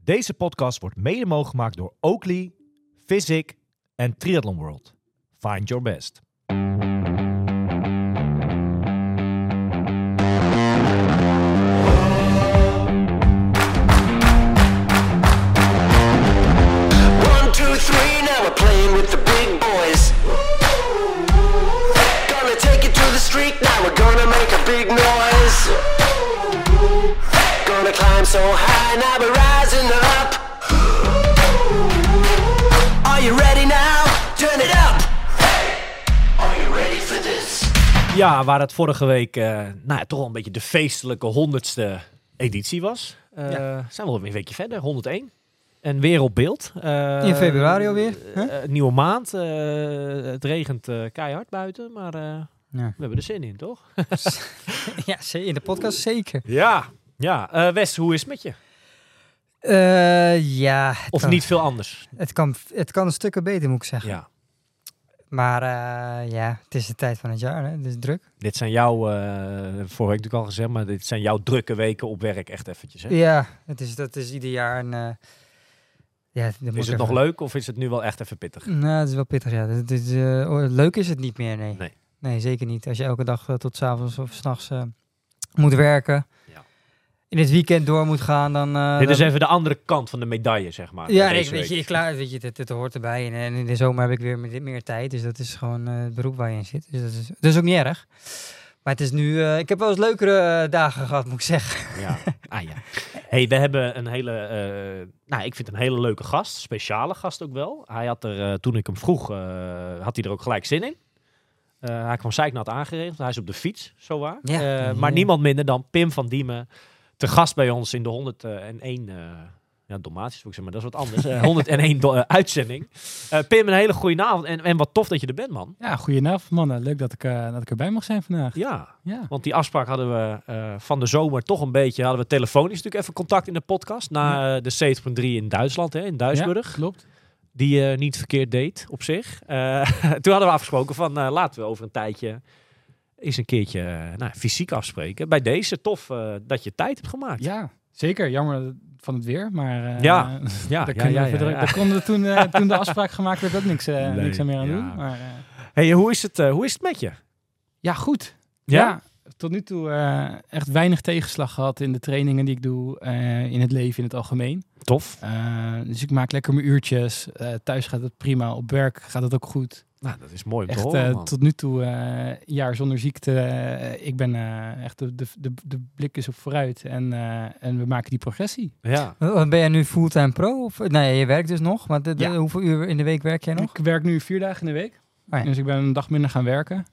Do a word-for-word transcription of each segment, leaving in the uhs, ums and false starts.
Deze podcast wordt mede mogelijk gemaakt door Oakley, Physic en Triathlon World. Find your best. One, two, three, now we're playing with the big boys. Gonna take it to the street, now we're gonna make a big noise. Gonna climb so high, now we're rising up. Are you ready now? Turn it up. Are you ready for this? Ja, waar het vorige week uh, nou ja, toch wel een beetje de feestelijke honderdste editie was. Uh, ja. Zijn we al een weekje verder, honderdéén. En weer op beeld. Uh, In februari alweer. Huh? Uh, nieuwe maand. Uh, het regent uh, keihard buiten, maar uh, ja. we hebben er zin in, toch? Ja, in de podcast zeker. Ja, ja. Uh, Wes, hoe is het met je? Uh, ja. Of kan, niet veel anders? Het kan, het kan een stukken beter, moet ik zeggen. Ja. Maar uh, ja, het is de tijd van het jaar, hè? Het is druk. Dit zijn jouw, uh, vorige week natuurlijk al gezegd, maar dit zijn jouw drukke weken op werk echt eventjes, hè? Ja, het is, dat is ieder jaar een... Uh, ja, is het even... nog leuk of is het nu wel echt even pittig? Nou, het is wel pittig, ja. Het is, uh, leuk is het niet meer, nee. Nee. Nee, zeker niet. Als je elke dag uh, tot 's avonds of 's nachts uh, moet werken... Ja. In het weekend door moet gaan, dan... Uh, Dit is dan... even de andere kant van de medaille, zeg maar. Ja, ik, weet je, klaar, weet je, dit, dit hoort erbij. En, en in de zomer heb ik weer meer, meer tijd. Dus dat is gewoon uh, het beroep waar je in zit. Dus dat is, dat is ook niet erg. Maar het is nu... Uh, ik heb wel eens leukere uh, dagen gehad, moet ik zeggen. Ja, ah ja. Hey, we hebben een hele... Uh, nou, ik vind een hele leuke gast. Speciale gast ook wel. Hij had er, uh, toen ik hem vroeg, uh, had hij er ook gelijk zin in. Uh, hij kwam zeiknat aangeregeld. Hij is op de fiets, zowaar. Ja. Uh, Ja. Maar niemand minder dan Pim van Diemen. Te gast bij ons in de honderdéén... Uh, ja, Dalmatiërs, moet ik zeggen, maar dat is wat anders. Uh, honderdéén do- uh, uitzending. Uh, Pim, een hele goede avond. En, en wat tof dat je er bent, man. Ja, goedenavond, mannen. Leuk dat ik, uh, dat ik erbij mag zijn vandaag. Ja, Ja. want die afspraak hadden we uh, van de zomer toch een beetje... hadden we telefonisch natuurlijk even contact in de podcast. Na uh, de zeventig punt drie in Duitsland, hè, in Duisburg. Ja, klopt. Die uh, niet verkeerd deed op zich. Uh, toen hadden we afgesproken van uh, laten we over een tijdje... eens een keertje uh, nou, fysiek afspreken. Bij deze tof uh, dat je tijd hebt gemaakt. Ja, zeker. Jammer van het weer, maar uh, Ja, ja, daar, ja, ja, ja, ja, ja, ja. daar konden we toen, uh, toen de afspraak gemaakt werd ook niks, uh, Nee, niks aan meer aan ja. doen. Maar, uh, Hey, hoe is het, uh, hoe is het met je? ja, goed. Ja? Ja, tot nu toe uh, echt weinig tegenslag gehad in de trainingen die ik doe, uh, in het leven in het algemeen. Tof. Uh, dus ik maak lekker mijn uurtjes. Uh, thuis gaat het prima. Op werk gaat het ook goed. Nou, dat is mooi om te Echt horen, uh, man. tot nu toe uh, een jaar zonder ziekte. Uh, ik ben uh, echt de, de, de, de blik is op vooruit en, uh, en we maken die progressie. Ja. Ben jij nu fulltime pro? Of, nee, je werkt dus nog. Maar de, de, Ja. hoeveel uur in de week werk jij nog? Ik werk nu vier dagen in de week, Oh ja. dus ik ben een dag minder gaan werken.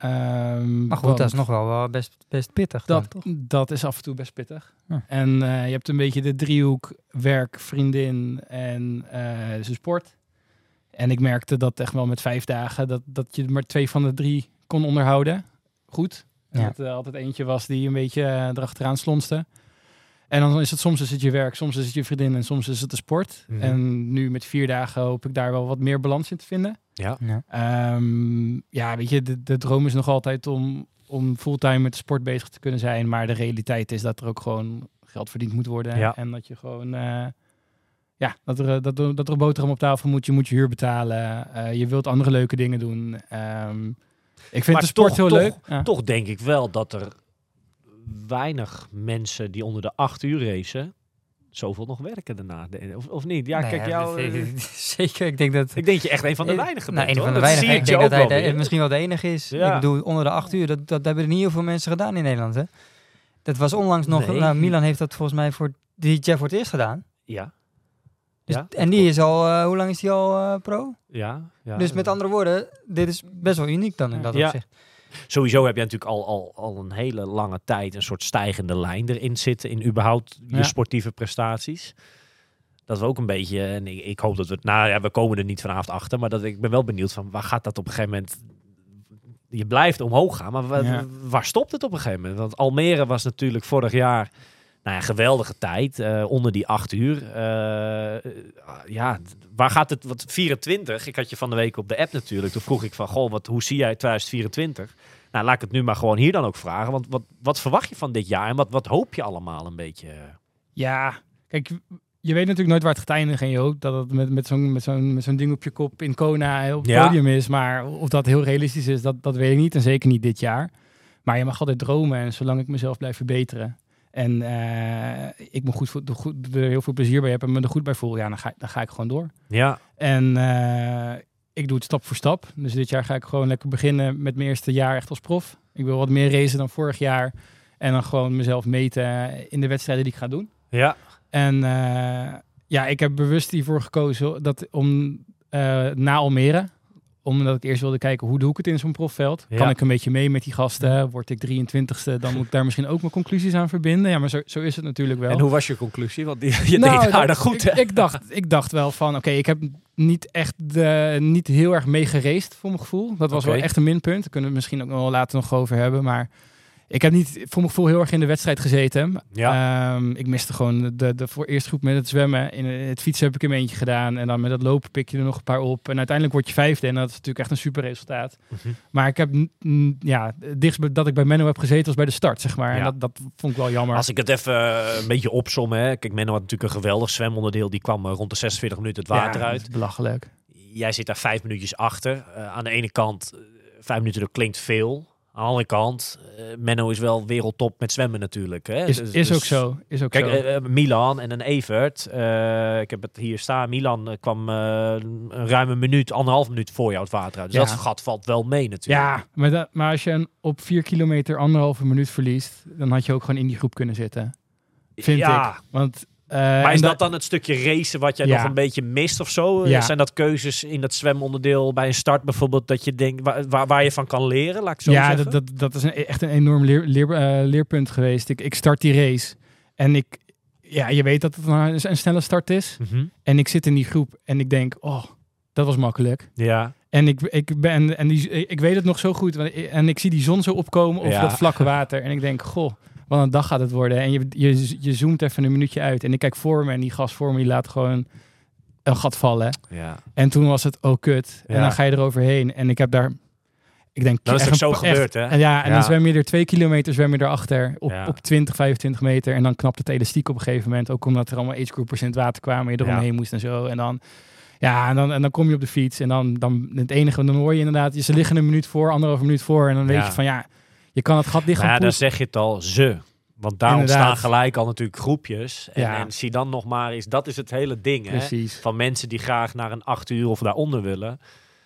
Um, Maar goed, want dat is nog wel, wel best, best pittig. dat, dan, toch? dat is af en toe best pittig. Ja. En uh, je hebt een beetje de driehoek werk, vriendin en uh, dus sport. En ik merkte dat echt wel met vijf dagen dat, dat je maar twee van de drie kon onderhouden. Goed. En Ja. dat er altijd eentje was die een beetje uh, erachteraan slonste. En dan is het soms is het je werk, soms is het je vriendin en soms is het de sport. Mhm. En nu met vier dagen hoop ik daar wel wat meer balans in te vinden. Ja. Ja. Um, ja, weet je, de, de droom is nog altijd om, om fulltime met de sport bezig te kunnen zijn. Maar de realiteit is dat er ook gewoon geld verdiend moet worden. Ja. En dat je gewoon, uh, ja, dat er, dat, er, dat er een boterham op tafel moet. Je moet je huur betalen. Uh, je wilt andere leuke dingen doen. Um, ik vind Maar de sport toch, heel toch, leuk. Ja. Toch denk ik wel dat er weinig mensen die onder de acht uur racen... zoveel nog werken daarna. Of, of niet? Ja, Nou kijk, ja, jou... dat- uh, Zeker, ik denk dat... ik denk je echt een van de Eh, weinigen Nou, bent, een van de hoor. Dat weinigen. zie Ik je denk dat ook hij wel de- weer. misschien wel de enige is. Ja. Ik bedoel, onder de acht uur, dat, dat hebben er niet heel veel mensen gedaan in Nederland, hè? Dat was onlangs nog... Nee. Nou, Milan heeft dat volgens mij voor dit jaar voor het eerst gedaan. Ja. Dus, Ja, en die is al... Uh, hoe lang is die al uh, pro? Ja, ja. Dus met andere woorden, dit is best wel uniek dan in dat Ja. opzicht. Sowieso heb je natuurlijk al, al, al een hele lange tijd een soort stijgende lijn erin zitten in überhaupt je Ja. sportieve prestaties. Dat we ook een beetje, en ik, ik hoop dat we het, nou ja, we komen er niet vanavond achter, maar dat ik ben wel benieuwd van waar gaat dat op een gegeven moment, je blijft omhoog gaan, maar wa- Ja. waar stopt het op een gegeven moment? Want Almere was natuurlijk vorig jaar, nou ja, geweldige tijd, uh, onder die acht uur. Uh, ja, waar gaat het, wat vierentwintig, ik had je van de week op de app natuurlijk, toen vroeg ik van, goh, wat, hoe zie jij twintig vierentwintig? Nou, laat ik het nu maar gewoon hier dan ook vragen, want wat, wat verwacht je van dit jaar en wat, wat hoop je allemaal een beetje? Ja, kijk, je weet natuurlijk nooit waar het gaat eindigen. En je hoopt dat het met, met zo'n met zo'n met zo'n ding op je kop in Kona op het Ja. podium is. Maar of dat heel realistisch is, dat, dat weet ik niet. En zeker niet dit jaar. Maar je mag altijd dromen. En zolang ik mezelf blijf verbeteren. En uh, ik me goed, goed, goed, er heel veel plezier bij heb en me er goed bij voel. Ja, dan ga, dan ga ik gewoon door. Ja, En uh, ik doe het stap voor stap. Dus dit jaar ga ik gewoon lekker beginnen met mijn eerste jaar echt als prof. Ik wil wat meer racen dan vorig jaar. En dan gewoon mezelf meten in de wedstrijden die ik ga doen. ja. En uh, ja, ik heb bewust hiervoor gekozen dat om uh, na Almere, omdat ik eerst wilde kijken hoe doe ik het in zo'n profveld. Ja. Kan ik een beetje mee met die gasten? Word ik drieëntwintigste? Dan moet ik daar misschien ook mijn conclusies aan verbinden. Ja, maar zo, zo is het natuurlijk wel. En hoe was je conclusie? Want die, je Nou, deed aardig dat- goed, hè? ik, ik, dacht, ik dacht wel van, oké, okay, ik heb niet echt de, niet heel erg mee geraced voor mijn gevoel. Dat was Oké. wel echt een minpunt. Daar kunnen we het misschien ook nog wel later nog over hebben. Maar ik heb niet voor mijn gevoel heel erg in de wedstrijd gezeten. Ja. Ehm, ik miste gewoon de, de voor eerste groep met het zwemmen. In het fietsen heb ik in mijn eentje gedaan. En dan met het lopen pik je er nog een paar op. En uiteindelijk word je vijfde. En dat is natuurlijk echt een super resultaat. Mhm. Maar ik heb, n- n- ja, het dichtst bij- dat ik bij Menno heb gezeten was bij de start, zeg maar. Ja. En dat, dat vond ik wel jammer. Als ik het even uh, een beetje opsom, hè. Kijk, Menno had natuurlijk een geweldig zwemonderdeel. Die kwam uh, rond de zesenzveertig minuten het water Ja, uit. dat is belachelijk. Jij zit daar vijf minuutjes achter. Uh, aan de ene kant, uh, vijf minuten, dat klinkt veel. Aan de andere kant, uh, Menno is wel wereldtop met zwemmen natuurlijk. Hè? Is, Dus- is dus- ook zo. Is ook Kijk, zo. uh, uh, Milan en een Evert. Uh, ik heb het hier staan. Milan uh, kwam uh, een ruime minuut, anderhalf minuut voor jou het water uit. Dus Ja. dat gat valt wel mee natuurlijk. Ja, maar, dat, maar als je een, op vier kilometer anderhalve minuut verliest, dan had je ook gewoon in die groep kunnen zitten. Vind ja. ik. Want, uh, Maar en is dat dan het stukje racen wat jij Ja. nog een beetje mist of zo? Ja. Zijn dat keuzes in dat zwemonderdeel bij een start bijvoorbeeld dat je denkt waar, waar, waar je van kan leren? Laat ik zo ja, zeggen. dat, dat, dat is een, echt een enorm leer, leer, uh, leerpunt geweest. Ik, ik start die race en ik, ja, je weet dat het een, een snelle start is. Mhm. En ik zit in die groep en ik denk, oh, dat was makkelijk. Ja. En ik, ik ben en die, ik weet het nog zo goed. Want ik- En ik zie die zon zo opkomen over Ja. dat vlakke water. En ik denk, goh, wat een dag gaat het worden. En je, je, je zoomt even een minuutje uit. En ik kijk voor me en die gast voor me die laat gewoon een gat vallen. Ja. En toen was het, oh kut. En Ja. dan ga je eroverheen. En ik heb daar, ik denk... Dat is echt ook zo een- gebeurd, echt- hè? En ja, en Ja. dan zwem je er twee kilometer, zwem je erachter op, Ja. op twintig, vijfentwintig meter. En dan knapt het elastiek op een gegeven moment. Ook omdat er allemaal agegroupers in het water kwamen. Je eromheen Ja. moest en zo. En dan... Ja, en dan, en dan kom je op de fiets en dan, dan het enige, dan hoor je inderdaad, ze liggen een minuut voor, anderhalve minuut voor. En dan weet Ja. je van ja, je kan het gat dicht gaan Nou ja, dan poetsen. zeg je het al, ze. Want daar Inderdaad. ontstaan gelijk al natuurlijk groepjes. En, Ja. en zie dan nog maar eens, dat is het hele ding, hè? Precies. Van mensen die graag naar een acht uur of daaronder willen.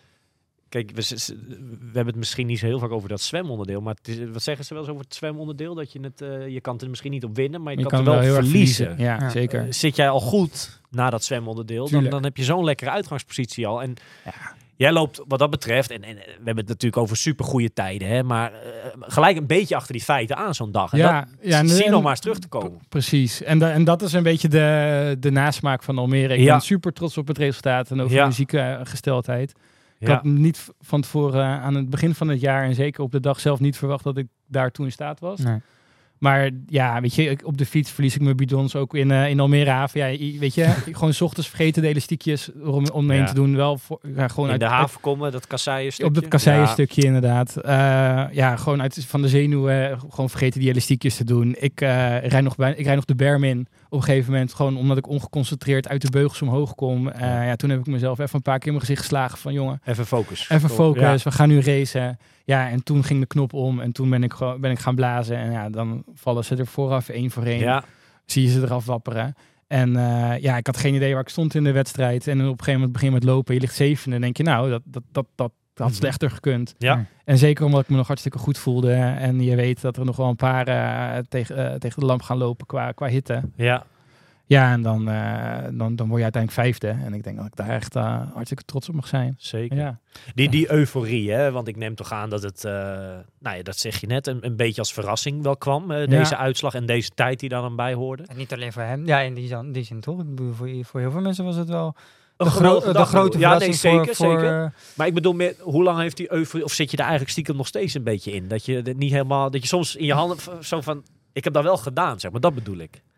Kijk, we, we hebben het misschien niet zo heel vaak over dat zwemonderdeel. Maar het is, wat zeggen ze wel eens over het zwemonderdeel? Dat je het, uh, je kan het er misschien niet op winnen, maar je, Je kan, kan het wel heel erg verliezen. Ja, Ja. zeker. Uh, zit jij al goed na dat zwemonderdeel, dan, Tuurlijk. dan heb je zo'n lekkere uitgangspositie al. En Ja. jij loopt wat dat betreft, en, en we hebben het natuurlijk over supergoeie tijden, hè, maar uh, gelijk een beetje achter die feiten aan zo'n dag. En Ja, dat, ja, en- zie en- nog maar eens terug te komen. P- Precies. En, da- en dat is een beetje de, de nasmaak van Almere. Ik Ja. ben super trots op het resultaat en over Ja. de muziekgesteldheid. Ik Ja. had niet v- van tevoren uh, aan het begin van het jaar en zeker op de dag zelf niet verwacht dat ik daartoe in staat was. Nee. Maar ja, weet je, ik- op de fiets verlies ik mijn bidons ook in, uh, in Almere haven. Ja, je- weet je, gewoon 's ochtends vergeten de elastiekjes om, om me heen Ja. te doen. Wel voor, ja, gewoon In uit, de uit- haven komen, dat kasseien stukje. op dat kasseienstukje inderdaad. Uh, ja, gewoon uit van de zenuwen, uh, gewoon vergeten die elastiekjes te doen. Ik, uh, rijd nog bij, ik rijd nog de berm in op een gegeven moment. Gewoon omdat ik ongeconcentreerd uit de beugels omhoog kom. Uh, Ja. ja, toen heb ik mezelf even een paar keer in mijn gezicht geslagen van jongen, Even focus. even Kom, focus, ja. we gaan nu racen. Ja, en toen ging de knop om en toen ben ik, gewoon, ben ik gaan blazen. En ja, dan vallen ze er vooraf één voor één. Ja, Zie je ze eraf wapperen. En uh, ja, ik had geen idee waar ik stond in de wedstrijd. En op een gegeven moment begin je met lopen. Je ligt zevende. En denk je, nou, dat, dat, dat, dat had Mhm. slechter gekund. ja. En zeker omdat ik me nog hartstikke goed voelde. En je weet dat er nog wel een paar uh, tegen, uh, tegen de lamp gaan lopen qua, qua hitte. ja. Ja, en dan, uh, dan, dan word je uiteindelijk vijfde. En ik denk dat ik daar echt uh, hartstikke trots op mag zijn. Zeker. Ja, Die, die euforie, hè? Want ik neem toch aan dat het, uh, nou ja, dat zeg je net, een, een beetje als verrassing wel kwam. Uh, deze uitslag en deze tijd die daar dan bij hoorde. En niet alleen voor hem. Ja, in die, zin- die zin toch. Ik bedoel, voor, voor heel veel mensen was het wel de, Een gro- geweldige de dag, grote bedoel. Ja, nee, verrassing zeker, voor, voor, zeker. eh, Maar ik bedoel, meer, hoe lang heeft die euforie, of zit je daar eigenlijk stiekem nog steeds een beetje in? Dat je het niet helemaal, dat je soms in je handen v- zo van, ik heb dat wel gedaan, zeg maar, dat bedoel ik.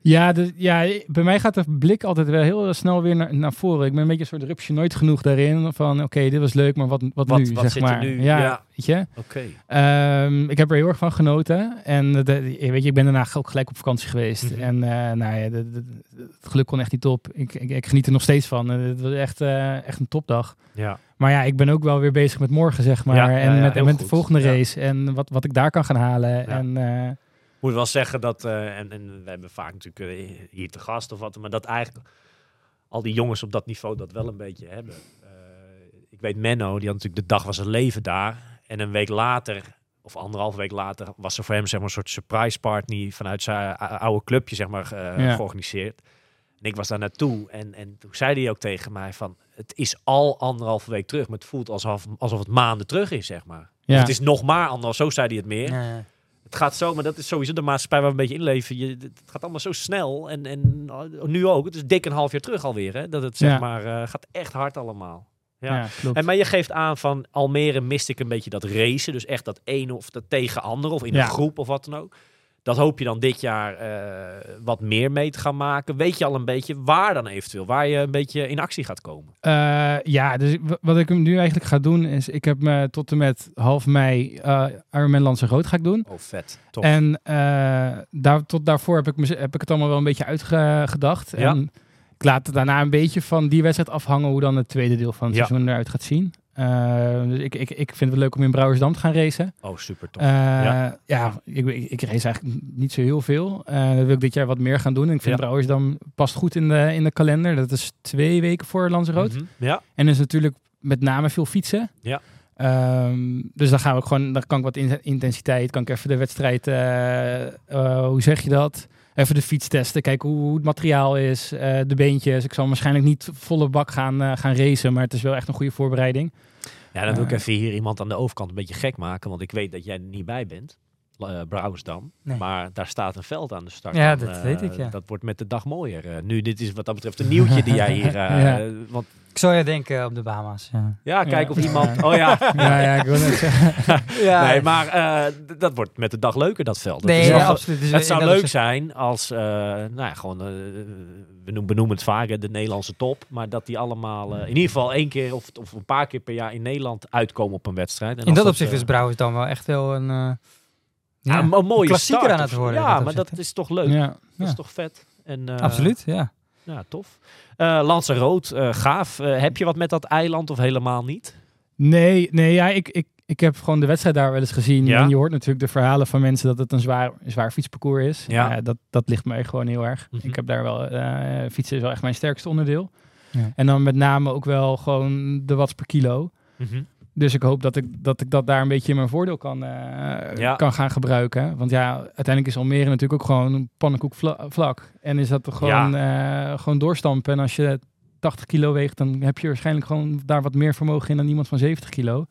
Ja, de, ja, bij mij gaat de blik altijd wel heel snel weer naar, naar voren. Ik ben een beetje een soort rupsje nooit genoeg daarin. Van oké, okay, dit was leuk, maar wat, wat, Wat, nu, wat zeg zit maar. er nu? Ja, Ja. weet je. Oké. Um, ik heb er heel erg van genoten. En de, weet je, ik ben daarna ook gelijk op vakantie geweest. Mm-hmm. En uh, nou ja, de, de, de, het geluk kon echt niet op. Ik, ik, ik geniet er nog steeds van. Uh, het was echt, uh, echt een topdag. Ja. Maar ja, ik ben ook wel weer bezig met morgen, zeg maar. Ja, ja, en ja, met, heel met de goed. volgende Ja. race. En wat, wat ik daar kan gaan halen. Ja. En... Uh, Moet wel zeggen dat, uh, en, en we hebben vaak natuurlijk uh, hier te gast of wat, maar dat eigenlijk al die jongens op dat niveau dat wel een beetje hebben. Uh, ik weet Menno, die had natuurlijk de dag van zijn leven daar. En een week later, of anderhalve week later, was er voor hem zeg maar een soort surprise party vanuit zijn oude clubje zeg maar uh, ja. georganiseerd. En ik was daar naartoe en, en toen zei hij ook tegen mij van, het is al anderhalve week terug, maar het voelt alsof, alsof het maanden terug is, zeg maar. Ja. Of het is nog maar anderhalf, zo zei hij het meer. Ja, ja. Het gaat zo, maar dat is sowieso de maatschappij waar we een beetje inleven. Je, het gaat allemaal zo snel. En, en nu ook. Het is dik een half jaar terug alweer. Hè? Dat het zeg Ja. maar uh, gaat echt hard allemaal. Ja. ja, klopt. En maar je geeft aan van Almere miste ik een beetje dat racen. Dus echt dat ene of dat tegen anderen. Of in Ja. een groep of wat dan ook. Dat hoop je dan dit jaar uh, wat meer mee te gaan maken. Weet je al een beetje waar dan eventueel? Waar je een beetje in actie gaat komen? Uh, ja, dus w- wat ik nu eigenlijk ga doen is... Ik heb me tot en met half mei uh, Ironman Lanzarote ga ik doen. Oh, vet. Tof. En uh, daar, tot daarvoor heb ik, me, heb ik het allemaal wel een beetje uitgedacht. Ja. En ik laat het daarna een beetje van die wedstrijd afhangen... hoe dan het tweede deel van het Ja. seizoen eruit gaat zien. Uh, dus ik, ik, ik vind het wel leuk om in Brouwersdam te gaan racen. Oh, super tof. Uh, Ja. ja, ik, ik, ik race eigenlijk niet zo heel veel. Uh, dat wil ik dit jaar wat meer gaan doen. En ik vind Ja. Brouwersdam past goed in de, in de kalender. Dat is twee weken voor Lanzarote. Mm-hmm. Ja. En er is natuurlijk met name veel fietsen. Ja. Um, dus dan gaan we ook gewoon, dan kan ik wat in, intensiteit, kan ik even de wedstrijd, uh, uh, hoe zeg je dat? Even de fiets testen, kijken hoe, hoe het materiaal is, uh, de beentjes. Ik zal waarschijnlijk niet volle bak gaan, uh, gaan racen, maar het is wel echt een goede voorbereiding. Ja, dan wil ik Uh, even hier iemand aan de overkant een beetje gek maken, want ik weet dat jij er niet bij bent. Uh, Brouwersdam. Nee. Maar daar staat een veld aan de start. Ja, En, dat uh, weet ik, ja. Dat wordt met de dag mooier. Uh, nu, dit is wat dat betreft een nieuwtje die jij hier... Uh, Ja. want, Ik zou je denken op de Bahama's. Ja, ja, kijk Ja. of iemand... Oh ja. Ja, ja, ik wil net zeggen. ja Nee, maar uh, d- dat wordt met de dag leuker, dat veld. Dat nee, is ja, wel- absoluut. Dus het in zou dat leuk opzicht- zijn als, uh, nou ja, gewoon, uh, we noemen, benoemen het vaak, hè, de Nederlandse top. Maar dat die allemaal, uh, in ieder geval één keer of, of een paar keer per jaar in Nederland uitkomen op een wedstrijd. En In als dat opzicht uh, is Brouwers dan wel echt wel een... Uh, ja, een, een mooie klassieker start aan het of- worden, Ja, in dat maar dat opzicht, is toch leuk. Ja, Dat ja. is toch vet. En, uh, Absoluut, ja. Ja, tof. Uh, Lanzarote, uh, gaaf. Uh, heb je wat met dat eiland of helemaal niet? Nee, nee ja, ik, ik, ik heb gewoon de wedstrijd daar wel eens gezien. Ja. En je hoort natuurlijk de verhalen van mensen dat het een zwaar, zwaar fietsparcours is. Ja. Ja, dat, dat ligt mij gewoon heel erg. Mhm. Ik heb daar wel, uh, fietsen is wel echt mijn sterkste onderdeel. Ja. En dan met name ook wel gewoon de watts per kilo. Mm-hmm. Dus ik hoop dat ik, dat ik dat daar een beetje in mijn voordeel kan, uh, Ja. kan gaan gebruiken. Want ja, uiteindelijk is Almere natuurlijk ook gewoon een pannenkoek vla- vlak. En is dat toch gewoon, uh, gewoon doorstampen. En als je tachtig kilo weegt, dan heb je waarschijnlijk gewoon daar wat meer vermogen in dan iemand van zeventig kilo.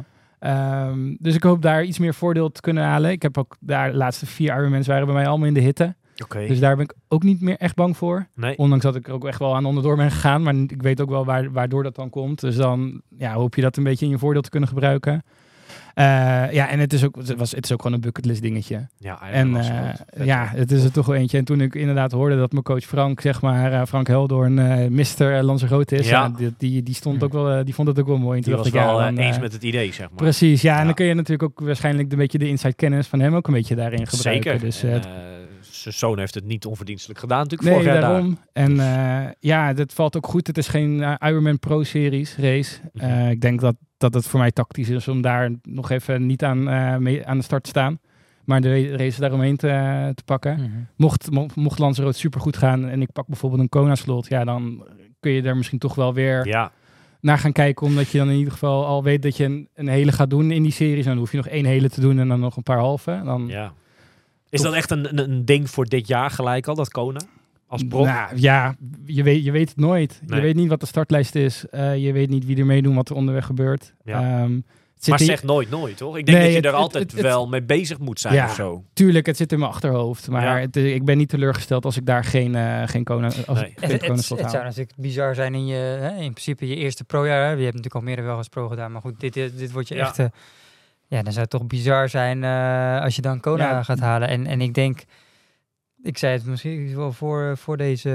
Ja. Um, dus ik hoop daar iets meer voordeel te kunnen halen. Ik heb ook daar de laatste vier Ironmans waren bij mij allemaal in de hitte. Oké. Dus daar ben ik ook niet meer echt bang voor. Nee. Ondanks dat ik er ook echt wel aan onderdoor ben gegaan. Maar ik weet ook wel waar, waardoor dat dan komt. Dus dan ja, hoop je dat een beetje in je voordeel te kunnen gebruiken. Uh, ja, en het is, ook, het, was, het is ook gewoon een bucketlist dingetje. Ja, En was uh, goed. Vet, ja, hoor. het is er toch wel eentje. En toen ik inderdaad hoorde dat mijn coach Frank, zeg maar, uh, Frank Heldoorn, uh, mister Lanzarote is. Ja. Ja, die, die, die, stond ook wel, uh, die vond het ook wel mooi. En Die toen was dacht ik, wel ja, uh, dan, eens uh, met het idee, zeg maar. Precies, ja, en Ja. dan kun je natuurlijk ook waarschijnlijk een beetje de inside kennis van hem ook een beetje daarin gebruiken. Zeker. Dus, En, uh, uh, zijn zoon heeft het niet onverdienstelijk gedaan natuurlijk nee, vorig jaar daarom. daar. En Dus- uh, ja, dat valt ook goed. Het is geen uh, Ironman Pro Series race. Uh, Mhm. ik denk dat, dat het voor mij tactisch is om daar nog even niet aan, uh, mee, aan de start te staan. Maar de race daaromheen te, uh, te pakken. Mm-hmm. Mocht, mo- mocht Lanzarote supergoed gaan en ik pak bijvoorbeeld een Kona-slot, ja, dan kun je daar misschien toch wel weer Ja, naar gaan kijken. Omdat je dan in ieder geval al weet dat je een, een hele gaat doen in die series. En dan hoef je nog één hele te doen en dan nog een paar halve. Dan, ja. Is Toch- dat echt een, een, een ding voor dit jaar gelijk al, dat Kona? Als prof? Nou, ja, je weet, je weet het nooit. Nee. Je weet niet wat de startlijst is. Uh, je weet niet wie er meedoet, wat er onderweg gebeurt. Ja. Um, het zit Maar in- zeg nooit nooit, toch? Ik denk Nee, dat je het- er het- altijd het- het- wel mee bezig moet zijn Ja. of zo. Tuurlijk, het zit in mijn achterhoofd. Maar Ja. het, ik ben niet teleurgesteld als ik daar geen, uh, geen Kona, als Nee. ik Het, geen het, Kona het, slot het zou haal. natuurlijk bizar zijn in je, hè, in principe je eerste projaar. Hè. Je hebt natuurlijk al meer wel eens pro gedaan, maar goed, dit, dit, dit wordt je Ja. echt... Uh, ja, dan zou het toch bizar zijn uh, als je dan Kona Ja. gaat halen. En, en ik denk, ik zei het misschien wel voor, voor deze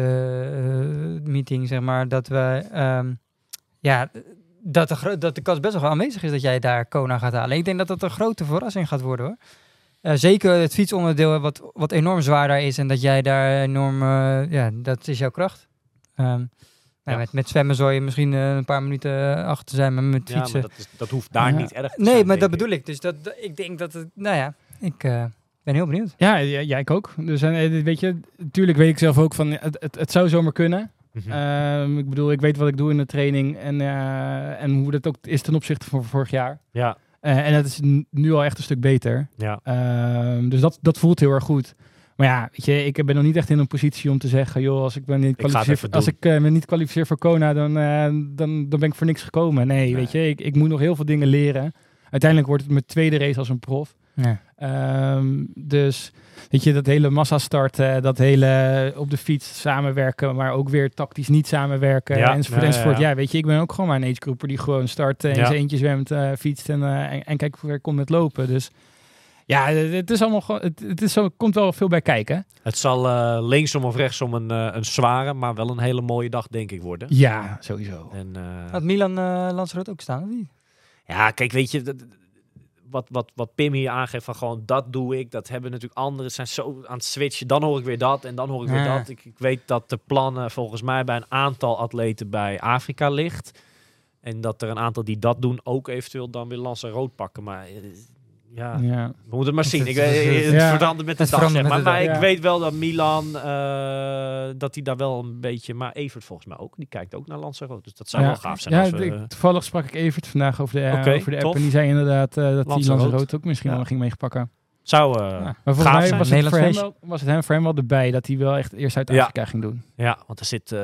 uh, meeting, zeg maar, dat we, um, ja, dat de, gro- dat de kans best wel aanwezig is dat jij daar Kona gaat halen. Ik denk dat dat een grote verrassing gaat worden, hoor. Uh, zeker het fietsonderdeel wat, wat enorm zwaar daar is en dat jij daar enorm, uh, ja, dat is jouw kracht. Um, ja. nou, met, met zwemmen zou je misschien uh, een paar minuten achter zijn, maar met fietsen... Ja, maar dat, is, dat hoeft daar ja. niet erg te Nee, zijn, maar dat denk bedoel ik. Dus dat, dat, ik denk dat het, nou ja, ik uh, ben heel benieuwd. Ja, ja, ja, ik ook. Dus uh, weet je, natuurlijk weet ik zelf ook van, het, het, het zou zomaar kunnen. Mhm. Um, ik bedoel, ik weet wat ik doe in de training en, uh, en hoe dat ook is ten opzichte van vorig jaar. Ja, Uh, en het is n- nu al echt een stuk beter. ja. Um, dus dat, dat voelt heel erg goed. Maar ja, weet je, ik ben nog niet echt in een positie om te zeggen, joh, als ik me niet Ik ga het kwalificeer, even voor, als doen. ik uh, me niet kwalificeer voor Kona, dan, uh, dan, dan ben ik voor niks gekomen. Nee, Nee. weet je, ik, ik moet nog heel veel dingen leren. Uiteindelijk wordt het mijn tweede race als een prof. Ja. Um, dus weet je, dat hele massa starten, dat hele op de fiets samenwerken, maar ook weer tactisch niet samenwerken, Ja, enzovoort, ja, ja, enzovoort. ja. Ja, weet je, ik ben ook gewoon maar een agegroeper die gewoon start, uh, in Ja. zijn eentje zwemt, uh, fietst en, uh, en, en kijkt hoe ver ik kom met lopen. Dus ja, het is allemaal gewoon, het, het is zo, komt wel veel bij kijken. Het zal uh, linksom of rechtsom een, uh, een zware, maar wel een hele mooie dag, denk ik, worden. Ja, sowieso. En, uh, Had Milan uh, Lanzarote ook staan, of niet? ja, kijk, weet je, dat, wat, wat, wat Pim hier aangeeft van gewoon dat doe ik, dat hebben natuurlijk anderen, zijn zo aan het switchen. Dan hoor ik weer dat en dan hoor ik weer Ja. dat. Ik, ik weet dat de plannen volgens mij bij een aantal atleten bij Afrika ligt. En dat er een aantal die dat doen ook eventueel dan weer Lanzarote pakken. Maar uh, ja, Ja. we moeten het maar zien. Ik, Het- het- weet- het ja. verandert met de Het dag, zeg verandert maar. met de Maar dag, ik ja. weet wel dat Milan, uh, dat hij daar wel een beetje... Maar Evert volgens mij ook. Die kijkt ook naar Lanzarote. Dus dat zou ja. wel gaaf zijn. Ja, als we, ik- toevallig sprak ik Evert vandaag over de, uh, Oké, over de app tof. en die zei inderdaad uh, dat hij Lanzarote. Lanzarote ook misschien Ja. wel ging meepakken. zou uh, Ja. Maar gaaf volgens mij zijn. was het, Nederlands voor hem feestje. wel, was het hem voor hem wel erbij dat hij wel echt eerst uit Ja. Afrika ging doen. Ja, want er zit uh,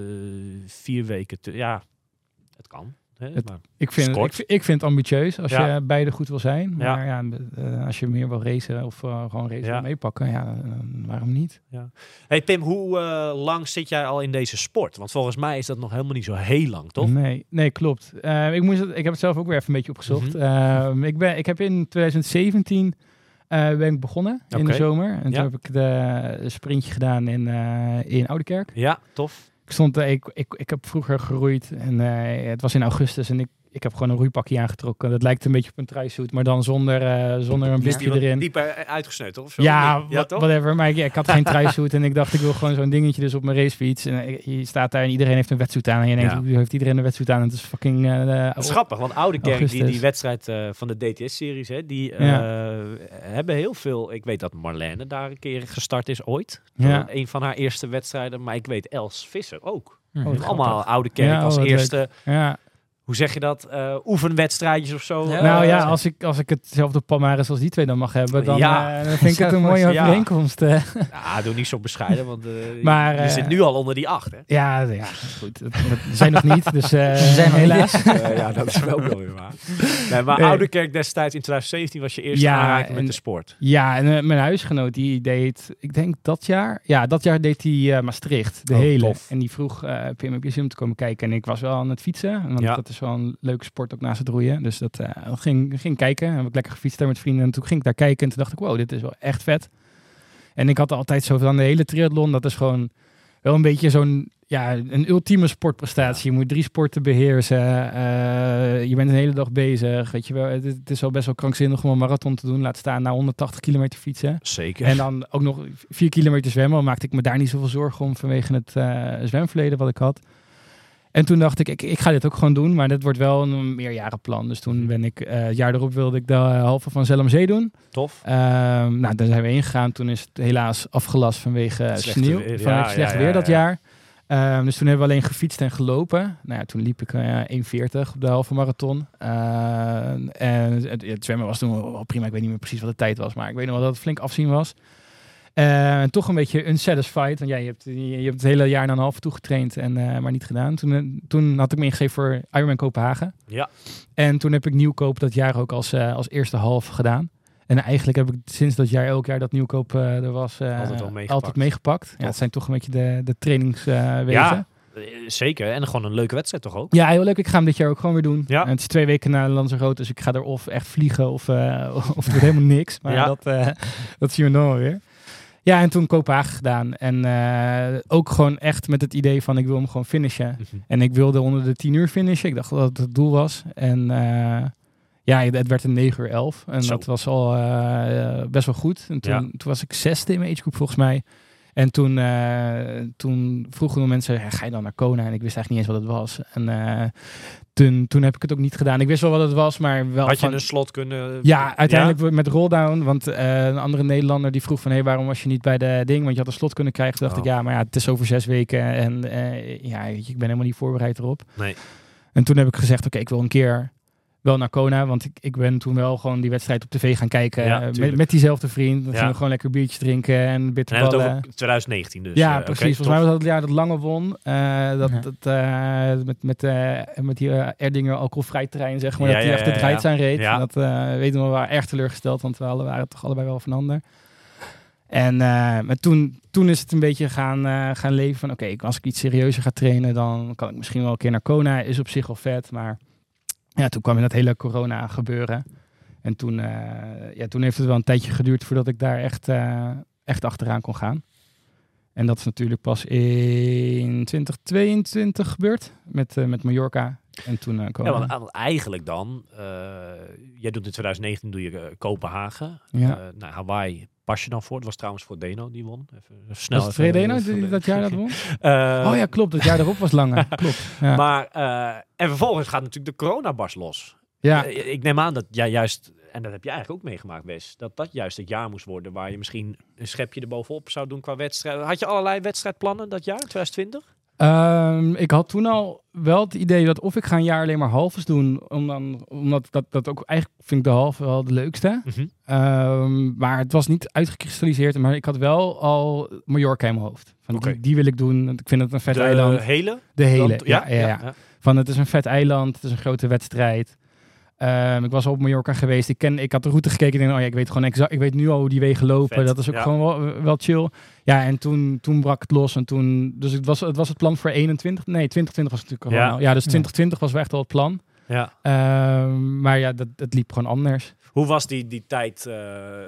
vier weken... Te, ja, het kan. Hè, Het- maar Ik vind, Skort. ik, vind- ik vind het ambitieus als Ja. je beide goed wil zijn. Ja. Maar ja, uh, als je meer wil racen of uh, gewoon racen Ja. wil meepakken, ja, uh, waarom niet? Hey Pim, hoe uh, lang zit jij al in deze sport? Want volgens mij is dat nog helemaal niet zo heel lang, toch? Nee, nee klopt. Uh, ik, moest het, ik heb het zelf ook weer even een beetje opgezocht. Mhm. Uh, ik, ben, ik heb in twintig zeventien uh, ben ik begonnen in Oké. de zomer. En Ja. toen heb ik de, de sprintje gedaan in, uh, in Oudekerk. Ja, tof. Ik, stond, uh, ik, ik, ik heb vroeger geroeid en uh, het was in augustus en ik, ik heb gewoon een roeipakje aangetrokken. Dat lijkt een beetje op een truisuit, maar dan zonder, uh, zonder een Is bipje die wat erin. dieper uitgesneeuwd, toch? Of zo? Ja, Of niet? wat- toch? whatever. Maar ik, ik had geen truisuit en ik dacht, ik wil gewoon zo'n dingetje dus op mijn racefiets. En eh, je staat daar en iedereen heeft een wetsuit aan. En je denkt, Ja. hoe heeft iedereen een wetsuit aan? En het is fucking... uh, Dat is grappig, want Oudekerk, die, Augustus. die wedstrijd uh, van de D T S-series, hè, die uh, hebben heel veel... Ik weet dat Marlene daar een keer gestart is ooit. Ja. Een van haar eerste wedstrijden. Maar ik weet Els Visser ook. Hm. Oh, Allemaal grappig. Oudekerk Ja, als oh, wat eerste... Ja. Hoe zeg je dat? Uh, oefenwedstrijdjes of zo? Ja. Uh, Nou ja, als ik, als ik hetzelfde palmares als die twee dan mag hebben, dan, Ja. uh, dan vind ik het een mooie Ja. overeenkomst. Uh. Ja, doe niet zo bescheiden, want uh, Maar, je uh, zit nu al onder die acht, hè? Ja, ja, goed. Dat, dat zijn nog niet, dus uh, Ze zijn nog helaas. Uh, ja, dat is wel wel weer waar. Nee, maar Nee. Oudekerk destijds in twintig zeventien was je eerste Ja, aanraking met en- de sport. Ja, en uh, mijn huisgenoot die deed, ik denk dat jaar, ja, dat jaar deed hij uh, Maastricht, de Oh, hele. tof. En die vroeg, uh, Pim, heb je zin om te komen kijken? En ik was wel aan het fietsen, want Ja. dat is wel een leuke sport ook naast het roeien. Dus dat uh, ging, ging kijken, heb ik lekker gefietst daar met vrienden. En toen ging ik daar kijken en toen dacht ik, wow, dit is wel echt vet. En ik had altijd zo van de hele triathlon, dat is gewoon wel een beetje zo'n, ja, een ultieme sportprestatie. Je moet drie sporten beheersen. Uh, je bent een hele dag bezig. Weet je wel, het, het is wel best wel krankzinnig om een marathon te doen. Laat staan na honderdtachtig kilometer fietsen. Zeker. En dan ook nog vier kilometer zwemmen. Dan maakte ik me daar niet zoveel zorgen om vanwege het uh, zwemverleden wat ik had. En toen dacht ik, ik, ik ga dit ook gewoon doen. Maar dit wordt wel een meerjarenplan. Dus toen ben ik, uh, het jaar erop wilde ik de uh, halve van Zellamzee doen. Tof. Uh, nou, daar zijn we heen gegaan. Toen is het helaas afgelast vanwege uh, Slechte sneeuw. weer, Vanwege ja, slecht ja, weer ja, dat ja. jaar. Um, dus toen hebben we alleen gefietst en gelopen. Nou ja, toen liep ik uh, één veertig op de halve marathon. Uh, en het, het zwemmen was toen wel prima. Ik weet niet meer precies wat de tijd was. Maar ik weet nog wel dat het flink afzien was. Uh, en toch een beetje unsatisfied. Want ja, je hebt, je, je hebt het hele jaar en een half toegetraind. En, uh, maar niet gedaan. Toen, uh, toen had ik me ingegeven voor Ironman Kopenhagen. Ja. En toen heb ik Nieuwkoop dat jaar ook als, uh, als eerste half gedaan. En eigenlijk heb ik sinds dat jaar elk jaar dat Nieuwkoop uh, er was, uh, Altijd wel meegepakt. altijd meegepakt. Ja, het zijn toch een beetje de, de trainingswegen. Uh, Ja, uh, zeker. En gewoon een leuke wedstrijd toch ook? Ja, heel leuk. Ik ga hem dit jaar ook gewoon weer doen. Ja. En het is twee weken na Lanzarote, dus ik ga er of echt vliegen of, uh, of het wordt helemaal niks. Maar Ja. dat, uh, dat zien we dan wel weer. Ja, en toen Kopenhagen gedaan. En uh, ook gewoon echt met het idee van ik wil hem gewoon finishen. Mm-hmm. En ik wilde onder de tien uur finishen. Ik dacht dat het het doel was. En uh, ja, het werd een negen uur elf. En Zo. dat was al uh, best wel goed. En toen, Ja. toen was ik zesde in mijn agegroep volgens mij. En toen, uh, toen vroegen nog mensen, ja, ga je dan naar Kona? En ik wist eigenlijk niet eens wat het was. En uh, toen, toen heb ik het ook niet gedaan. Ik wist wel wat het was, maar wel Had je van... een slot kunnen... Ja, uiteindelijk ja? met rolldown. Want uh, een andere Nederlander die vroeg van... hé, hey, waarom was je niet bij de ding? Want je had een slot kunnen krijgen. Toen dacht Oh. ik, ja, maar ja, het is over zes weken. En uh, ja, weet je, ik ben helemaal niet voorbereid erop. Nee. En toen heb ik gezegd, oké, okay, ik wil een keer... wel naar Kona, want ik, ik ben toen wel gewoon die wedstrijd op tv gaan kijken. Ja, uh, met, met diezelfde vriend. Dan ja. gingen we gewoon lekker biertjes drinken en bitterballen. En het over twintig negentien dus. Ja, uh, precies. Okay, Volgens mij was dat het jaar dat Lange won. Uh, dat, Ja. dat, uh, met, met, uh, met die uh, Erdinger alcoholvrij trein, zeg maar. Ja, dat hij ja, echt de ja, draait aan reed. ja. Dat uh, weten we wel erg teleurgesteld, want we alle waren toch allebei wel van ander. En uh, maar toen, toen is het een beetje gaan, uh, gaan leven van... oké, okay, als ik iets serieuzer ga trainen... dan kan ik misschien wel een keer naar Kona. Is op zich al vet, maar... ja, toen kwam in dat hele corona gebeuren. En toen, uh, ja, toen heeft het wel een tijdje geduurd... voordat ik daar echt, uh, echt achteraan kon gaan. En dat is natuurlijk pas in twintig tweeëntwintig gebeurd. Met, uh, met Mallorca. En toen uh, Kona. Ja, want, want eigenlijk dan... Uh, jij doet in twintig negentien doe je uh, Kopenhagen. Ja. Uh, nou, Hawaii pas je dan voor. Het was trouwens voor Deno die won. Even, even snel. Was het Fredeno even, die dat jaar dat won? Uh, Oh ja, klopt. Dat jaar erop was langer. Klopt. Ja. Maar, uh, en vervolgens gaat natuurlijk de coronabars los. Ja. Uh, ik neem aan dat jij juist... En dat heb je eigenlijk ook meegemaakt, Wes. Dat dat juist het jaar moest worden waar je misschien een schepje erbovenop zou doen qua wedstrijd. Had je allerlei wedstrijdplannen dat jaar, twintig twintig? Um, ik had toen al wel het idee dat of ik ga een jaar alleen maar halves doen. Om dan, omdat dat, dat ook eigenlijk vind ik de halve wel de leukste. Mm-hmm. Um, maar het was niet uitgekristalliseerd. Maar ik had wel al Mallorca in mijn hoofd. Van Okay. die, die wil ik doen. Ik vind het een vet de eiland. De hele? De hele, Land, ja, ja, ja, ja. ja. Van het is een vet eiland. Het is een grote wedstrijd. Um, ik was al op Mallorca geweest. Ik, ken, ik had de route gekeken. Ik denk, oh ja, ik weet gewoon exact. Ik weet nu al hoe die wegen lopen. Vet, dat is ook ja. gewoon wel, wel chill. Ja, en toen, toen brak het los. En toen, dus het was, het was het plan voor eenentwintig. Nee, twintig twintig was natuurlijk corona. Ja. Ja, dus twintig twintig was wel echt al het plan. Ja. Um, maar ja, dat, het liep gewoon anders. Hoe was die, die tijd uh,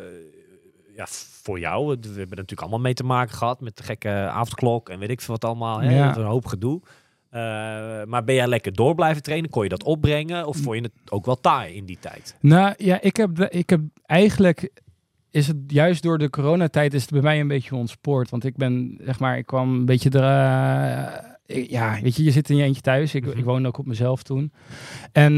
ja, voor jou? We hebben er natuurlijk allemaal mee te maken gehad met de gekke avondklok en weet ik veel wat allemaal. Hè? Ja. Een hoop gedoe. Uh, maar ben jij lekker door blijven trainen? Kon je dat opbrengen? Of vond je het ook wel taai in die tijd? Nou ja, ik heb, ik heb eigenlijk... is het juist door de coronatijd is het bij mij een beetje ontspoord. Want ik ben, zeg maar, ik kwam een beetje er... Uh, ja, weet je, je zit in je eentje thuis. Ik, mm-hmm. ik woonde ook op mezelf toen. En uh,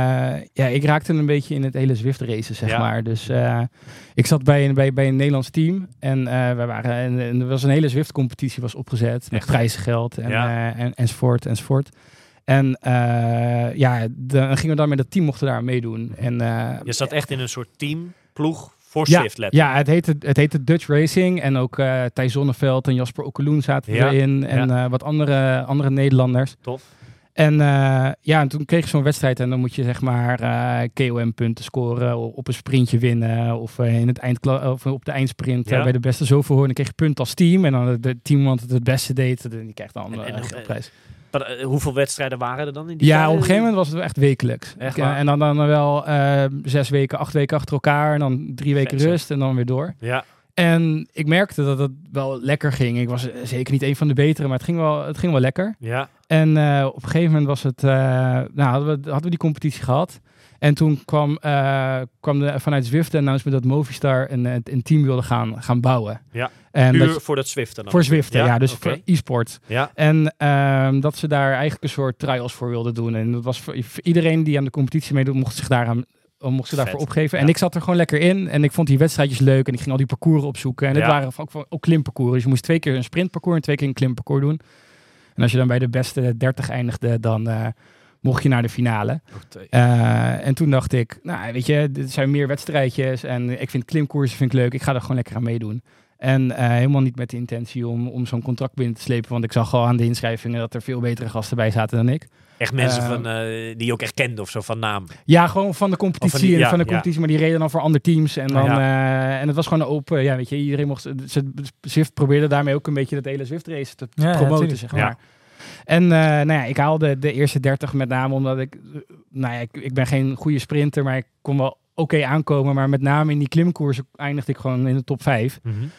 ja, ik raakte een beetje in het hele Zwift racen, zeg ja. maar. Dus uh, ik zat bij een, bij, bij een Nederlands team. En uh, we waren, en, en er was een hele Zwift competitie was opgezet. Met prijzengeld en, ja. uh, en, enzovoort, enzovoort. En uh, ja, dan gingen we dan met dat team, mochten daar meedoen. En, uh, je zat echt in een soort team, ploeg voor ja, Zwift, letterlijk. Ja, het heette, het heette Dutch Racing. En ook uh, Thijs Zonneveld en Jasper Okkeloen zaten ja. erin. En ja. uh, wat andere, andere Nederlanders. Tof. En uh, ja, en toen kreeg je zo'n wedstrijd. En dan moet je zeg maar uh, K O M-punten scoren. Op een sprintje winnen. Of uh, in het eindkla- of op de eindsprint ja. uh, bij de beste zoveel hoor. En dan kreeg je punten als team. En dan de, de team wat het het beste deed, die krijgt dan een uh, geldprijs. Maar, uh, hoeveel wedstrijden waren er dan in die Ja, tijd? op een gegeven moment was het echt wekelijks. Echt Ik, uh, en dan, dan wel uh, zes weken, acht weken achter elkaar. En dan drie weken Vet, rust en dan weer door. Ja. En ik merkte dat het wel lekker ging. Ik was zeker niet een van de betere, maar het ging wel, het ging wel lekker. Ja. En uh, op een gegeven moment was het, uh, nou, hadden, we, hadden we die competitie gehad. En toen kwam, uh, kwam de, vanuit Zwift de announcement dat Movistar een, een team wilde gaan, gaan bouwen. Ja. En Puur dat, voor dat Zwiften dan? Voor Zwiften, ja. ja dus okay. voor e-sport. Ja. En uh, dat ze daar eigenlijk een soort trials voor wilden doen. En dat was voor, voor iedereen die aan de competitie meedoet, mocht zich daar aan mocht ze Vet. daarvoor opgeven. Ja. En ik zat er gewoon lekker in. En ik vond die wedstrijdjes leuk. En ik ging al die parcours opzoeken. En dit ja. waren ook, ook klimparcours. Dus je moest twee keer een sprintparcours en twee keer een klimparcours doen. En als je dan bij de beste dertig eindigde, dan uh, mocht je naar de finale. Uh, en toen dacht ik, nou weet je, er zijn meer wedstrijdjes. En ik vind klimkoersen vind ik leuk. Ik ga er gewoon lekker aan meedoen. En uh, helemaal niet met de intentie om, om zo'n contract binnen te slepen. Want ik zag al aan de inschrijvingen dat er veel betere gasten bij zaten dan ik. Echt mensen uh, van, uh, die je ook echt kende of zo, van naam? Ja, gewoon van de competitie. Van, die, ja, van de competitie, ja. Maar die reden dan voor andere teams. En, dan, ja. uh, en het was gewoon open. Ja, weet je, iedereen mocht... Ze, Zwift probeerde daarmee ook een beetje dat hele Zwift race te, te ja, promoten, ja, zeg maar. Ja. En uh, nou ja, ik haalde de eerste dertig met name omdat ik... Nou ja, ik, ik ben geen goede sprinter, maar ik kon wel oké aankomen. Maar met name in die klimkoers eindigde ik gewoon in de top vijf. Mm-hmm.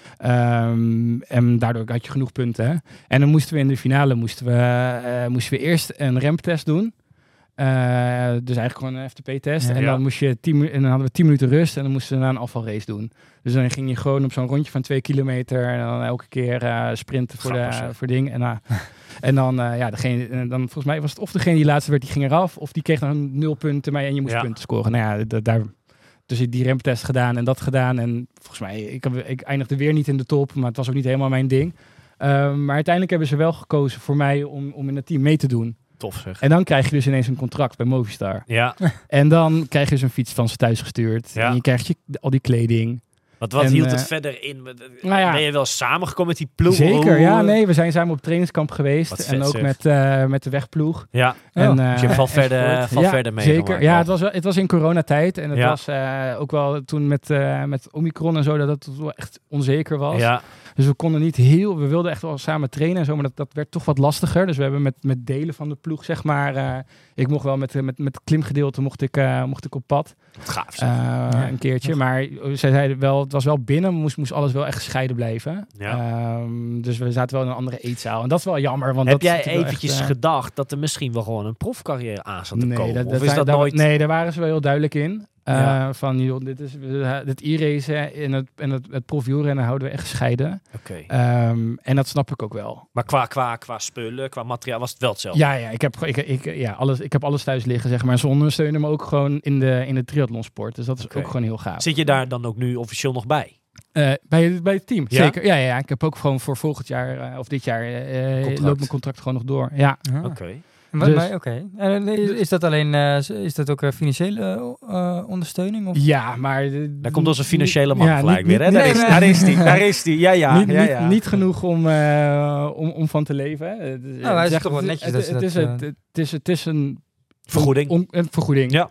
Um, en daardoor had je genoeg punten. Hè? En dan moesten we in de finale moesten we, uh, moesten we eerst een remtest doen. Uh, dus eigenlijk gewoon een F T P-test. Ja. En dan moest je tien, en dan hadden we tien minuten rust en dan moesten we daarna een afvalrace doen. Dus dan ging je gewoon op zo'n rondje van twee kilometer en dan elke keer uh, sprinten voor Grappig, de zeg. voor ding. En, uh, en dan, uh, ja, degene, en dan volgens mij was het of degene die laatste werd, die ging eraf, of die kreeg dan nul punten mee en je moest Ja. punten scoren. Nou ja, d- daar. Dus ik die remtest gedaan en dat gedaan. En volgens mij, ik, heb, ik eindigde weer niet in de top, maar het was ook niet helemaal mijn ding. Uh, maar uiteindelijk hebben ze wel gekozen voor mij om, om in het team mee te doen. Tof zeg. En dan krijg je dus ineens een contract bij Movistar. Ja, En dan krijg je dus een fiets van ze thuis gestuurd. Ja. En je krijgt je, al die kleding. wat, wat En, hield uh, het verder in? nou ja. Ben je wel samengekomen met die ploeg? Zeker, Hoe- ja. Nee, we zijn samen op trainingskamp Wat geweest. vet, En ook zeg. met, uh, met de wegploeg. Ja, En, Oh, uh, dus je hebt wel verder, enzovoort. wel ja, verder mee zeker. gemaakt Ja, nog. het was, wel- het was in coronatijd. En het Ja. was uh, ook wel toen met, uh, met Omicron en zo, dat het wel echt onzeker was. ja. Dus we konden niet heel... We wilden echt wel samen trainen en zo, maar dat, dat werd toch wat lastiger. Dus we hebben met, met delen van de ploeg, zeg maar... Uh, ik mocht wel met, met, met het klimgedeelte mocht ik, uh, mocht ik op pad. Wat gaaf zeg. Uh, Ja. een keertje. Maar zij zeiden wel, het was wel binnen, moest, moest alles wel echt gescheiden blijven. Ja. Um, dus we zaten wel in een andere eetzaal. En dat is wel jammer. Want Heb dat is jij natuurlijk wel eventjes echt, uh, gedacht dat er misschien wel gewoon een profcarrière aan zat te nee, komen? dat, of dat is zijn- dat daar- nooit... Nee, daar waren ze wel heel duidelijk in. Uh, Ja. Van, joh, dit is uh, dit e-racen en het, en het, het profielrennen houden we echt gescheiden. Oké. Um, en dat snap ik ook wel. Maar qua, qua, qua spullen, qua materiaal was het wel hetzelfde? Ja, ja, ik heb, ik, ik, ja alles, ik heb alles thuis liggen, zeg maar. Ze ondersteunen me ook gewoon in de, in de triathlonsport. Dus dat is Oké. ook gewoon heel gaaf. Zit je daar dan ook nu officieel nog bij? Uh, bij, bij het team, Ja? zeker. Ja, ja, ja, ik heb ook gewoon voor volgend jaar, uh, of dit jaar, uh, Contract. loopt mijn contract gewoon nog door. Ja. Ah. Oké. Maar- Dus- maar Oké. En is, is dat alleen uh, is dat ook uh, financiële uh, ondersteuning? Of? Ja, maar... de- Daar komt onze financiële man ja, gelijk niet- weer, hè? niet- Daar nee, is, nee. daar is die, daar is die. Ja, ja, niet, ja, niet, ja. niet genoeg om, uh, om, om van te leven. Hè. Het is- Nou, hij het is echt- toch wel het- netjes het, dat ze het, dat, is, uh, het, het, is, het is een... Vergoeding. Om, een vergoeding. Ja.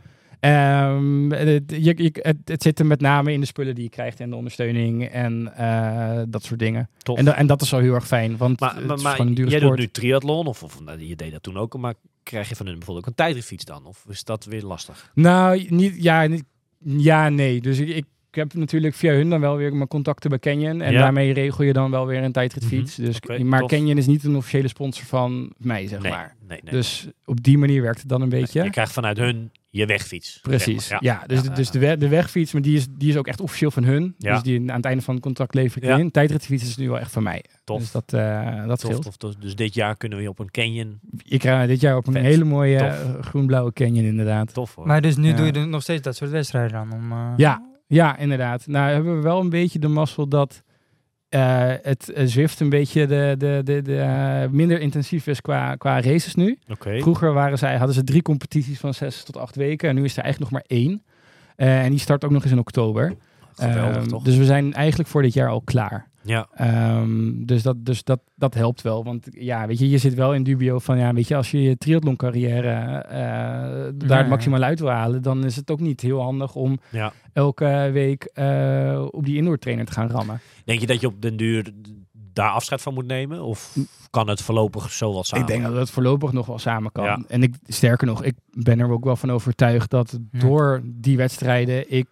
Ehm, het, je, je, het, het zit er met name in de spullen die je krijgt en de ondersteuning en uh, dat soort dingen. Tof. En, da, en dat is wel heel erg fijn, want Maar, het maar, is maar gewoon een dure jij sport. doet nu triathlon, of, of nou, je deed dat toen ook, maar krijg je van hun bijvoorbeeld ook een tijdritfiets dan? Of is dat weer lastig? Nou, niet, ja, niet, ja, nee. Dus ik, ik heb natuurlijk via hun dan wel weer mijn contacten bij Canyon. En Ja. daarmee regel je dan wel weer een tijdritfiets. Dus, Oké, maar tof. Canyon is niet een officiële sponsor van mij, zeg Nee, maar. nee, nee. Dus op die manier werkt het dan een beetje. Je krijgt vanuit hun je wegfiets. Precies. zeg Ja, maar. dus, Ja, dus ja, de, we- de wegfiets, maar die is, die is ook echt officieel van hun. Ja. Dus die aan het einde van het contract lever ik Ja. in. Tijdritfiets is nu wel echt van mij. Tof. Dus dat, uh, dat Tof, scheelt. tof, tof. Dus dit jaar kunnen we op een Canyon. Ik krijg dit jaar op een Vet. hele mooie Tof. uh, groen-blauwe Canyon inderdaad. Tof hoor. Maar dus nu Ja. doe je er nog steeds dat soort wedstrijden aan? Om, uh, Ja, ja, inderdaad. Nou hebben we wel een beetje de mazzel dat uh, het uh, Zwift een beetje de, de, de, de, uh, minder intensief is qua, qua races nu. Oké. Vroeger waren zij, hadden ze drie competities van zes tot acht weken en nu is er eigenlijk nog maar één. Uh, en die start ook nog eens in oktober. Geweldig Um, toch? Dus we zijn eigenlijk voor dit jaar al klaar. Ja. Um, dus dat, dus dat, dat helpt wel. Want ja, weet je, je zit wel in dubio van, ja, weet je, als je je triathlon carrière uh, daar Ja. het maximaal uit wil halen, dan is het ook niet heel handig om Ja. elke week uh, op die indoor trainer te gaan rammen. Denk je dat je op den duur daar afscheid van moet nemen? Of kan het voorlopig zo wel samen? Ik denk dat het voorlopig nog wel samen kan. Ja. En ik, sterker nog, ik ben er ook wel van overtuigd dat Ja. door die wedstrijden ik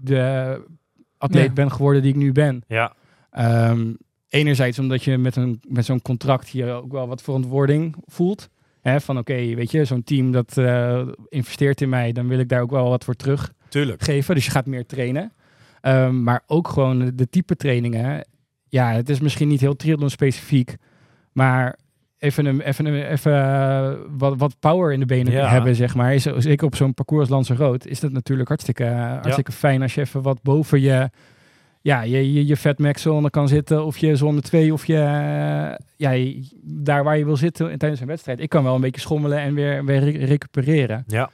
de atleet Ja. ben geworden die ik nu ben. Ja. Um, enerzijds omdat je met, een, met zo'n contract hier ook wel wat verantwoording voelt. Hè, van oké, okay, weet je, zo'n team dat uh, investeert in mij, dan wil ik daar ook wel wat voor teruggeven. Tuurlijk. Dus je gaat meer trainen. Um, maar ook gewoon de, de type trainingen. Ja, het is misschien niet heel triathlon specifiek, maar even, een, even, een, even uh, wat, wat power in de benen Ja. hebben, zeg maar. Is, zeker op zo'n parcours als Lanzarote is dat natuurlijk hartstikke, uh, hartstikke ja. fijn als je even wat boven je, ja, je, je, je fatmax zone kan zitten, of je zone twee, of je, uh, ja, je, daar waar je wil zitten tijdens een wedstrijd. Ik kan wel een beetje schommelen en weer, weer re- recupereren. Ja.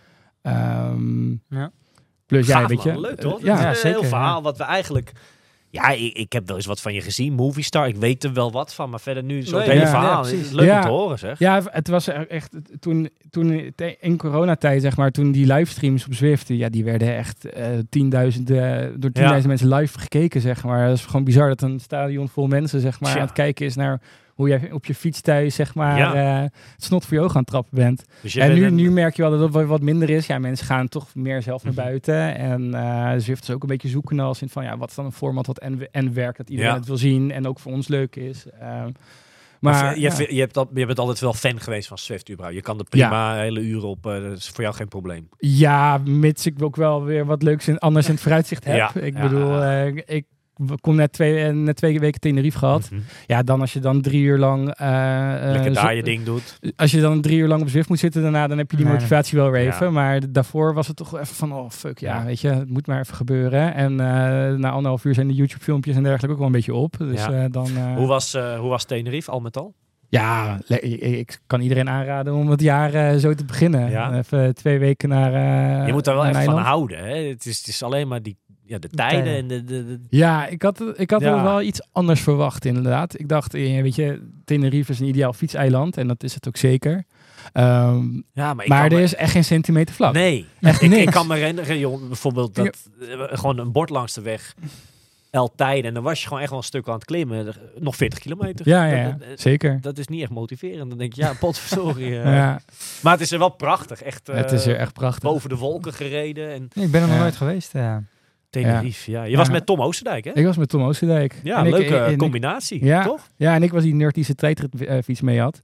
Um, ja. Plus, Gaaf, ja, weet je. man. Leuk toch? Ja, Dat is ja, een zeker, heel verhaal ja. wat we eigenlijk... Ja, ik, ik heb wel eens wat van je gezien, Movistar. Ik weet er wel wat van, maar verder nu zo'n Nee, hele ja, verhaal. ja, Het precies. is leuk Ja. om te horen, zeg. Ja, het was echt toen, toen in coronatijd, zeg maar, toen die livestreams op Zwift, ja, die werden echt uh, tienduizenden, door tienduizend mensen live gekeken, zeg maar. Dat is gewoon bizar dat een stadion vol mensen, zeg maar, Tja. aan het kijken is naar hoe jij op je fiets thuis, zeg maar, Ja. eh, het snot voor je ogen aan het trappen bent. Dus je En bent nu, een- nu merk je wel dat het wat- wat minder is. Ja, mensen gaan toch meer zelf naar Mhm. buiten. En eh Zwift is ook een beetje zoeken als in van, ja, wat is dan een format wat en, en werkt, dat iedereen Ja. het wil zien en ook voor ons leuk is. Ehm, Maar maar je, ja. je, hebt al, je bent altijd wel fan geweest van Zwift überhaupt. Je kan er prima hele uren op. eh, dat is voor jou geen probleem. Ja, mits ik ook wel weer wat leuks en anders in het vooruitzicht heb. Ja, ik ja. bedoel, eh, ik kom net twee, eh, net twee weken Tenerife gehad. Mhm. Ja, dan als je dan drie uur lang... eh, eh, Lekker zo- daar je ding doet. Als je dan drie uur lang op Zwift moet zitten daarna, dan heb je die Nee, motivatie wel weer Ja. even. Maar daarvoor was het toch wel even van, oh fuck, ja, Ja. weet je, het moet maar even gebeuren. En eh, na anderhalf uur zijn de YouTube-filmpjes en dergelijke ook wel een beetje op. Dus Ja. eh, dan... eh, Hoe was, eh, hoe was Tenerife al met al? Ja, le- ik, ik kan iedereen aanraden om het jaar eh, zo te beginnen. Ja. Even twee weken naar eh je moet daar wel naar echt een van eiland. houden. Hè? Het, is, het is alleen maar die, ja, de tijden tijden. en de... de, de- Ja, ik had, ik had Ja. wel iets anders verwacht inderdaad. Ik dacht, eh, weet je, Tenerife is een ideaal fietseiland en dat is het ook zeker. Ehm, ja, maar ik maar kan er me- is echt geen centimeter vlak. Nee, Echt ik, ik niks. kan me herinneren, joh, bijvoorbeeld dat eh, gewoon een bord langs de weg, El Tijden, en dan was je gewoon echt wel een stuk aan het klimmen, Er- nog veertig kilometer. Ja, ja, ja, Dat, dat- zeker. dat is niet echt motiverend. Dan denk je, ja, potverdorie. eh. Ja, Maar het is er wel prachtig, echt. eh, het is weer echt prachtig. boven de wolken gereden en Ik ben er nog Ja. nooit geweest. Ja. Tenerife. Ja. Je was Ja. met Tom Oosterdijk, hè? Ik was met Tom Oosterdijk. Ja, En ik- leuke en ik- combinatie, Ja. toch? Ja, en ik was die nerd die zijn tijdritfiets mee had.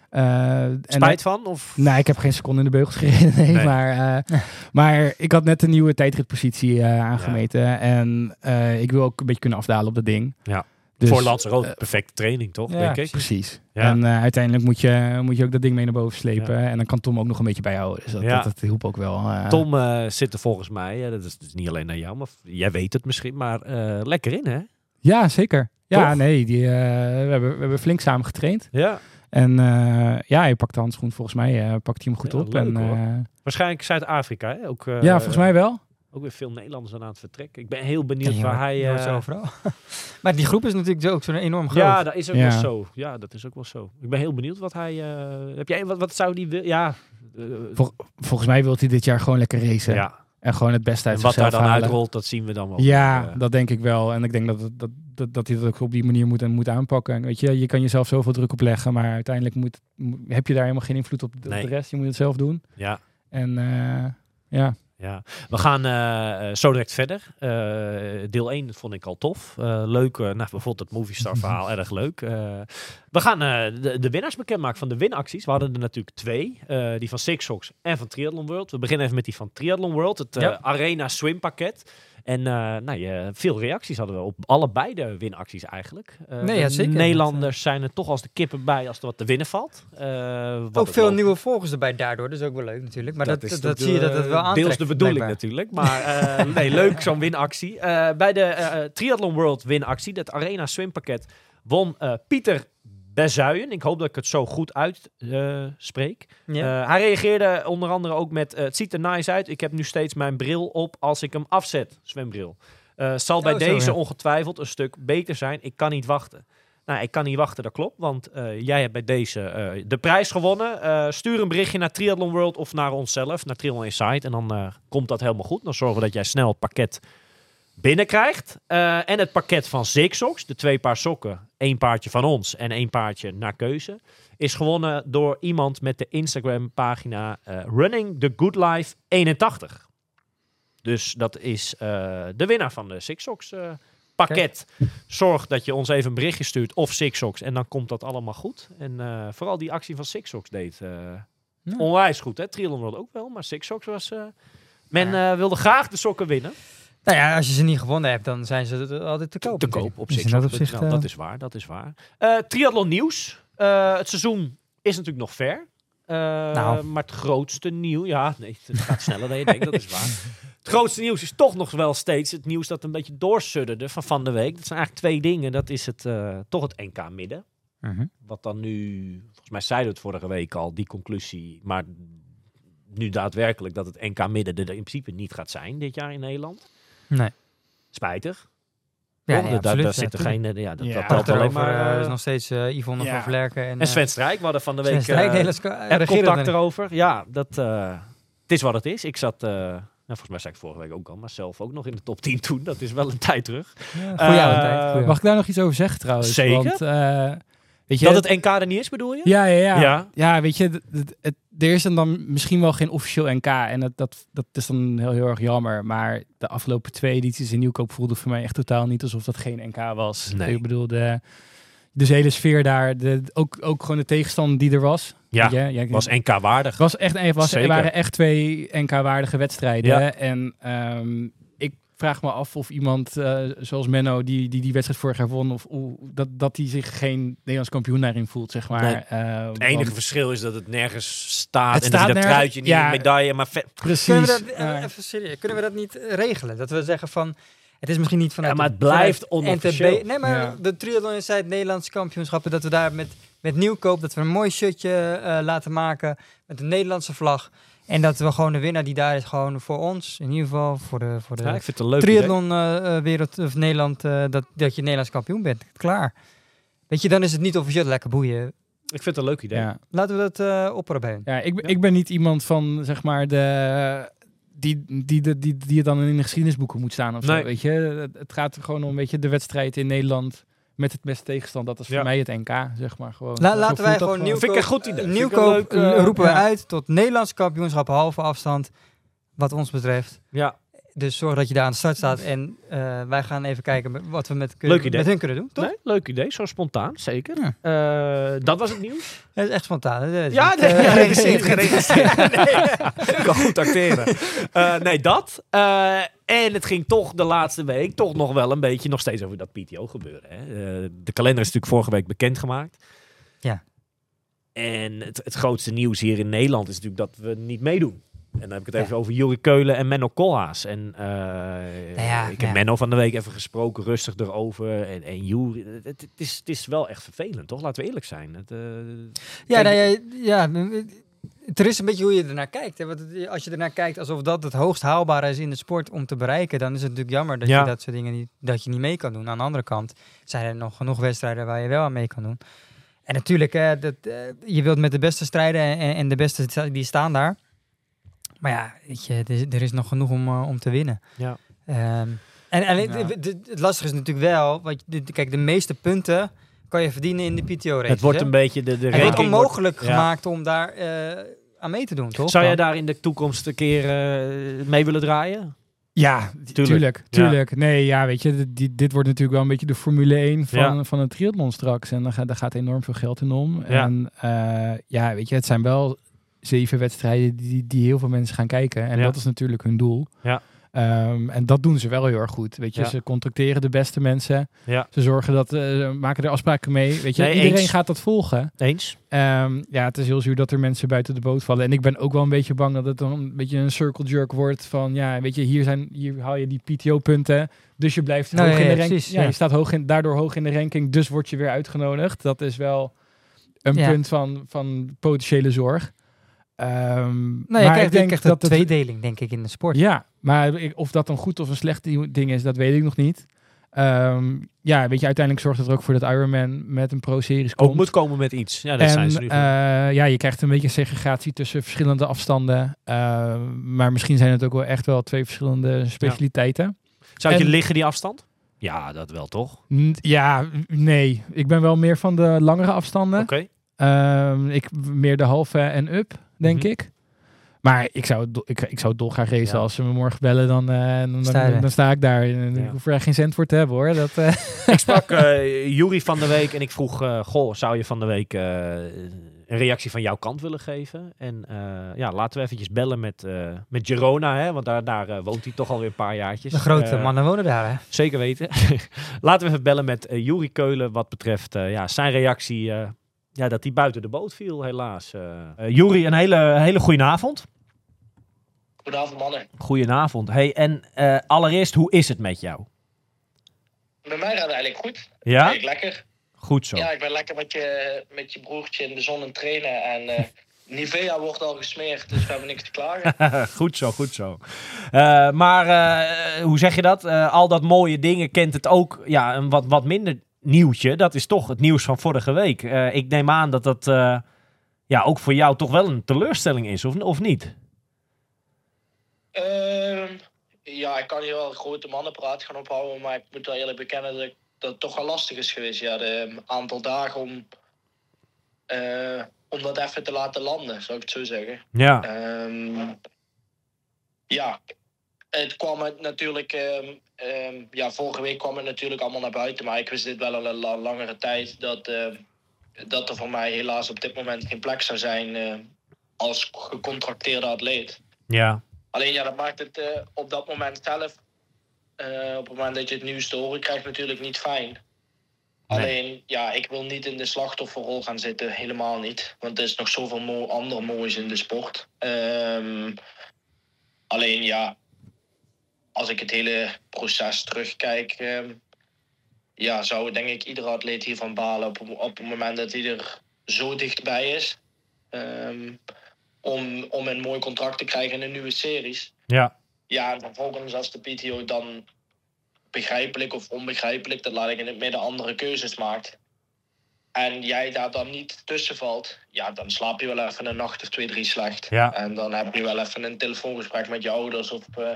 Eh, en Spijt van? Of? Nee, ik heb geen seconde in de beugels gereden. Nee, Nee. Maar, eh, maar ik had net een nieuwe tijdritpositie eh, aangemeten. En eh, ik wil ook een beetje kunnen afdalen op dat ding. Ja. Dus, Voor Lanzarote, eh, perfecte training, toch? ja, denk ik. Precies. Ja. En eh, uiteindelijk moet je, moet je ook dat ding mee naar boven slepen. Ja. En dan kan Tom ook nog een beetje bijhouden. Dus dat, Ja. dat, dat hielp ook wel. eh. Tom eh, zit er volgens mij, eh, dat is dus niet alleen naar jou, maar jij weet het misschien, maar eh, lekker in, hè? Ja, zeker. Ja, Toch? nee, die, eh, we, hebben, we hebben flink samen getraind. Ja. En eh, ja, hij pakt de handschoen volgens mij. eh pakt hij hem goed Ja, op. leuk, en, hoor. eh, Waarschijnlijk Zuid-Afrika, hè? Ook, eh, ja, volgens mij wel. Ook weer veel Nederlanders aan het vertrekken. Ik ben heel benieuwd Ja, waar maar hij... je hoort eh, ze overal. Maar die groep is natuurlijk zo- ook zo enorm groot. ja, dat is ook Ja. wel zo. Ja, dat is ook wel zo. Ik ben heel benieuwd wat hij... eh, heb jij, wat, wat zou die willen? Ja. eh, Vol- volgens mij wil hij dit jaar gewoon lekker racen. ja. En gewoon het beste uit En wat daar zichzelf dan halen. uitrolt, dat zien we dan wel. Ja, Eh, dat denk ik wel. En ik denk dat, het- dat, dat, dat hij dat ook op die manier moet, en moet aanpakken. En weet je, je kan jezelf zoveel druk opleggen, maar uiteindelijk moet, moet- heb je daar helemaal geen invloed op de, op Nee. de rest. Je moet het zelf doen. ja. En eh, ja, Ja, we gaan eh, eh, zo direct verder. Eh, deel één vond ik al tof. Eh, leuk, eh, nou, bijvoorbeeld het Movistar verhaal, erg leuk. Eh, we gaan eh, de, de winnaars bekendmaken van de winacties. We hadden er natuurlijk twee. Eh, die van Sixox en van Triathlon World. We beginnen even met die van Triathlon World. Het eh, Ja. Arena Swim pakket. En eh, nou, je, veel reacties hadden we op allebei de winacties eigenlijk. Eh, Nee, ja, de zeker. Nederlanders zijn er toch als de kippen bij als er wat te winnen valt. Eh, wat Ook het veel loopt- nieuwe volgers erbij daardoor. Dat is ook wel leuk natuurlijk. Maar dat, dat, is dat de- zie je dat het wel aantrekt. Deels de bedoeling blijkbaar. natuurlijk. Maar eh, nee, leuk zo'n winactie. Eh, bij de eh, Triathlon World winactie, dat Arena Swimpakket, won eh, Pieter Bezuijen. Ik hoop dat ik het zo goed uitspreek. Ja. Eh, hij reageerde onder andere ook met, eh, het ziet er nice uit. Ik heb nu steeds mijn bril op als ik hem afzet, zwembril. Eh, zal bij Oh, zo, deze ja. ongetwijfeld een stuk beter zijn. Ik kan niet wachten. Nou, ik kan niet wachten, dat klopt. Want eh, jij hebt bij deze eh, de prijs gewonnen. Eh, stuur een berichtje naar Triathlon World of naar onszelf, naar Triathlon Insight. En dan eh, komt dat helemaal goed. Dan zorgen we dat jij snel het pakket binnenkrijgt. Eh, en het pakket van Zigsox, de twee paar sokken. één paardje van ons en één paardje naar keuze. Is gewonnen door iemand met de Instagram pagina eh, Running the Good Life eenentachtig. Dus dat is eh, de winnaar van de Zigsox eh pakket. Zorg dat je ons even een berichtje stuurt of Zigsox en dan komt dat allemaal goed. En eh, vooral die actie van Zigsox deed eh, Ja. onwijs goed. Hè? Triathlon World ook wel, maar Zigsox was... eh, men eh, wilde graag de sokken winnen. Nou ja, als je ze niet gewonnen hebt, dan zijn ze er altijd te koop. Te natuurlijk. koop op Dus in Zigsox. dat opzicht, Nou, eh, dat is waar, dat is waar. Eh triathlon nieuws. Eh, het seizoen is natuurlijk nog ver. Eh, Nou. Maar het grootste nieuws... Ja, nee, het gaat sneller dan je denkt, dat is waar. Het grootste nieuws is toch nog wel steeds het nieuws dat een beetje doorsudderde van van de week. Dat zijn eigenlijk twee dingen. Dat is het, eh, toch het N K midden. mhm. Wat dan nu... Volgens mij zeiden we het vorige week al, die conclusie. Maar nu daadwerkelijk dat het N K midden er in principe niet gaat zijn dit jaar in Nederland. Nee. Spijtig. Ja, Toch? nee, Daar, absoluut. daar Ja, zit er tuurlijk. geen... eh, Ja, dat, Ja. dat Dat telt alleen Daarover, maar... eh, eh, is nog steeds eh, Yvonne Ja. van Vlerken. En, En Sven Strijk, we hadden van de week Sven Strijk, eh, de hele sco- eh, een regerend contact erin. erover. Ja, dat, eh, het is wat het is. Ik zat, eh, nou, volgens mij zei ik vorige week ook al, maar zelf ook nog in de top tien toen. Dat is wel een tijd terug. Ja, goeie oude Eh, tijd. goeie mag ik daar nog iets over zeggen trouwens? Zeker. Want eh, Weet je, Dat het N K er niet is, bedoel je? Ja, ja, ja. Ja. Ja, weet je, het, het, het- er is dan misschien wel geen officieel N K. En dat, dat, dat is dan heel, heel erg jammer. Maar de afgelopen twee edities in Nieuwkoop voelde voor mij echt totaal niet alsof dat geen N K was. Nee. Ik bedoel, de, dus de hele sfeer daar, de, ook, ook gewoon de tegenstander die er was. Ja, Weet je? Ja, ik- was N K-waardig. was echt, er was, er Zeker. waren echt twee N K-waardige wedstrijden. Ja. En ehm, ik vraag me af of iemand eh, zoals Menno, die, die die wedstrijd vorig jaar won, of hoe- dat, dat die zich geen Nederlands kampioen daarin voelt, zeg maar. Nee. Eh, Het enige want- verschil is dat het nergens staat. Het en dat staat je dat nergens- truitje niet ja. een medaille, maar vet. Precies. Kunnen we dat, Ja. eh, even serieus, kunnen we dat niet eh, regelen? Dat we zeggen van, het is misschien niet vanuit... Ja, maar de- het blijft vanuit onofficieel. N T B. Nee, maar Ja. de triathlon inside Nederlandse kampioenschappen, dat we daar met, met Nieuwkoop, dat we een mooi shirtje eh, laten maken met de Nederlandse vlag. En dat we gewoon de winnaar die daar is, gewoon voor ons, in ieder geval voor de, voor de Ja, ik vind het een leuk idee. triathlon eh, eh, wereld of Nederland, eh, dat, dat je Nederlands kampioen bent. Klaar. Weet je, dan is het niet officieel lekker boeien. Ik vind het een leuk idee. Ja. Laten we dat eh opperen bij hen. Ja, ik, ben- Ja. ik ben niet iemand van, zeg maar, de... Die, die, die, die, die het dan in de geschiedenisboeken moet staan of zo, Nee. weet je. Het, het gaat er gewoon om, weet je, de wedstrijd in Nederland met het beste tegenstand. Dat is voor Ja. mij het N K, zeg maar. Gewoon. La- Zo laten voelt wij dat gewoon Nieuwkoop, Vind ik een goed idee. eh, Vind ik een Nieuwkoop leuk, eh, eh, roepen we ja. uit tot Nederlands kampioenschap halve afstand, wat ons betreft. Ja. Dus zorg dat je daar aan de start staat en eh, wij gaan even kijken met- wat we met, kun- Leuk idee. met hun kunnen doen, toch? Nee, leuk idee. Zo spontaan, zeker. Ja. Eh, dat was het nieuws. Dat is echt spontaan. hè? Dat is Ja, niet, nee, eh, ja, geregisseerd. geregisseerd. Ik kan goed acteren. Eh, nee, dat. Eh, en het ging toch de laatste week toch nog wel een beetje nog steeds over dat P T O gebeuren. Hè. Eh, de kalender is natuurlijk vorige week bekendgemaakt. Ja. En het, het grootste nieuws hier in Nederland is natuurlijk dat we niet meedoen. En dan heb ik het Ja. even over Juri Keulen en Menno Koolhaas. En eh, ja, ik heb ja. Menno van de week even gesproken, rustig erover. En, en Juri, het, het, het is, het is wel echt vervelend, toch? Laten we eerlijk zijn. Het, eh, Ja, kijk, nou, ja, ja, het is een beetje hoe je ernaar kijkt. Hè? Want het- als je ernaar kijkt alsof dat het hoogst haalbare is in de sport om te bereiken, dan is het natuurlijk jammer dat Ja. je dat soort dingen niet, dat je niet mee kan doen. Aan de andere kant zijn er nog genoeg wedstrijden waar je wel aan mee kan doen. En natuurlijk, hè, dat, eh, je wilt met de beste strijden en, en de beste sta- die staan daar. Maar ja, weet je, er, is, er is nog genoeg om, eh, om te winnen. Ja. Ehm, en en het, Ja. het- het- het lastige is natuurlijk wel, want je- de- kijk, de meeste punten kan je verdienen in de P T O-race. het wordt een beetje de, de Het wordt ranking. wordt- onmogelijk ja. gemaakt om daar eh, aan mee te doen, toch? Zou jij Dan? daar in de toekomst een keer eh, mee willen draaien? Ja, Tuurlijk. tuurlijk. Tuurlijk. Nee, ja, weet je, die, dit wordt natuurlijk wel een beetje de Formule één van, Ja. van het triathlon straks. En daar gaat, daar gaat enorm veel geld in om. Ja. En eh, ja, weet je, het zijn wel zeven wedstrijden die, die heel veel mensen gaan kijken. En Ja. dat is natuurlijk hun doel. Ja. Ehm, en dat doen ze wel heel erg goed. Weet je, Ja. ze contracteren de beste mensen. Ja. Ze zorgen dat, eh, maken er afspraken mee. Weet je, Nee, iedereen eens. gaat dat volgen. Eens? Ehm, ja, het is heel zuur dat er mensen buiten de boot vallen. En ik ben ook wel een beetje bang dat het dan een beetje een circle jerk wordt. Van ja, weet je, hier, zijn, hier haal je die P T O-punten. Dus je blijft Nou, hoog ja, in de ja, ranking. precies, Ja, ja. je staat hoog in, daardoor hoog in de ranking. Dus word je weer uitgenodigd. Dat is wel een Ja. punt van, van potentiële zorg. Ehm, Nee, maar je krijgt, ik denk krijgt dat een het- tweedeling, denk ik, in de sport. Ja, maar ik- of dat een goed of een slecht di- ding is, dat weet ik nog niet. Ehm, ja, weet je, uiteindelijk zorgt het er ook voor dat Ironman met een pro-series komt. Ook moet komen met iets. Ja, dat en zijn ze nu. voor. eh, ja, je krijgt een beetje segregatie tussen verschillende afstanden. Eh, maar misschien zijn het ook wel echt wel twee verschillende specialiteiten. Zou het je en- liggen, die afstand? Ja, dat wel, toch? N- Ja, nee. Ik ben wel meer van de langere afstanden. Oké. Ehm, ik meer de halve en up, denk Mhm. ik. Maar ik zou, het do- ik, ik zou het dolgraag racen. Ja. Als ze me morgen bellen, dan, eh, dan, Sta je dan, dan sta ik daar. En Ja. Ik hoef er geen cent voor te hebben, hoor. Dat, eh, Ik sprak eh Juri van de week en ik vroeg... eh, goh, zou je van de week eh, een reactie van jouw kant willen geven? En eh, ja, laten we eventjes bellen met, eh, met Girona, hè, want daar, daar eh, woont hij toch alweer een paar jaartjes. De grote Eh, mannen wonen daar, hè? Zeker weten. Laten we even bellen met uh, Juri Keulen wat betreft eh, ja, zijn reactie. eh, ja, dat hij buiten de boot viel, helaas. Uh, uh, Juri, een hele, hele goede avond. Goedenavond, mannen. Goedenavond. Hey, en uh, allereerst, hoe is het met jou? Bij mij gaat het eigenlijk goed. Ja? Ik lekker. Goed zo. Ja, ik ben lekker met je, met je broertje in de zon aan het trainen. En uh, Nivea wordt al gesmeerd, dus we hebben niks te klagen. Goed zo, goed zo. Uh, maar uh, hoe zeg je dat? Uh, al dat mooie dingen kent het ook ja, een wat, wat minder nieuwtje. Dat is toch het nieuws van vorige week. Uh, ik neem aan dat dat uh, ja, ook voor jou toch wel een teleurstelling is, of, of niet? Uh, ja, ik kan hier wel een grote mannenpraat gaan ophouden. Maar ik moet wel eerlijk bekennen dat, ik, dat het toch wel lastig is geweest. Ja, de um, aantal dagen om uh, om dat even te laten landen, zou ik het zo zeggen. Ja. Um, ja, het kwam het natuurlijk... Um, um, ja, vorige week kwam het natuurlijk allemaal naar buiten, maar ik wist dit wel al een la- langere tijd, dat, uh, dat er voor mij helaas op dit moment geen plek zou zijn uh, als gecontracteerde atleet. Ja. Alleen ja, dat maakt het uh, op dat moment zelf, uh, op het moment dat je het nieuws te horen krijgt, natuurlijk niet fijn. Nee. Alleen, ja, ik wil niet in de slachtofferrol gaan zitten, helemaal niet. Want er is nog zoveel mo- andere moois in de sport. Um, alleen, ja, als ik het hele proces terugkijk, um, ja, zou denk ik iedere atleet hiervan balen op, op het moment dat hij er zo dichtbij is. Um, om, om een mooi contract te krijgen in een nieuwe series. Ja. Ja, en vervolgens als de P T O dan begrijpelijk of onbegrijpelijk, dat laat ik in het midden, andere keuzes maakt. En jij daar dan niet tussen valt, ja, dan slaap je wel even een nacht of twee, drie slecht. Ja. En dan heb je wel even een telefoongesprek met je ouders of uh,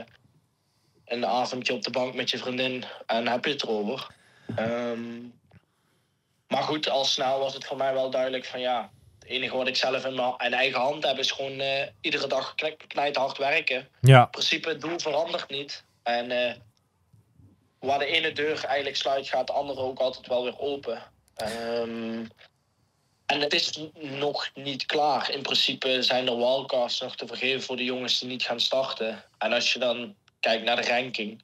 een avondje op de bank met je vriendin en heb je het erover. Um, maar goed, al snel was het voor mij wel duidelijk van ja, het enige wat ik zelf in mijn eigen hand heb is gewoon uh, iedere dag knijt hard werken. Ja. In principe, het doel verandert niet. En uh, waar de ene deur eigenlijk sluit, gaat de andere ook altijd wel weer open. Um, en het is nog niet klaar. In principe zijn er wildcards nog te vergeven voor de jongens die niet gaan starten. En als je dan kijkt naar de ranking,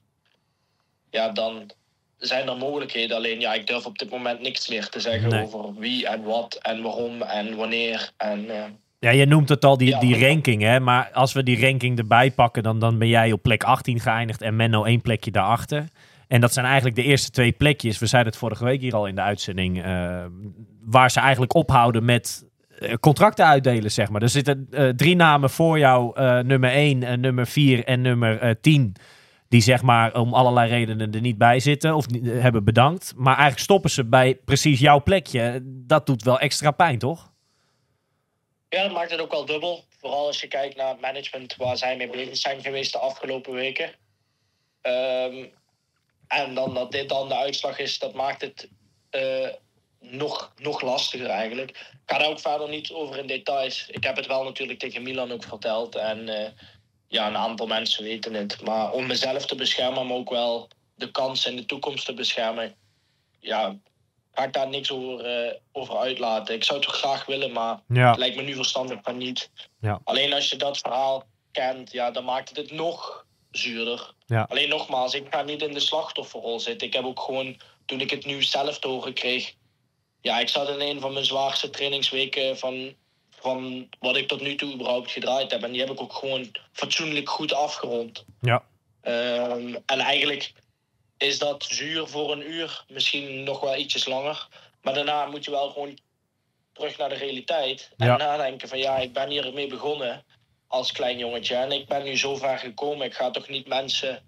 ja, dan zijn er mogelijkheden. Alleen, ja, ik durf op dit moment niks meer te zeggen nee. over wie en wat en waarom en wanneer. En, uh, ja, je noemt het al, die, ja, die ranking, hè. Maar als we die ranking erbij pakken, dan, dan ben jij op plek achttien geëindigd en Menno één plekje daarachter. En dat zijn eigenlijk de eerste twee plekjes. We zeiden het vorige week hier al in de uitzending. Uh, waar ze eigenlijk ophouden met uh, contracten uitdelen, zeg maar. Er zitten uh, drie namen voor jou. Uh, nummer één, uh, nummer vier en nummer uh, tien. Die zeg maar om allerlei redenen er niet bij zitten. Of uh, hebben bedankt. Maar eigenlijk stoppen ze bij precies jouw plekje. Dat doet wel extra pijn, toch? Ja, dat maakt het ook wel dubbel. Vooral als je kijkt naar het management waar zij mee bezig zijn geweest de afgelopen weken. Um, En dan dat dit dan de uitslag is, dat maakt het uh, nog, nog lastiger eigenlijk. Ik ga daar ook verder niet over in details. Ik heb het wel natuurlijk tegen Milan ook verteld. En uh, ja, een aantal mensen weten het. Maar om mezelf te beschermen, maar ook wel de kans in de toekomst te beschermen. Ja, ga ik daar niks over, uh, over uitlaten. Ik zou het toch graag willen, maar ja. Het lijkt me nu verstandig van niet. Ja. Alleen als je dat verhaal kent, ja, dan maakt het het nog zuurder. Ja. Alleen nogmaals, ik ga niet in de slachtofferrol zitten. Ik heb ook gewoon, toen ik het nieuws zelf te horen kreeg... Ja, ik zat in een van mijn zwaarste trainingsweken van, van wat ik tot nu toe überhaupt gedraaid heb. En die heb ik ook gewoon fatsoenlijk goed afgerond. Ja. Um, en eigenlijk is dat zuur voor een uur, misschien nog wel ietsjes langer. Maar daarna moet je wel gewoon terug naar de realiteit. En ja. nadenken van ja, ik ben hiermee begonnen als klein jongetje. En ik ben nu zo ver gekomen. Ik ga toch niet mensen...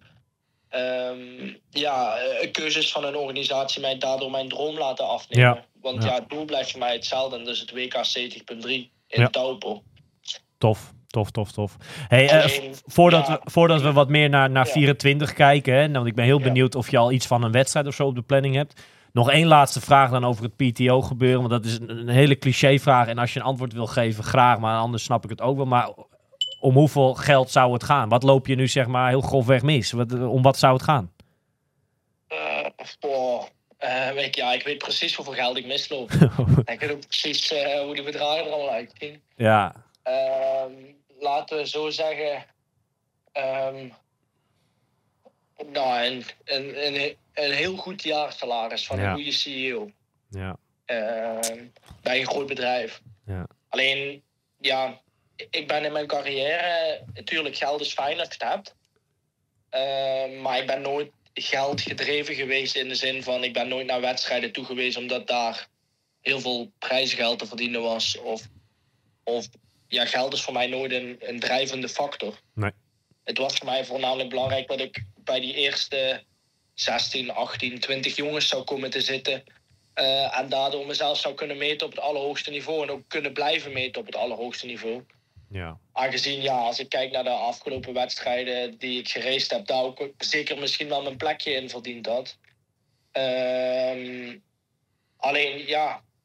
Um, ja, keuzes van een organisatie mij daardoor mijn droom laten afnemen. Ja. Want ja. ja, het doel blijft voor mij hetzelfde. En dat is het W K zeventig punt drie in ja. Taupo. Tof, tof, tof, tof. Hey, uh, v- voordat, ja. we, voordat we wat meer naar, naar ja. vierentwintig kijken, hè, want ik ben heel ja. benieuwd of je al iets van een wedstrijd of zo op de planning hebt. Nog één laatste vraag dan over het P T O gebeuren, want dat is een, een hele cliché vraag. En als je een antwoord wil geven, graag, maar anders snap ik het ook wel. Maar om hoeveel geld zou het gaan? Wat loop je nu zeg maar heel grofweg mis? Wat, om wat zou het gaan? Uh, oh, uh, weet, ja, ik weet precies hoeveel geld ik misloop. Ik weet ook precies uh, hoe die bedragen er allemaal uitzien. Ja. Um, laten we zo zeggen... Um, nou, een, een, een, een heel goed jaarsalaris van ja. een goede C E O. Ja. Uh, bij een groot bedrijf. Ja. Alleen, ja, ik ben in mijn carrière... Natuurlijk, geld is fijn als je het hebt. Uh, maar ik ben nooit geld gedreven geweest in de zin van... Ik ben nooit naar wedstrijden toe geweest omdat daar heel veel prijzengeld te verdienen was. Of, of ja, geld is voor mij nooit een, een drijvende factor. Nee. Het was voor mij voornamelijk belangrijk dat ik bij die eerste zestien, achttien, twintig jongens zou komen te zitten. Uh, en daardoor mezelf zou kunnen meten op het allerhoogste niveau. En ook kunnen blijven meten op het allerhoogste niveau. Ja. Aangezien, ja, als ik kijk naar de afgelopen wedstrijden die ik geraced heb, daar ook zeker misschien wel mijn plekje in verdiend had. Um, alleen, ja,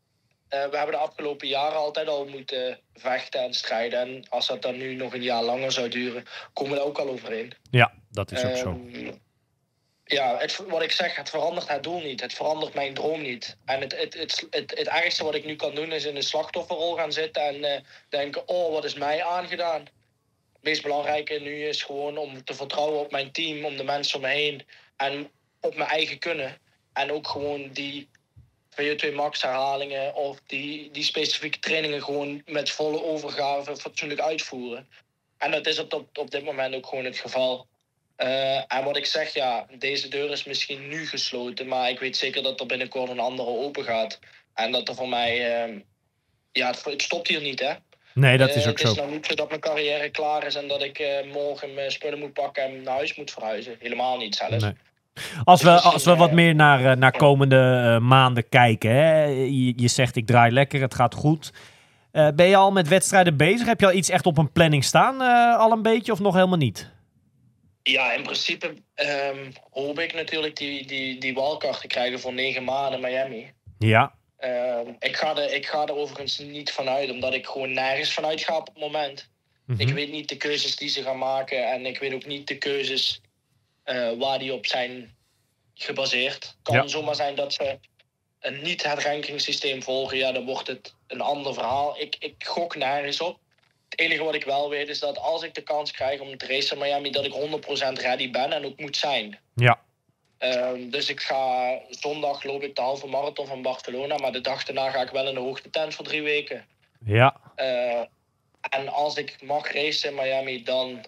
Uh, we hebben de afgelopen jaren altijd al moeten vechten en strijden. En als dat dan nu nog een jaar langer zou duren, komen we er ook al overheen. Ja, dat is ook zo. Um, ja, het, wat ik zeg, het verandert het doel niet. Het verandert mijn droom niet. En het, het, het, het, het ergste wat ik nu kan doen is in de slachtofferrol gaan zitten en uh, denken, oh, wat is mij aangedaan? Het meest belangrijke nu is gewoon om te vertrouwen op mijn team, om de mensen om me heen en op mijn eigen kunnen. En ook gewoon die V O twee max herhalingen of die, die specifieke trainingen gewoon met volle overgave fatsoenlijk uitvoeren. En dat is op, op, op dit moment ook gewoon het geval. Uh, en wat ik zeg, ja, deze deur is misschien nu gesloten, maar ik weet zeker dat er binnenkort een andere open gaat. En dat er voor mij, uh, ja, het, het stopt hier niet, hè. Nee, dat is uh, ook het zo. is nou niet zo dat mijn carrière klaar is en dat ik uh, morgen mijn spullen moet pakken en naar huis moet verhuizen. Helemaal niet zelfs. Nee. Als we, als we wat meer naar, naar komende uh, maanden kijken, hè? Je, je zegt ik draai lekker, het gaat goed. Uh, ben je al met wedstrijden bezig? Heb je al iets echt op een planning staan, uh, al een beetje, of nog helemaal niet? Ja, in principe um, hoop ik natuurlijk die, die, die wildcard te krijgen voor negen maanden Miami. Ja. Uh, ik, ga er, ik ga er overigens niet vanuit, omdat ik gewoon nergens vanuit ga op het moment. Mm-hmm. Ik weet niet de keuzes die ze gaan maken en ik weet ook niet de keuzes uh, waar die op zijn gebaseerd. Het kan ja. zomaar zijn dat ze een niet het rankingssysteem volgen. Ja, dan wordt het een ander verhaal. Ik, ik gok nergens op. Het enige wat ik wel weet is dat als ik de kans krijg om te racen in Miami, dat ik honderd procent ready ben en ook moet zijn. Ja. Uh, dus ik ga zondag loop ik de halve marathon van Barcelona, maar de dag daarna ga ik wel in de hoogtetent voor drie weken. Ja. Uh, en als ik mag racen in Miami, dan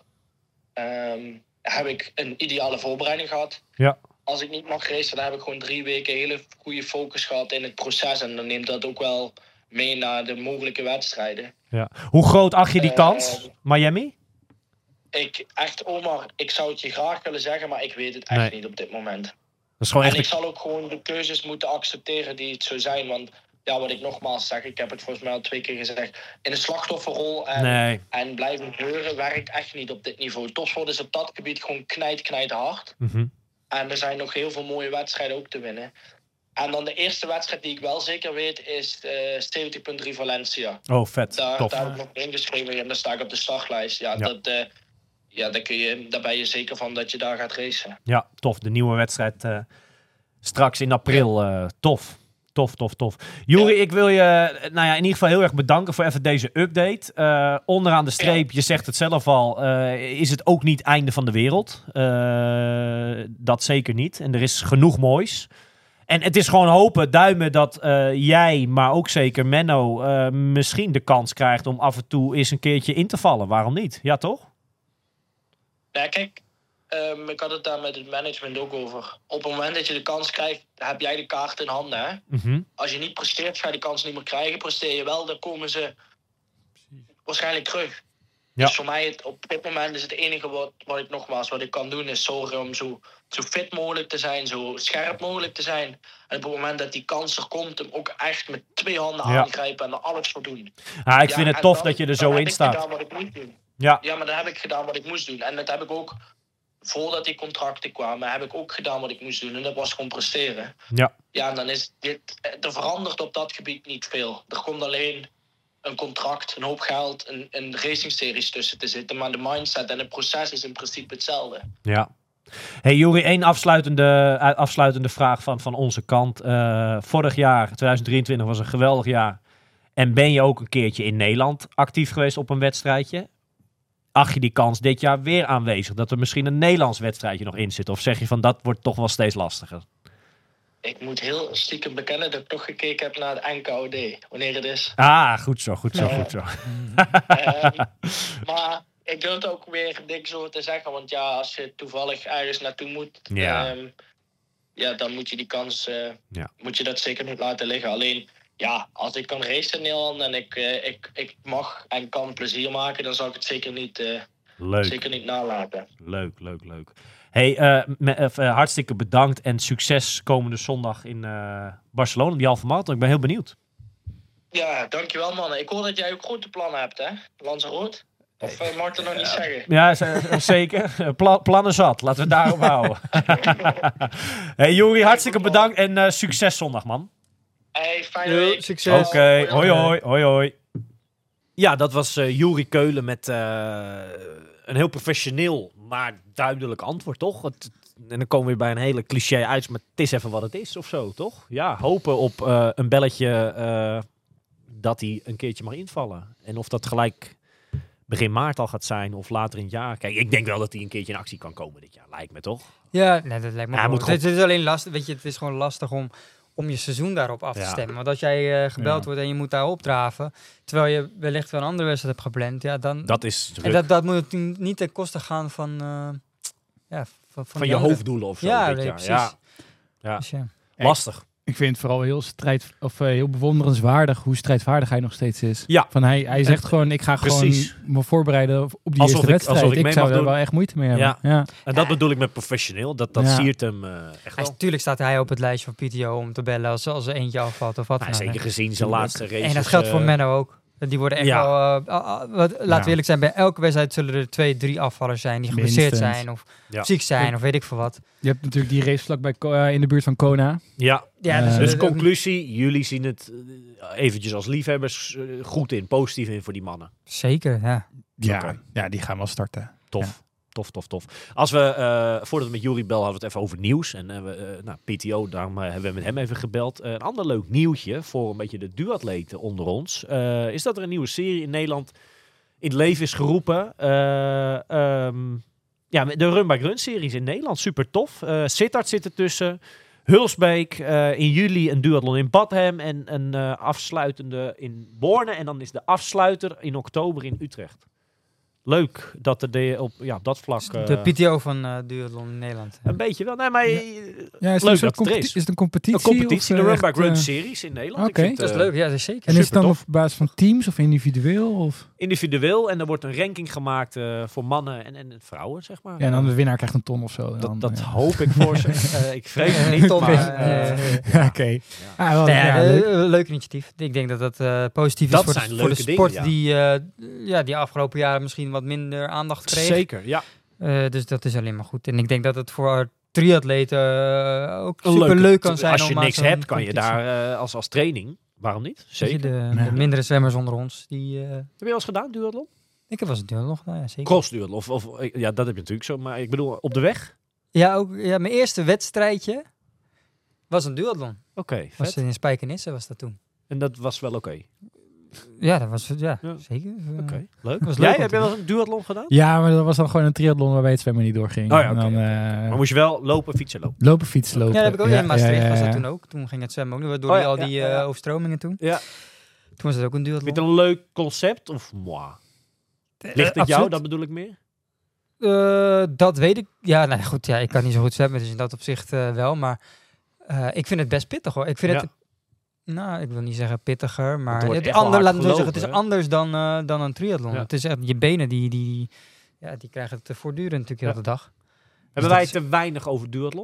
um, heb ik een ideale voorbereiding gehad. Ja. Als ik niet mag racen, dan heb ik gewoon drie weken hele goede focus gehad in het proces. En dan neemt dat ook wel mee naar de mogelijke wedstrijden. Ja. Hoe groot acht je die uh, kans, Miami? Ik, echt, Omar, ik zou het je graag willen zeggen, maar ik weet het echt nee. niet op dit moment. Dat is gewoon en echt ik zal ook gewoon de keuzes moeten accepteren die het zo zijn. Want ja, wat ik nogmaals zeg, ik heb het volgens mij al twee keer gezegd. In de slachtofferrol en, nee. en blijven heuren werkt echt niet op dit niveau. Topsport is op dat gebied gewoon knijt, knijt hard. Mm-hmm. En er zijn nog heel veel mooie wedstrijden ook te winnen. En dan de eerste wedstrijd die ik wel zeker weet is uh, zeventig punt drie Valencia. Oh, vet. Daar, Tof. daar heb ik nog ingeschreven en daar sta ik op de startlijst. Ja, ja. Dat, uh, ja daar, kun je, daar ben je zeker van dat je daar gaat racen. Ja, tof. De nieuwe wedstrijd uh, straks in april. Uh, tof. Tof, tof, tof. Juri, ja. ik wil je nou ja, in ieder geval heel erg bedanken voor even deze update. Uh, onderaan de streep, ja. je zegt het zelf al, uh, is het ook niet einde van de wereld. Uh, dat zeker niet. En er is genoeg moois. En het is gewoon hopen, duimen dat uh, jij, maar ook zeker Menno, uh, misschien de kans krijgt om af en toe eens een keertje in te vallen. Waarom niet? Ja, toch? Ja, kijk. Um, ik had het daar met het management ook over. Op het moment dat je de kans krijgt, heb jij de kaart in handen. Hè? Mm-hmm. Als je niet presteert, ga je de kans niet meer krijgen. Presteer je wel, dan komen ze waarschijnlijk terug. Ja. Dus voor mij, het, op dit moment is het enige wat, wat ik nogmaals wat ik kan doen, is zorgen om zo, zo fit mogelijk te zijn, zo scherp mogelijk te zijn. En op het moment dat die kans er komt, hem ook echt met twee handen ja. aangrijpen en er alles voor doen. Ja, ik ja, vind het tof dan, dat je er zo in staat. Dan heb ik gedaan wat ik moest doen. Ja. ja, maar dan heb ik gedaan wat ik moest doen. En dat heb ik ook, voordat die contracten kwamen, heb ik ook gedaan wat ik moest doen. En dat was gewoon presteren. Ja. Ja, en dan is dit, er verandert op dat gebied niet veel. Er komt alleen een contract, een hoop geld, een, een racingseries tussen te zitten. Maar de mindset en het proces is in principe hetzelfde. Ja. Hey Juri, één afsluitende, afsluitende vraag van, van onze kant. Uh, vorig jaar, twintig drieëntwintig, was een geweldig jaar. En ben je ook een keertje in Nederland actief geweest op een wedstrijdje? Acht je die kans dit jaar weer aanwezig? Dat er misschien een Nederlands wedstrijdje nog in zit? Of zeg je van dat wordt toch wel steeds lastiger? Ik moet heel stiekem bekennen dat ik toch gekeken heb naar het N K O D. Wanneer het is. Ah, goed zo, goed zo, uh, goed zo. uh, maar ik durf het ook weer niks over te zeggen. Want ja, als je toevallig ergens naartoe moet... Ja, um, ja dan moet je die kans... Uh, ja. Moet je dat zeker niet laten liggen. Alleen, ja, als ik kan racen in Nederland en ik, uh, ik, ik mag en kan plezier maken... dan zal ik het zeker niet, uh, leuk. Zeker niet nalaten. Leuk, leuk, leuk. Hey, uh, me, uh, hartstikke bedankt en succes komende zondag in uh, Barcelona, die halve marathon. Ik ben heel benieuwd. Ja, dankjewel mannen. Ik hoor dat jij ook grote plannen hebt, hè? Lanzarote? Of uh, mag ik dat nog niet uh, zeggen? Ja, z- zeker. Pla- plannen zat. Laten we het daarop houden. Hey Juri, hartstikke bedankt en uh, succes zondag, man. Hey, fijne Yo, week. succes. Oké, Ciao. hoi hoi, hoi hoi. Ja, dat was uh, Juri Keulen met uh, een heel professioneel, maar duidelijk antwoord, toch? Het, en dan komen we weer bij een hele cliché uit, maar het is even wat het is of zo, toch? Ja, hopen op uh, een belletje uh, dat hij een keertje mag invallen. En of dat gelijk begin maart al gaat zijn of later in het jaar. Kijk, ik denk wel dat hij een keertje in actie kan komen dit jaar, lijkt me toch? Ja, nee, dat lijkt me Ja, wel. moet Het, het is alleen lastig, weet je, het is gewoon lastig om, om je seizoen daarop af te Ja. stemmen. Want als jij uh, gebeld Ja. wordt en je moet daar opdraven, terwijl je wellicht wel een andere wedstrijd hebt gepland, ja, dan... Dat is druk en dat, dat moet natuurlijk niet ten koste gaan van... Uh, ja, van, van, van die je andere- hoofddoelen of zo Ja, dit nee, jaar. precies. Ja, ja. Dus ja. Lastig. Ik vind het vooral heel strijd of uh, heel bewonderenswaardig hoe strijdvaardig hij nog steeds is. Ja. Van hij, hij zegt gewoon, ik ga Precies. gewoon me voorbereiden op die Alsof eerste ik- wedstrijd. alsof ik Ik, mee zou mag daar doen. wel echt moeite mee hebben. Ja. Ja. En dat bedoel ik met professioneel. Dat, dat Ja. siert hem uh, echt Hij, wel. natuurlijk staat hij op het lijstje van P T O om te bellen als, als er eentje afvalt of wat Nou, dan ook. zeker gezien zijn laatste races. En dat geldt voor uh, Menno ook. Die worden echt Ja. wel... uh, uh, uh, wat, laten Ja. we eerlijk zijn, bij elke wedstrijd zullen er twee, drie afvallers zijn die geblesseerd Minstens. zijn of Ja. ziek zijn of weet ik veel wat. Je hebt natuurlijk die race vlak bij Ko- uh, in de buurt van Kona. Ja, Ja, dus, dus uh, conclusie. Jullie zien het uh, eventjes als liefhebbers uh, goed in. Positief in voor die mannen. Zeker, ja. Ja, Oké. ja, die gaan wel starten. Tof. Tof, tof, tof. Als we, uh, voordat we met Juri bel, hadden we het even over nieuws. En uh, we, uh, nou, P T O, daarom uh, hebben we met hem even gebeld. Uh, een ander leuk nieuwtje voor een beetje de duatleten onder ons. Uh, is dat er een nieuwe serie in Nederland in het leven is geroepen. Uh, um, ja, de Run by Run series in Nederland. Super tof. Uh, Sittard zit ertussen. Hulsbeek. Uh, in juli een duathlon in Badhem. En een uh, afsluitende in Borne. En dan is de afsluiter in oktober in Utrecht. Leuk dat er de, op ja, dat vlak... Uh, De P T O van uh, duathlon in Nederland. een beetje wel. Nee, maar Ja. Ja, is, leuk het dat het er competi- is. is het een competitie? Een competitie, of, de uh, Run by echt, Run uh, series in Nederland. Oké. Ik vind, Dat is uh, leuk, ja, dat is zeker. En is het dan Supertof. op basis van teams of individueel? Of? Individueel. En er wordt een ranking gemaakt uh, voor mannen en, en vrouwen, zeg maar. Ja, en dan de winnaar krijgt een ton of zo. dat Dan, dat ja. hoop ik voor ze. Uh, ik vrees het niet, Tom, maar... eh, uh, Ja, oké. Ah, wel, Nee, ja, ja, leuk. eh, leuk initiatief. Ik denk dat dat uh, positief Dat is voor zijn de, voor de leuke sport dingen, die, uh, ja, die afgelopen jaren misschien wat minder aandacht kreeg. Zeker, ja. Uh, dus dat is alleen maar goed. En ik denk dat het voor triatleten uh, ook Een super leuke- leuk kan zijn. Als je om aan niks zo'n hebt, kan je competitie- daar uh, als, als training... Waarom niet? Weet je, Zeker. De, Ja. de mindere zwemmers onder ons. Die, uh, Heb je wel eens gedaan, duathlon? ik heb wel eens een duel nog. Nou ja, zeker. Cross duathlon. Of, of, ja, dat heb je natuurlijk zo. Maar ik bedoel, op de weg? Ja, ook, ja, mijn eerste wedstrijdje was een duathlon. Oké, okay, Was vet. in Spijkenisse was dat toen. En dat was wel oké. Oké, Ja, dat was ja, Ja. zeker. Uh, leuk. was leuk Jij, om heb te je wel doen. eens een duathlon gedaan? Ja, maar dat was dan gewoon een triathlon waarbij het zwemmen niet doorging. Oh ja, En oké, dan, oké. eh, Maar moest je wel lopen, fietsen, lopen? lopen, fietsen, lopen. Ja, dat heb ik ook in Maastricht. ja, Was ja, dat ja. toen ook. Toen ging het zwemmen ook nog door Oh die, ja, al ja, die ja, ja. uh, overstromingen toen. Ja. Toen was het ook een Vind je duathlon. het een leuk concept? Of moi? Ligt het jou? absoluut. Dat bedoel ik meer? Uh, dat weet ik. Ja, nou goed, ja, ik kan niet zo goed zwemmen, dus in dat opzicht uh, wel. Maar uh, ik vind het best pittig hoor. Ik vind Ja. het, nou, ik wil niet zeggen pittiger, maar Het wordt het, echt wel ander, hard laat me zo zeggen, het is gelopen, anders dan, uh, dan een triathlon. Ja. Het is echt, je benen die, die, die, ja, die krijgen het uh, voortdurend natuurlijk Ja. heel de dag. Hebben dat wij is- te weinig over duathlon?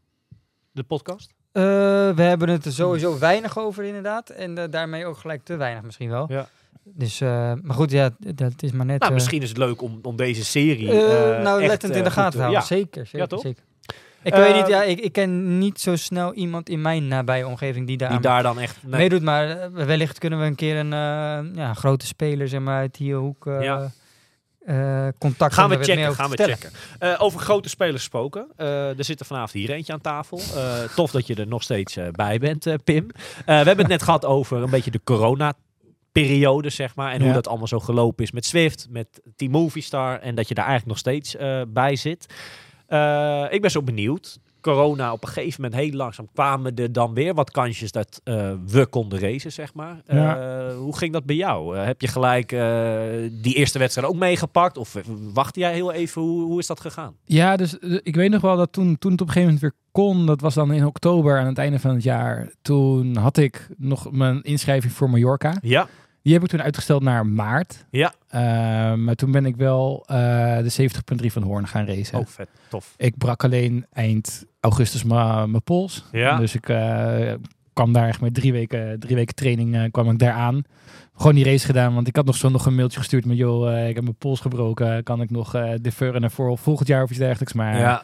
De podcast? Uh, we hebben het er sowieso weinig over inderdaad. En uh, daarmee ook gelijk te weinig misschien wel. Ja. Dus, uh, maar goed, ja, d- dat is maar net... Nou, uh, misschien is het leuk om, om deze serie... Uh, eh, nou, echt, lettend eh, in de goed gaten te- houden. Ja. Zeker, zeker, Ja, toch? zeker. Ik Uh, weet niet, ja, ik, ik ken niet zo snel iemand in mijn nabije omgeving die daar, Die aan daar dan echt... nee. meedoet. Maar uh, wellicht kunnen we een keer een uh, ja, grote speler zeg maar, uit die hoek uh, Ja. uh, contact Gaan we hebben, meer checken, over gaan we te vertellen. checken. Uh, over grote spelers gesproken. Uh, er zit er vanavond hier eentje aan tafel. Uh, tof dat je er nog steeds uh, bij bent, uh, Pim. Uh, we hebben het net gehad over een beetje de corona-periode, zeg maar. En Ja. hoe dat allemaal zo gelopen is met Zwift, met Team Movistar. En dat je daar eigenlijk nog steeds uh, bij zit. Uh, ik ben zo benieuwd. Corona, op een gegeven moment heel langzaam kwamen er dan weer wat kansjes dat uh, we konden racen, zeg maar. Uh, Ja. Hoe ging dat bij jou? Uh, heb je gelijk uh, die eerste wedstrijd ook meegepakt? Of uh, wachtte jij heel even? Hoe, hoe is dat gegaan? Ja, dus uh, ik weet nog wel dat toen, toen het op een gegeven moment weer kon, dat was dan in oktober aan het einde van het jaar. Toen had ik nog mijn inschrijving voor Mallorca. Ja, Die heb ik toen uitgesteld naar maart. ja. Uh, maar toen ben ik wel uh, de zeventig punt drie van Hoorn gaan racen. Oh, vet. Tof. Ik brak alleen eind augustus mijn pols. Ja. Dus ik uh, kwam daar echt met drie weken, drie weken training uh, kwam ik daar aan. Gewoon die race gedaan, want ik had nog zo nog een mailtje gestuurd met joh, uh, ik heb mijn pols gebroken. Kan ik nog uh, deferren naar voor volgend jaar of iets dergelijks. Maar Ja.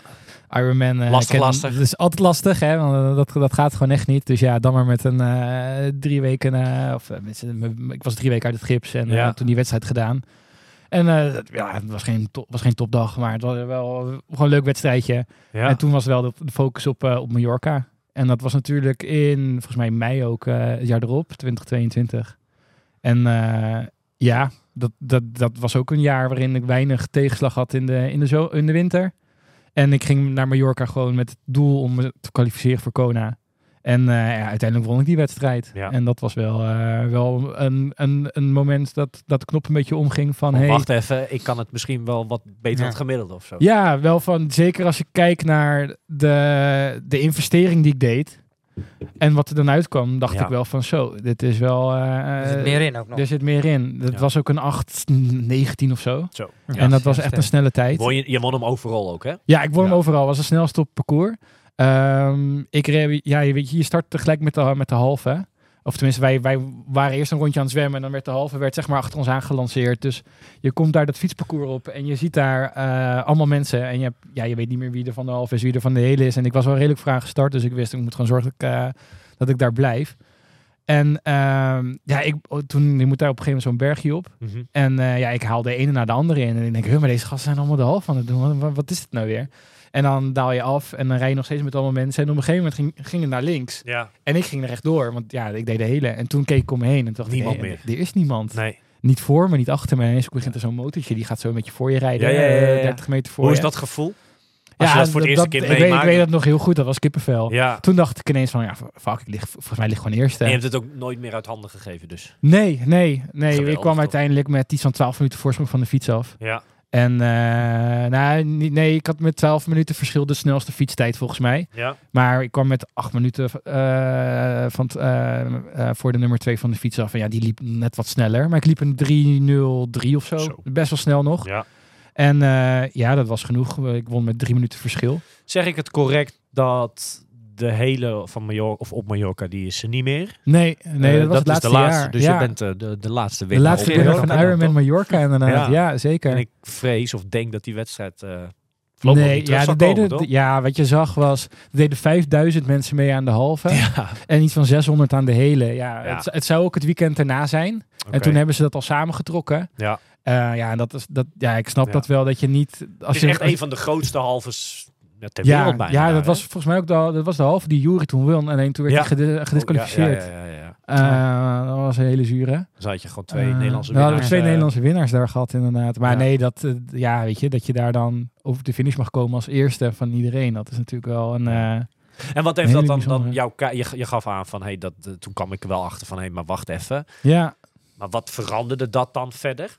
Ironman... Uh, Lastig, ken, lastig. Dat is altijd lastig, hè? Want uh, dat, dat gaat gewoon echt niet. Dus ja, dan maar met een uh, drie weken... Uh, of, uh, met, uh, ik was drie weken uit het gips en uh, Ja. toen die wedstrijd gedaan. En uh, dat, ja, het was geen, to- was geen topdag, maar het was wel gewoon een leuk wedstrijdje. Ja. En toen was wel de, de focus op, uh, op Mallorca. En dat was natuurlijk in, volgens mij mei ook, uh, het jaar erop, twintig tweeëntwintig. En uh, ja, dat, dat, dat was ook een jaar waarin ik weinig tegenslag had in de, in de, zo, in de winter. En ik ging naar Mallorca gewoon met het doel om me te kwalificeren voor Kona. En uh, ja, uiteindelijk won ik die wedstrijd. Ja. En dat was wel, uh, wel een, een, een moment dat, dat de knop een beetje omging van... Oh, hey, wacht even, ik kan het misschien wel wat beter Ja. dan het gemiddelde of zo. ja, wel van, zeker als ik kijk naar de, de investering die ik deed en wat er dan uitkwam, dacht Ja. ik wel van zo, dit is wel... Uh, Er zit meer in ook nog. Er zit meer in. Dat Ja. was ook een acht negentien of zo. Zo. Ja, en dat was ja, echt een sterk. snelle tijd. Won je, je won hem overal ook, hè? Ja, ik won hem Ja. overal. Was de snelste op parcours. Um, ik reed, ja, je weet je, je start tegelijk met de, met de halve. Of tenminste, wij, wij waren eerst een rondje aan het zwemmen en dan werd de halve werd zeg maar achter ons aangelanceerd. Dus je komt daar dat fietsparcours op en je ziet daar uh, allemaal mensen. En je, hebt, ja, je weet niet meer wie er van de halve is, wie er van de hele is. En ik was wel redelijk vroeg gestart, dus ik wist, ik moet gewoon zorgen dat ik, uh, dat ik daar blijf. En um, ja, ik, toen, je moet daar op een gegeven moment zo'n bergje op. Mm-hmm. En uh, ja, ik haal de ene naar de andere in. En ik denk, huh, maar deze gasten zijn allemaal de halve aan het doen. Wat, wat is het nou weer? En dan daal je af en dan rij je nog steeds met allemaal mensen. En op een gegeven moment ging, ging het naar links. Ja. En ik ging er rechtdoor, want ja, ik deed de hele. En toen keek ik om me heen en dacht Niemand ik, hey, meer. er is niemand. Nee. Niet voor me, niet achter me. En eens begint er zo'n motortje, die gaat zo een beetje voor je rijden. Ja, ja, ja, ja, ja. dertig meter voor Hoe je. is dat gevoel? Als Ja, je dat voor het eerste dat- keer ik weet, ik meemaakt. weet dat nog heel goed, dat was kippenvel. Ja. Toen dacht ik ineens van, ja, fuck, ik lig, volgens mij lig ik gewoon eerste. En je hebt het ook nooit meer uit handen gegeven, dus. Nee, nee, nee. Geweldig, ik kwam toch? uiteindelijk met iets van twaalf minuten voorsprong van de fiets af. Ja. En uh, nou, niet- nee, ik had met twaalf minuten verschil de snelste fietstijd volgens mij. Ja. Maar ik kwam met acht minuten uh, van t, uh, uh, voor de nummer twee van de fiets af. En ja, die liep net wat sneller. Maar ik liep een drie nul drie of zo. Zo. Best wel snel nog. Ja. En uh, ja, dat was genoeg. Ik won met drie minuten verschil. Zeg ik het correct dat de hele van Mallorca, of op Mallorca, die is er niet meer? Nee, nee Uh, dat was het is laatste de laatste. jaar. Dus ja. je bent uh, de, de laatste de winnaar. laatste op winnaar Mallorca van dan, Ironman toch? Mallorca inderdaad. Ja. Ja, zeker. En ik vrees of denk dat die wedstrijd uh, voorlopig Nee, niet terug ja, zal dat komen, deden, toch? ja, wat je zag was, er deden vijfduizend mensen mee aan de halve. Ja. En iets van zeshonderd aan de hele. Ja, Ja. Het, het zou ook het weekend erna zijn. Oké. En toen hebben ze dat al samengetrokken. Ja. Uh, ja, en dat is, dat, ja, ik snap Ja. dat wel, dat je niet... Als Het is je, echt als- een van de grootste halves ja, ter ja, wereld bijna. ja, daar, dat hè? was volgens mij ook de, dat was de halve die Jury toen won. Alleen toen werd Ja. hij gedi- gedisqualificeerd. Oh, ja, ja, ja, ja, ja. Uh, dat was een hele zure. Dan had je gewoon twee Uh, Nederlandse we hadden winnaars. twee uh, Nederlandse winnaars daar gehad, inderdaad. Maar Ja. nee, dat, uh, ja, weet je, dat je daar dan over de finish mag komen als eerste van iedereen. Dat is natuurlijk wel een... Uh, En wat heeft Een dat hele dan, dan bijzondere. jouw... ka- Je, je gaf aan van, hey, dat, uh, toen kwam ik er wel achter van, hé, hey, maar wacht even. ja, Maar wat veranderde dat dan verder?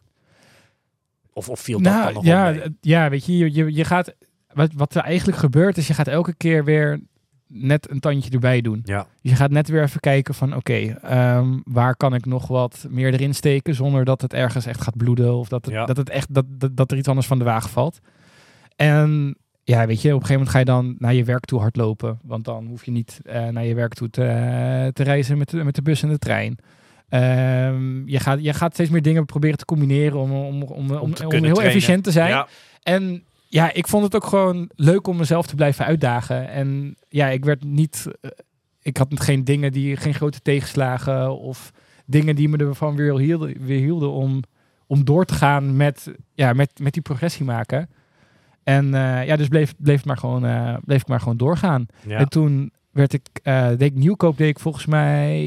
Of, of viel dat dan nou, nog ja, wel mee? het- ja, weet je, je, je, je gaat... Wat, wat er eigenlijk gebeurt is, je gaat elke keer weer net een tandje erbij doen. Ja, Je gaat net weer even kijken van, oké, ehm, waar kan ik nog wat meer erin steken zonder dat het ergens echt gaat bloeden of dat het, Ja. dat het echt dat, dat, dat er iets anders van de wagen valt. En ja, weet je, op een gegeven moment ga je dan naar je werk toe hardlopen, want dan hoef je niet uh, naar je werk toe te, uh, te reizen met de, met de bus en de trein. Um, je, gaat, je gaat steeds meer dingen proberen te combineren om, om, om, om, om, te om kunnen heel trainen. efficiënt te zijn. Ja. En ja, ik vond het ook gewoon leuk om mezelf te blijven uitdagen. En ja, ik werd niet... Uh, ik had geen dingen die... Geen grote tegenslagen of dingen die me ervan weer hielden, weer hielden om, om door te gaan met, ja, met, met die progressie maken. En uh, ja, dus bleef, bleef, het maar gewoon, uh, bleef ik maar gewoon doorgaan. Ja. En toen werd ik... Uh, deed ik Nieuwkoop, deed ik volgens mij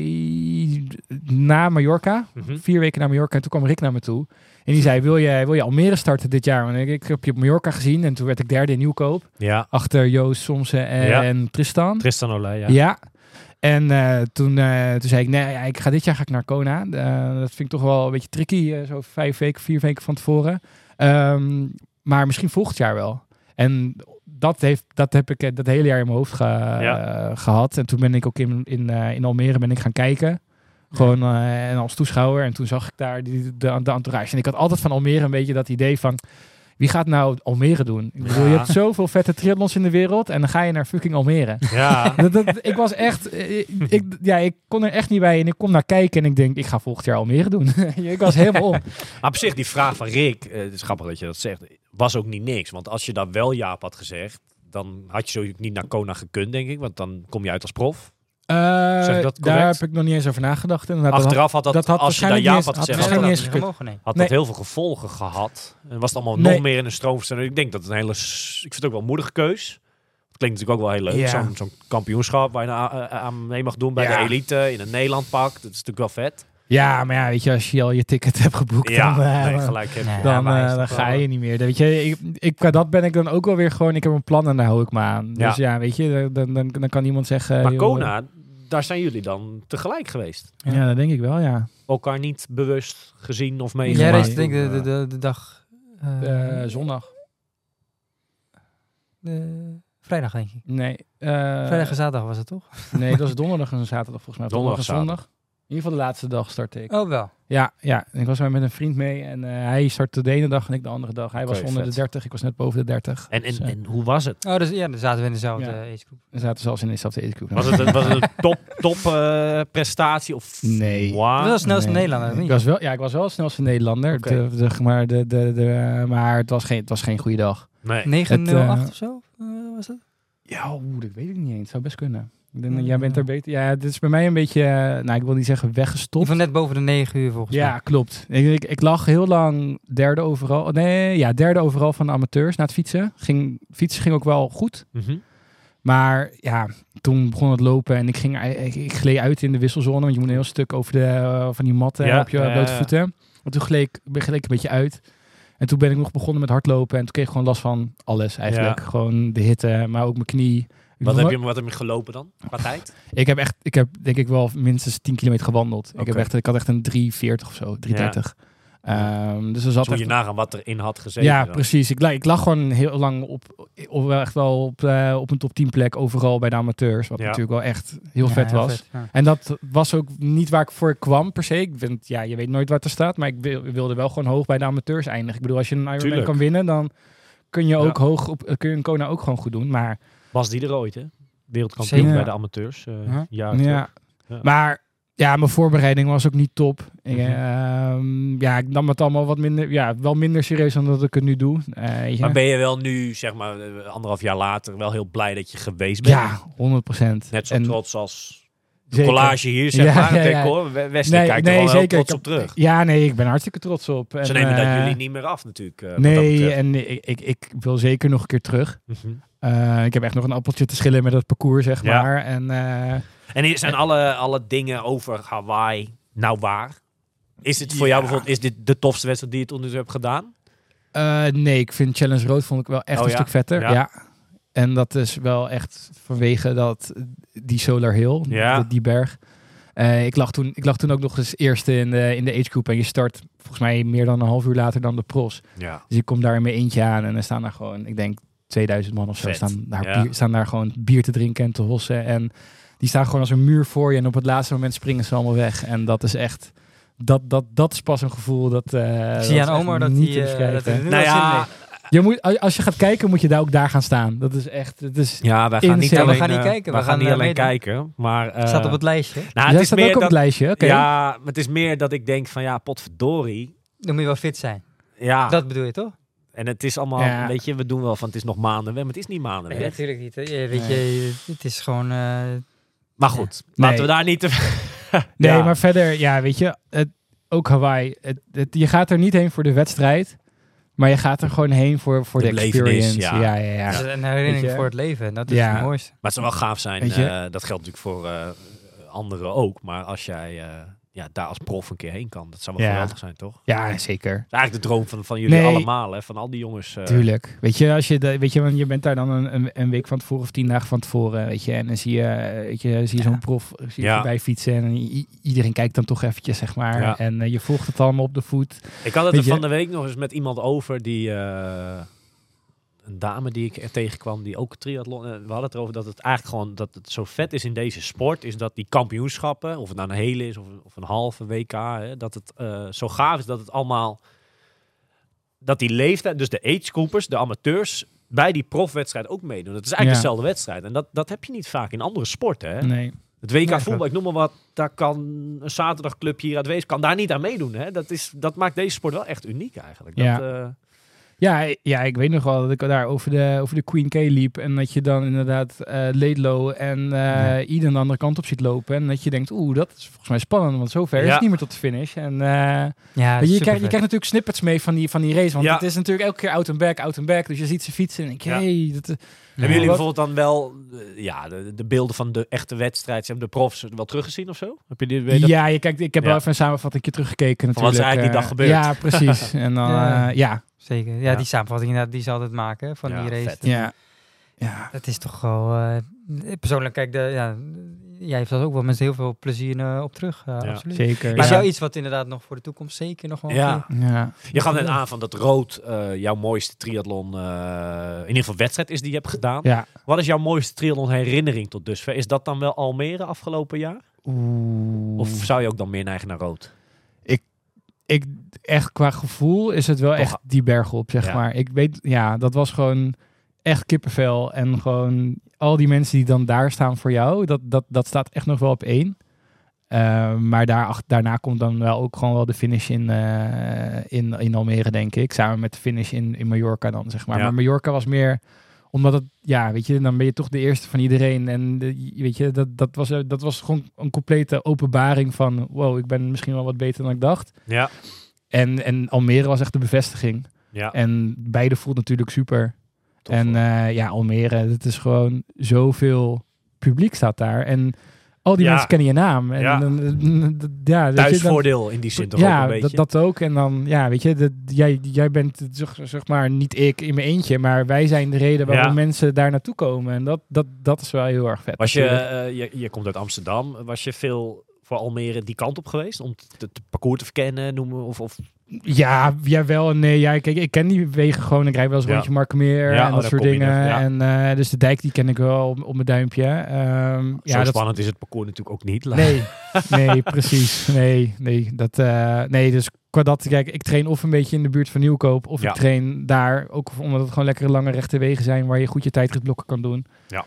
na Mallorca. Mhm. Vier weken naar Mallorca. En toen kwam Rick naar me toe. En die zei, wil je, wil je Almere starten dit jaar? Want ik, ik heb je op Mallorca gezien. En toen werd ik derde in Nieuwkoop. Ja, Achter Joost Somsen en, Ja. en Tristan. Tristan Olij, ja. Ja. En uh, toen, uh, toen zei ik, nee, ja, ik ga dit jaar ga ik naar Kona. Uh, dat vind ik toch wel een beetje tricky. Uh, zo vijf weken, vier weken van tevoren. Um, maar misschien volgend jaar wel. En dat, heeft, dat heb ik dat hele jaar in mijn hoofd ge, Ja. uh, gehad. En toen ben ik ook in, in, uh, in Almere ben ik gaan kijken. Gewoon uh, en als toeschouwer. En toen zag ik daar die, de, de entourage. En ik had altijd van Almere een beetje dat idee van... Wie gaat nou Almere doen? Ik bedoel, Ja. je hebt zoveel vette triathlons in de wereld. En dan ga je naar fucking Almere. Ja. dat, dat, ik was echt... Ik, ik, ja, ik kon er echt niet bij. En ik kom naar kijken en ik denk... Ik ga volgend jaar Almere doen. ik was helemaal om. Maar op zich, die vraag van Rick, uh, het is grappig dat je dat zegt, was ook niet niks. Want als je daar wel Jaap had gezegd, dan had je sowieso niet naar Kona gekund, denk ik. Want dan kom je uit als prof. Uh, Zeg ik dat daar correct? heb ik nog niet eens over nagedacht. Inderdaad, dat Achteraf had dat, dat had als je daar waarschijnlijk ja niet had eens- had gezegd, had, waarschijnlijk dat- niet eens gekund. gemogen, nee. had Nee. dat heel veel gevolgen gehad. En was het allemaal Nee. nog meer in een stroomversnelling. Ik denk dat het een hele... s- Ik vind het ook wel een moedige keus. Het klinkt natuurlijk ook wel heel leuk. Ja. Zo'n, zo'n kampioenschap waar je aan, aan mee mag doen bij Ja. de elite. In een Nederland pak. Dat is natuurlijk wel vet. Ja, maar ja, weet je, als je al je ticket hebt geboekt, Ja, dan, uh, nee, gelijk heb je. Nee. dan, Ja, maar uh, is dan toch ga wel- je niet meer. Weet je, ik, ik, qua dat ben ik dan ook wel weer gewoon, ik heb een plan en daar hou ik me aan. Ja. Dus ja, weet je, dan, dan, dan kan iemand zeggen... Maar joh, Kona, daar zijn jullie dan tegelijk geweest. Ja, ja, dat denk ik wel, ja. Elkaar niet bewust gezien of Jij meegemaakt. race denk ik de, de, de, de dag... eh, Uh, zondag. de- vrijdag, denk ik. Nee. uh, Vrijdag en zaterdag was het toch? Nee, dat was donderdag en zaterdag volgens mij. Donderdag, Donderdag en zondag. In ieder geval de laatste dag startte ik. Oh, wel. Ja, ja. Ik was maar met een vriend mee en uh, hij startte de ene dag en ik de andere dag. Hij was Oké, onder vet. de dertig, ik was net boven de dertig. En, en, Dus, uh, en hoe was het? Oh, dus ja, dan zaten we in dezelfde Ja. uh, agegroep. we zaten zelfs in dezelfde agegroep. Was het, een- was het een top, top eh, prestatie? Of Nee. Wow. Dat was de snelste Nee. Nederlander, of Ik niet? was wel, ja, ik was wel de snelste Nederlander. Oké. De, de, maar de, de, de, maar het, was geen, het was geen goede dag. Nee. negen nul acht Het, uh, of zo? Uh, was dat? Ja, oeh, dat weet ik niet eens. Het zou best kunnen. Ik denk, jij bent er beter. Ja, dit is bij mij een beetje, uh, nou, ik wil niet zeggen weggestopt. Van net boven de negen uur volgens Ja, mij. klopt. Ik, ik, ik lag heel lang derde overal. Nee, ja, derde overal van de amateurs na het fietsen. Ging, fietsen ging ook wel goed. Mhm. Maar ja, toen begon het lopen en ik, ging, ik, ik gleed uit in de wisselzone. Want je moet een heel stuk over de, uh, van die matten Ja, op je ja, blote ja. voeten. En toen gleed ik, gleed ik een beetje uit. En toen ben ik nog begonnen met hardlopen. En toen kreeg ik gewoon last van alles eigenlijk. Ja. Gewoon de hitte, maar ook mijn knie. Ik Wat, was heb nooit- je, wat heb je gelopen dan? Qua tijd? Ik heb echt, ik heb denk ik wel minstens tien kilometer gewandeld. Ik, heb Oké. echt, ik had echt een drie veertig of zo, drie dertig. Ehm, dus er zat Dus moet echt je nagaan wat erin had gezeten. ja, dan. precies. Ik, la- ik lag gewoon heel lang op, op wel echt wel op, uh, op een top tien plek overal bij de amateurs. Wat Ja. natuurlijk wel echt heel Ja, vet heel was. vet, ja. En dat was ook niet waar ik voor kwam per se. Ik vind, ja, je weet nooit wat er staat. Maar ik wil- wilde wel gewoon hoog bij de amateurs eindigen. Ik bedoel, als je een Ironman Tuurlijk. kan winnen, dan kun je ook Ja. hoog op, kun je een Kona ook gewoon goed doen. Maar Was die er ooit, hè? Wereldkampioen Zeker. bij de amateurs. Uh, Ja. jaar ja. Ja. Maar ja, mijn voorbereiding was ook niet top. Ik, Mhm. ehm, ja, ik nam het allemaal wat minder, ja, wel minder serieus dan dat ik het nu doe. Eh, weet je. Maar ben je wel nu, zeg maar, eh, anderhalf jaar later, wel heel blij dat je geweest bent? Ja, honderd procent. Net zo En trots als de zeker. collage hier, zeg Ja, maar. ja, Ja, ja. hoor. Wesley kijkt er wel heel trots Ik op heb- terug. Ja, nee, ik ben hartstikke trots op. En, Ze nemen dat eh, jullie niet meer af natuurlijk. eh, wat dat Nee, betreft. en ik, ik, ik wil zeker nog een keer terug. Mhm. Eh, ik heb echt nog een appeltje te schillen met het parcours, zeg Ja. maar. En eh, En zijn alle, alle dingen over Hawaii nou waar? Is dit voor Ja. jou bijvoorbeeld, is dit de tofste wedstrijd die je tot nu toe hebt gedaan? eh, nee, ik vind Challenge Road vond ik wel echt Oh een ja? stuk vetter. Ja. Ja. En dat is wel echt vanwege dat, die Solar Hill, Ja. die, die berg. Eh, ik, lag toen, ik lag toen ook nog eens eerste in de, in de age group. En je start volgens mij meer dan een half uur later dan de pros. Ja. Dus ik kom daar in mijn eentje aan en er staan daar gewoon, ik denk tweeduizend man of zo, Vet. staan daar, Ja. bier, staan daar gewoon bier te drinken en te hossen. En die staan gewoon als een muur voor je en op het laatste moment springen ze allemaal weg. En dat is echt, dat, dat, dat is pas een gevoel dat, uh, Zie je aan Omar dat niet hij te uh, beschrijven. dat hij er nu Nou wel zin in ja, heeft? Je moet, als je gaat kijken, moet je daar ook daar gaan staan. Dat is echt, het is... ja, wij gaan niet Insane. alleen, We gaan niet eh, kijken, we we gaan gaan, niet eh, alleen meedoen. kijken, maar... eh, Staat op het lijstje. nou, Jij het is staat meer ook op dat, het lijstje, oké. Ja, maar het is meer dat ik denk van ja, potverdorie. Dan moet je wel fit zijn. Ja, Dat bedoel je toch? en het is allemaal, Ja. weet je, we doen wel van het is nog maanden weg, maar het is niet maanden Nee, weg. natuurlijk niet. Hè. Je, weet je, het is gewoon... uh, Maar goed, Nee. laten we daar niet te... Nee, Ja. maar verder, ja, weet je, het, ook Hawaii. Het, het, je gaat er niet heen voor de wedstrijd, maar je gaat er gewoon heen voor, voor de, De belevenis, experience. ja. Ja, ja, ja. het is een herinnering Weet je? voor het leven. En dat is Ja. het mooiste. Maar het zou wel gaaf zijn, Weet je? eh, dat geldt natuurlijk voor eh, anderen ook, maar als jij eh, ja, daar als prof een keer heen kan, dat zou wel Ja. geweldig zijn, toch? Ja, zeker. Dat is eigenlijk de droom van, van jullie Nee. allemaal, hè, van al die jongens. eh, Tuurlijk. Weet je, als je, de, weet je, want je bent daar dan een, een, een week van tevoren of tien dagen van tevoren, weet je, en dan zie je, weet je, zie je zo'n prof zie je Ja. voorbij fietsen en i- iedereen kijkt dan toch eventjes, zeg maar. Ja. En eh, je volgt het allemaal op de voet. Ik had het Weet er je? van de week nog eens met iemand over die... eh, een dame die ik er tegenkwam, die ook triathlon... eh, we hadden het erover dat het eigenlijk gewoon... dat het zo vet is in deze sport, is dat die kampioenschappen... of het nou een hele is of, of een halve W K... Hè, dat het eh, zo gaaf is dat het allemaal... dat die leeftijd, dus de agegroupers, de amateurs... bij die profwedstrijd ook meedoen. Het is eigenlijk Ja. dezelfde wedstrijd. En dat, dat heb je niet vaak in andere sporten, hè? Nee. Het W K Nee, voetbal, ik noem maar wat, daar kan een zaterdagclubje hier uit Wees kan daar niet aan meedoen. Hè? Dat, is, dat maakt deze sport wel echt uniek eigenlijk. Ja. Dat, eh, Ja, ja, ik weet nog wel dat ik daar over de, over de Queen K liep. En dat je dan inderdaad uh, Laidlow en uh, Ja. Eden de andere kant op ziet lopen. En dat je denkt, oeh, dat is volgens mij spannend. Want zover is Ja. het niet meer tot de finish. En uh, Ja, je, je, krijgt, je supervet. krijgt natuurlijk snippets mee van die, van die race. Want Ja. het is natuurlijk elke keer out and back, out and back. Dus je ziet ze fietsen en denk je, Ja. hey, dat, Hebben Ja. jullie wat- bijvoorbeeld dan wel eh, ja, de, de beelden van de echte wedstrijd, zeg maar, de profs, wel teruggezien of zo? Heb je die, weet je dat? ja, je kijkt, ik heb Ja. wel even een samenvatting teruggekeken Van wat natuurlijk. is eigenlijk die eh, dag gebeurd. Ja, precies. En dan, Ja. ja. ja, Zeker. Ja, Ja. die samenvatting inderdaad, die ze altijd maken hè, van Ja, die race. vet. ja. ja. Dat is toch wel... eh, persoonlijk, kijk, de, ja, jij heeft dat ook wel met heel veel plezier eh, op terug. Uh, Ja, absoluut. Zeker. Maar is ja. jou iets wat inderdaad nog voor de toekomst zeker nog wel... een Ja. keer- Ja. Je gaf net aan van dat rood uh, jouw mooiste triathlon, uh, in ieder geval wedstrijd is die je hebt gedaan. Ja. Wat is jouw mooiste triathlon herinnering tot dusver? Is dat dan wel Almere afgelopen jaar? Oeh. Of zou je ook dan meer neigen naar rood? ik echt qua gevoel is het wel Toch- echt die berg op, zeg Ja. maar. Ik weet, ja, dat was gewoon echt kippenvel. En gewoon al die mensen die dan daar staan voor jou, dat, dat, dat staat echt nog wel op één. Uh, maar daar, ach, daarna komt dan wel ook gewoon wel de finish in, uh, in, in Almere, denk ik. Samen met de finish in, in Mallorca dan, zeg maar. Ja. Maar Mallorca was meer... Omdat het, ja, weet je, dan ben je toch de eerste van iedereen. En de, weet je, dat, dat, was, dat was gewoon een complete openbaring van... Wow, ik ben misschien wel wat beter dan ik dacht. Ja. En, en Almere was echt de bevestiging. Ja. En beide voelt natuurlijk super. Tof, en hoor. uh, ja, Almere, het is gewoon zoveel publiek staat daar. En al die Ja. mensen kennen je naam. En Ja. dan, dan- dan- ja, weet je, dan- Thuisvoordeel in die zin toch ook ja, een beetje? dat, dat ook. En dan, ja, weet je, dat, jij, jij bent zeg, zeg maar niet ik in mijn eentje, maar wij zijn de reden waarom Ja. mensen daar naartoe komen. En dat, dat, dat is wel heel erg vet. Was je, natuurlijk. uh, je, je komt uit Amsterdam, was je veel voor Almere die kant op geweest? Om het parcours te verkennen, noemen? Of, of... Ja, ja, wel en nee. Ja, kijk, ik ken die wegen gewoon. Ik rijd wel eens Ja. rondje Markermeer Ja, en oh, dat daar soort kom je dingen. er, ja. En uh, dus de dijk, die ken ik wel op, op mijn duimpje. Um, Zo ja, dat, spannend is het parcours natuurlijk ook niet. nee, nee, precies. Nee, nee, dat, uh, nee, dus qua dat, kijk, ik train of een beetje in de buurt van Nieuwkoop, of Ja. ik train daar, ook omdat het gewoon lekkere lange rechte wegen zijn, waar je goed je tijdritblokken kan doen. Ja.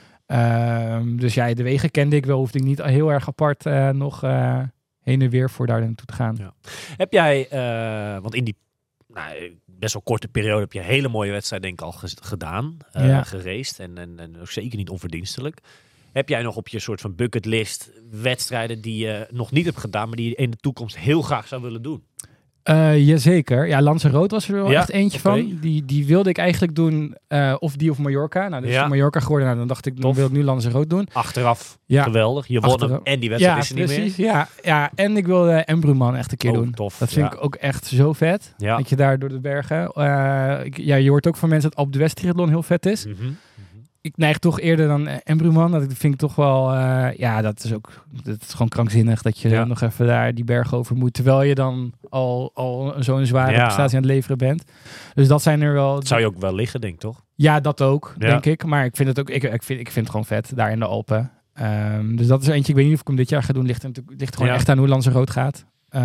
Um, dus ja, de wegen kende ik wel, hoefde ik niet heel erg apart uh, nog uh, heen en weer voor daar naartoe te gaan. Ja. Heb jij, uh, want in die nou, best wel korte periode heb je een hele mooie wedstrijd denk ik al ges- gedaan, uh, Ja. geraced en, en, en ook zeker niet onverdienstelijk. Heb jij nog op je soort van bucketlist wedstrijden die je nog niet hebt gedaan, maar die je in de toekomst heel graag zou willen doen? Uh, jazeker. Ja, Lanzarote was er wel Ja, echt eentje oké. van. Die, die wilde ik eigenlijk doen, uh, of die of Mallorca. Nou, dus Ja. Mallorca geworden. Nou, dan dacht ik, dan Tof. wil ik nu Lanzarote doen. Achteraf Ja. geweldig. Je won hem Achteraf. en die wedstrijd Ja, is er niet precies. meer. Ja, ja, en ik wilde Embruman echt een keer Oh, doen. tof, Dat vind ja. ik ook echt zo vet. Ja. Dat je daar door de bergen... Uh, ik, ja, je hoort ook van mensen dat Alpe d'Huez triathlon heel vet is. Mhm. Ik neig toch eerder dan uh, Embruman. Dat vind ik toch wel... Uh, ja, dat is ook... Dat is gewoon krankzinnig dat je Ja. nog even daar die bergen over moet. Terwijl je dan al, al zo'n zware Ja. prestatie aan het leveren bent. Dus dat zijn er wel... Dat zou je ook wel liggen, denk ik, toch? Ja, dat ook, Ja. denk ik. Maar ik vind het ook... Ik, ik, vind, ik vind het gewoon vet, daar in de Alpen. Um, dus dat is eentje... Ik weet niet of ik hem dit jaar ga doen. Ligt, er natuurlijk- ligt gewoon Ja. echt aan hoe Lanzarote gaat.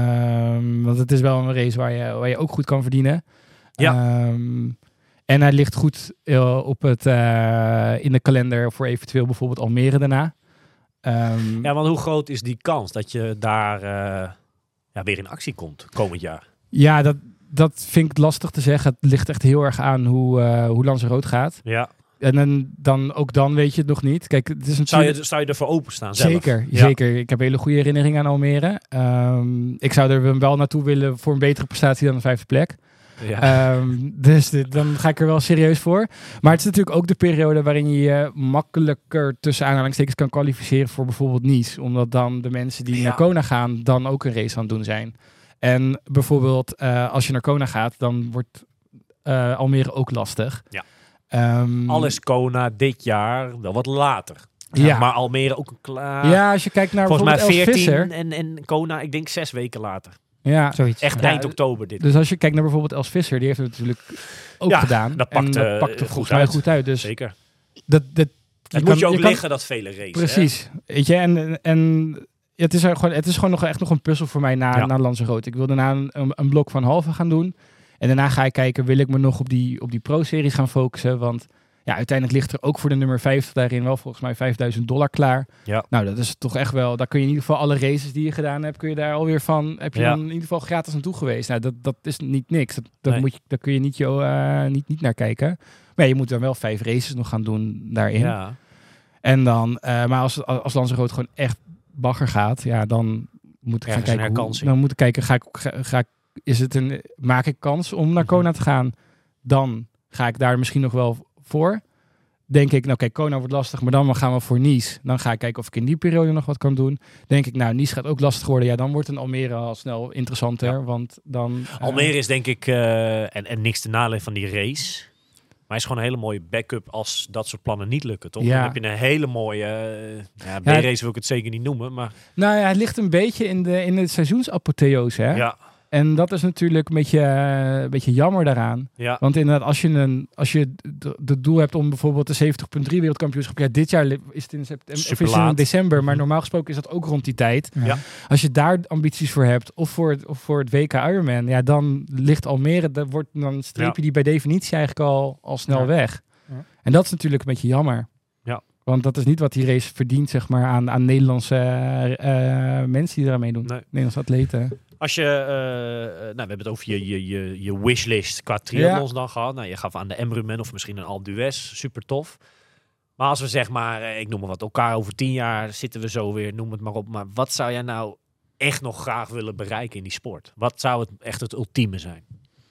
Um, want het is wel een race waar je, waar je ook goed kan verdienen. Ja. Um, en hij ligt goed uh, op het, uh, in de kalender voor eventueel bijvoorbeeld Almere daarna. Um, Ja, want hoe groot is die kans dat je daar uh, ja, weer in actie komt komend jaar? ja, dat, dat vind ik lastig te zeggen. Het ligt echt heel erg aan hoe, uh, hoe Lanzarote gaat. Ja. En dan, dan, ook dan weet je het nog niet. Kijk, het is Zou natuurlijk... je, zou je ervoor openstaan zelf? Zeker, Ja. zeker. Ik heb hele goede herinneringen aan Almere. Um, ik zou er wel naartoe willen voor een betere prestatie dan de vijfde plek. Ja. Um, dus dit, dan ga ik er wel serieus voor. Maar het is natuurlijk ook de periode waarin je je makkelijker tussen aanhalingstekens kan kwalificeren voor bijvoorbeeld Nice. Omdat dan de mensen die Ja. naar Kona gaan dan ook een race aan het doen zijn. En bijvoorbeeld uh, als je naar Kona gaat, dan wordt uh, Almere ook lastig. Ja. Um, Al is Kona dit jaar wel wat later. Ja. Maar Almere ook een klaar. ja, als je kijkt naar Volgens mij bijvoorbeeld Els veertien Visser. en, en Kona, ik denk zes weken later. Ja, Zoiets. Echt Ja, eind oktober dit. dus als je kijkt naar bijvoorbeeld Els Visser, die heeft het natuurlijk ook Ja, gedaan. dat En pakt, dat eh, pakt er goed volgens mij uit. goed uit. Dus Zeker. dat, dat, Het kan- moet je ook kan- liggen, dat vele race. Precies. Weet je, en, en het is er gewoon, het is gewoon nog echt nog een puzzel voor mij na, Ja. na Lanzarote. Ik wil daarna een, een, een blok van halve gaan doen. En daarna ga ik kijken, wil ik me nog op die, op die pro-series gaan focussen? Want Ja, uiteindelijk ligt er ook voor de nummer vijftig daarin wel volgens mij vijfduizend dollar klaar. Ja. Nou, dat is toch echt wel... Daar kun je in ieder geval alle races die je gedaan hebt, kun je daar alweer van... Heb je Ja. dan in ieder geval gratis naartoe geweest. Nou, dat, dat is niet niks. Dat, dat Nee. moet je, daar kun je niet, joh, uh, niet, niet naar kijken. Maar je moet dan wel vijf races nog gaan doen daarin. Ja. En dan... Uh, maar als, als Lanzarote gewoon echt bagger gaat, ja, dan moet ik Ergens gaan een kijken. Hoe, herkansing. dan moet ik kijken, ga ik, ga, ga ik, is het een, maak ik kans om naar Kona te gaan? Dan ga ik daar misschien nog wel voor. Denk ik, nou kijk, Kona wordt lastig, maar dan gaan we voor Nice. Dan ga ik kijken of ik in die periode nog wat kan doen. Denk ik, nou, Nice gaat ook lastig worden. Ja, dan wordt een Almere al snel interessanter. Ja. Want dan... Uh, Almere is denk ik, uh, en, en niks te nadelen van die race... Maar is gewoon een hele mooie backup als dat soort plannen niet lukken, toch? Ja. Dan heb je een hele mooie... Uh, ja, B-race wil ik het zeker niet noemen, maar... Nou ja, het ligt een beetje in de, in de seizoensapotheose, hè? Ja, En dat is natuurlijk een beetje, uh, een beetje jammer daaraan. ja. Want inderdaad, als je een, als je het doel hebt om bijvoorbeeld de zeventig punt drie wereldkampioenschap... Ja, dit jaar is het in september of is het in december, maar normaal gesproken is dat ook rond die tijd. Ja. Als je daar ambities voor hebt, of voor het, of voor het W K Ironman, ja, dan ligt Almere, dat wordt, dan streep je Ja. die bij definitie eigenlijk al, al snel Ja. weg. Ja. En dat is natuurlijk een beetje jammer. Ja. Want dat is niet wat die race verdient, zeg maar, aan, aan Nederlandse uh, mensen die eraan meedoen. Nee. Nederlandse atleten. Als je, uh, nou, we hebben het over je, je, je, je wishlist qua triathlons ja. dan gehad. Nou, je gaf aan de Emrumen of misschien een Alpe d'Huez, super tof. Maar als we zeg maar, ik noem maar wat, elkaar over tien jaar zitten we zo weer, noem het maar op. Maar wat zou jij nou echt nog graag willen bereiken in die sport? Wat zou het echt het ultieme zijn?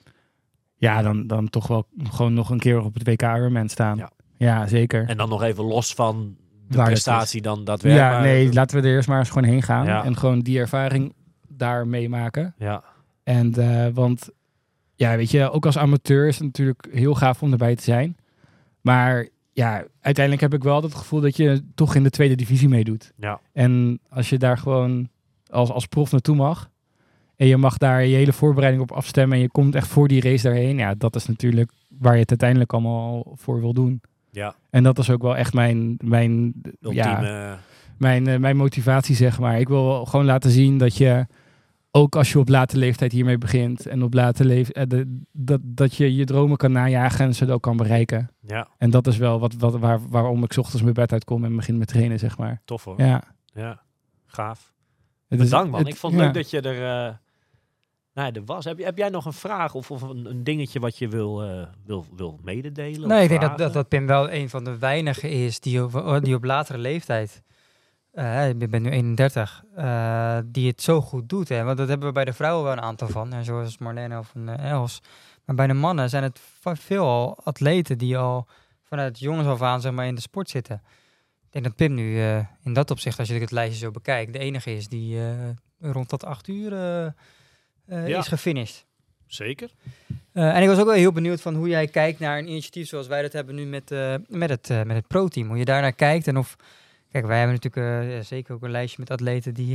Ja, dan, dan toch wel gewoon nog een keer op het W K Ironman staan. Ja. Ja, zeker. En dan nog even los van de Waar prestatie dan dat werkt. Ja, nee, laten we er eerst maar eens gewoon heen gaan. Ja. En gewoon die ervaring daar meemaken. Ja. En, uh, want, ja, weet je, ook als amateur is het natuurlijk heel gaaf om erbij te zijn. Maar ja, uiteindelijk heb ik wel het gevoel dat je toch in de tweede divisie meedoet. Ja. En als je daar gewoon als, als prof naartoe mag... en je mag daar je hele voorbereiding op afstemmen... en je komt echt voor die race daarheen... ja, dat is natuurlijk waar je het uiteindelijk allemaal voor wil doen. Ja. En dat is ook wel echt mijn, mijn, ultieme... ja, mijn, uh, mijn motivatie, zeg maar. Ik wil gewoon laten zien dat je... ook als je op late leeftijd hiermee begint... en op late leeftijd... Uh, dat, dat je je dromen kan najagen... en ze dat ook kan bereiken. Ja. En dat is wel wat, wat, waar, waarom ik 's ochtends mijn bed uitkom... en begin met trainen, zeg maar. Tof hoor. Ja. Ja. Gaaf. Het Bedankt is, man. het, Ik vond het ja. leuk dat je er... Uh... Nou, er was. Heb, je, heb jij nog een vraag of, of een, een dingetje wat je wil, uh, wil, wil mededelen? Nee, of ik denk dat, vragen? dat, dat Pim wel een van de weinigen is die op, die op latere leeftijd, uh, ik ben nu eenendertig, uh, die het zo goed doet. Hè? Want dat hebben we bij de vrouwen wel een aantal van, hè? Zoals Marlene of een uh, Els. Maar bij de mannen zijn het veel al atleten die al vanuit jongens af aan zeg maar, in de sport zitten. Ik denk dat Pim nu uh, in dat opzicht, als je het lijstje zo bekijkt, de enige is die uh, rond dat acht uur... Uh, Uh, ja. is gefinished. Zeker. Uh, en ik was ook wel heel benieuwd van hoe jij kijkt naar een initiatief zoals wij dat hebben nu met, uh, met het, uh, met het pro-team. Hoe je daarnaar kijkt en of... Kijk, wij hebben natuurlijk uh, ja, zeker ook een lijstje met atleten die,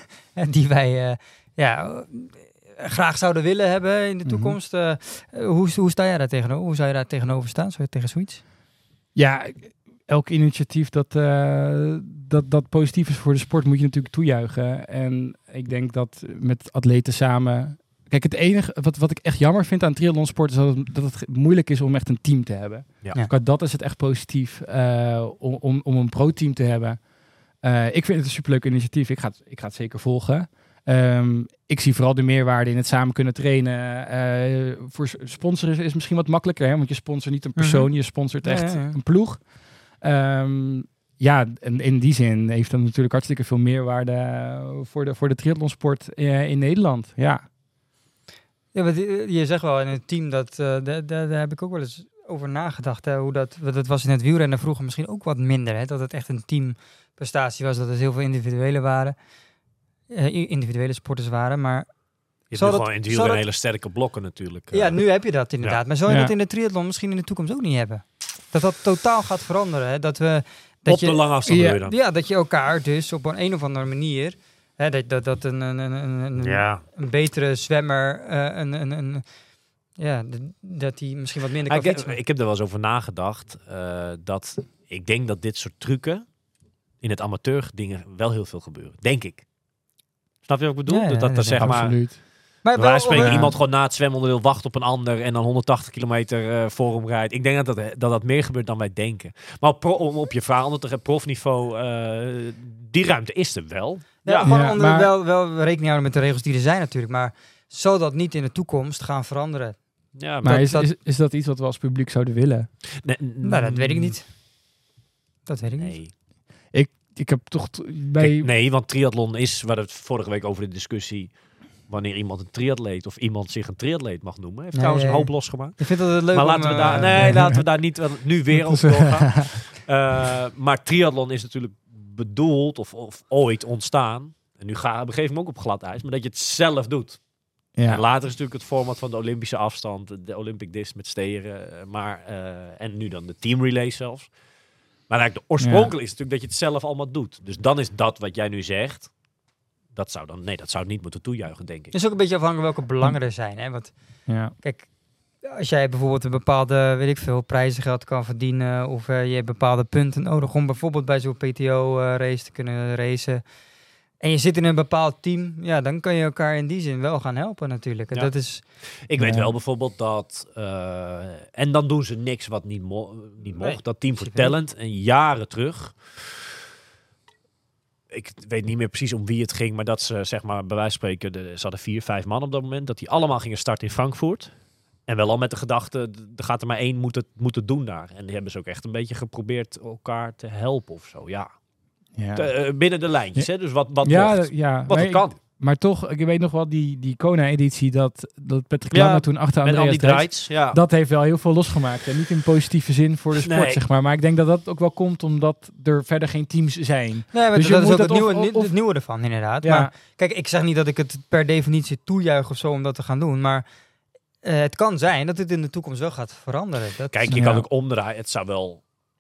die wij uh, ja, uh, graag zouden willen hebben in de toekomst. Uh, uh, hoe, hoe sta jij daar tegenover? Hoe zou je daar tegenover staan? Zou je tegen zoiets? Ja, elk initiatief dat, uh, dat, dat positief is voor de sport moet je natuurlijk toejuichen. En ik denk dat met atleten samen... Kijk, het enige wat, wat ik echt jammer vind aan triathlonsport is dat het, dat het moeilijk is om echt een team te hebben. Ja. Ja. Kijk, dat is het echt positief uh, om, om, om een pro-team te hebben. Uh, ik vind het een superleuk initiatief. Ik ga het, ik ga het zeker volgen. Um, ik zie vooral de meerwaarde in het samen kunnen trainen. Uh, voor sponsoren is misschien wat makkelijker, hè? Want je sponsort niet een persoon, mm-hmm. je sponsort echt ja, ja, ja. een ploeg. Um, ja, en in die zin heeft dat natuurlijk hartstikke veel meerwaarde voor de, voor de triathlonsport uh, in Nederland. Ja. Ja, wat je zegt wel in het team, dat, uh, daar, daar, daar heb ik ook wel eens over nagedacht. Hè, hoe dat, dat was in het wielrennen vroeger misschien ook wat minder. Hè, dat het echt een teamprestatie was, dat het heel veel individuele waren. Uh, individuele sporters waren, maar... Je hebt gewoon in het wielrennen hele sterke blokken natuurlijk. Ja, nu heb je dat inderdaad. Ja. Maar zou je ja. dat in de triathlon misschien in de toekomst ook niet hebben? Dat dat totaal gaat veranderen. Hè? Dat we, dat op je, de lange afstand ja, je dan. Ja, dat je elkaar dus op een, een of andere manier... Hè, dat, dat, dat een, een, een, een, ja. een betere zwemmer... Uh, een, een, een, ja, de, dat die misschien wat minder kan ik, fietsen. Ik heb er wel eens over nagedacht. Uh, dat ik denk dat dit soort trucken... in het amateur dingen wel heel veel gebeuren. Denk ik. Snap je wat ik bedoel? Ja, ja, dat dat ja, zeg ja, maar... absoluut. Maar Wij spreken Ja. iemand gewoon na het zwemonderdeel wacht op een ander en dan honderdtachtig kilometer uh, voor hem rijdt. Ik denk dat dat, dat dat meer gebeurt dan wij denken. Maar op, pro, om op je verhaal te profniveau, uh, die ruimte is er wel. Ja, Ja, gewoon Ja, onder, maar- wel, wel rekening houden met de regels die er zijn natuurlijk. Maar zal dat niet in de toekomst gaan veranderen? ja Maar dat- is, dat- is, is dat iets wat we als publiek zouden willen? nee, Nou, dat weet ik niet. Dat weet ik niet. Nee. Ik heb toch t- bij... Kijk, nee, want triathlon is, we hadden het vorige week over de discussie, wanneer iemand een triatleet of iemand zich een triatleet mag noemen. Heeft Nee, trouwens een nee. hoop losgemaakt. Ik vind dat het leuk Maar om, laten we eh, daar, nee, laten we daar niet wel- nu weer over doorgaan. Uh, maar triathlon is natuurlijk bedoeld of, of ooit ontstaan. En nu ga, begeef ik me ook op glad ijs, maar dat je het zelf doet. Ja. En later is natuurlijk het format van de Olympische afstand, de Olympic disc met steren, uh, maar uh, en nu dan de team relay zelfs. Maar eigenlijk de oorspronkelijk is natuurlijk dat je het zelf allemaal doet. Dus dan is dat wat jij nu zegt, dat zou dan, nee, dat zou het niet moeten toejuichen, denk ik. Het is ook een beetje afhankelijk welke belangen er zijn. Hè? Want Ja. kijk, als jij bijvoorbeeld een bepaalde, weet ik veel, prijzengeld kan verdienen, of uh, je hebt bepaalde punten nodig om bijvoorbeeld bij zo'n P T O-race te kunnen racen, en je zit in een bepaald team, ja, dan kan je elkaar in die zin wel gaan helpen natuurlijk. En Ja. dat is, Ik weet Ja. wel bijvoorbeeld dat, uh, en dan doen ze niks wat niet, mo- niet mocht. Nee, Dat Team for zeker niet. Talent, en jaren terug, ik weet niet meer precies om wie het ging, maar dat ze, zeg maar, bij wijze van spreken, de, ze hadden vier, vijf man op dat moment, dat die allemaal gingen starten in Frankfurt. En wel al met de gedachte, d- er gaat er maar één moeten, moeten doen daar. En die hebben ze ook echt een beetje geprobeerd elkaar te helpen of zo, ja. Ja. Te- uh, binnen de lijntjes, Ja. hè? Dus wat, wat ja, mocht, ja. wat maar, het kan. maar toch, ik weet nog wel die, die Kona-editie dat, dat Patrick Ja, Lange toen achter Met al Andreas die Drees, draaids, ja. dat heeft wel heel veel losgemaakt. En niet in positieve zin voor de sport, Nee. zeg maar. Maar ik denk dat dat ook wel komt omdat er verder geen teams zijn. nee, maar Dus je dat is moet ook het het of- nieuwe, of- het nieuwe ervan inderdaad. Ja. Maar kijk, ik zeg niet dat ik het per definitie toejuich of zo om dat te gaan doen, maar uh, het kan zijn dat het in de toekomst wel gaat veranderen. Dat Kijk, je Ja. kan ook omdraaien. Het zou wel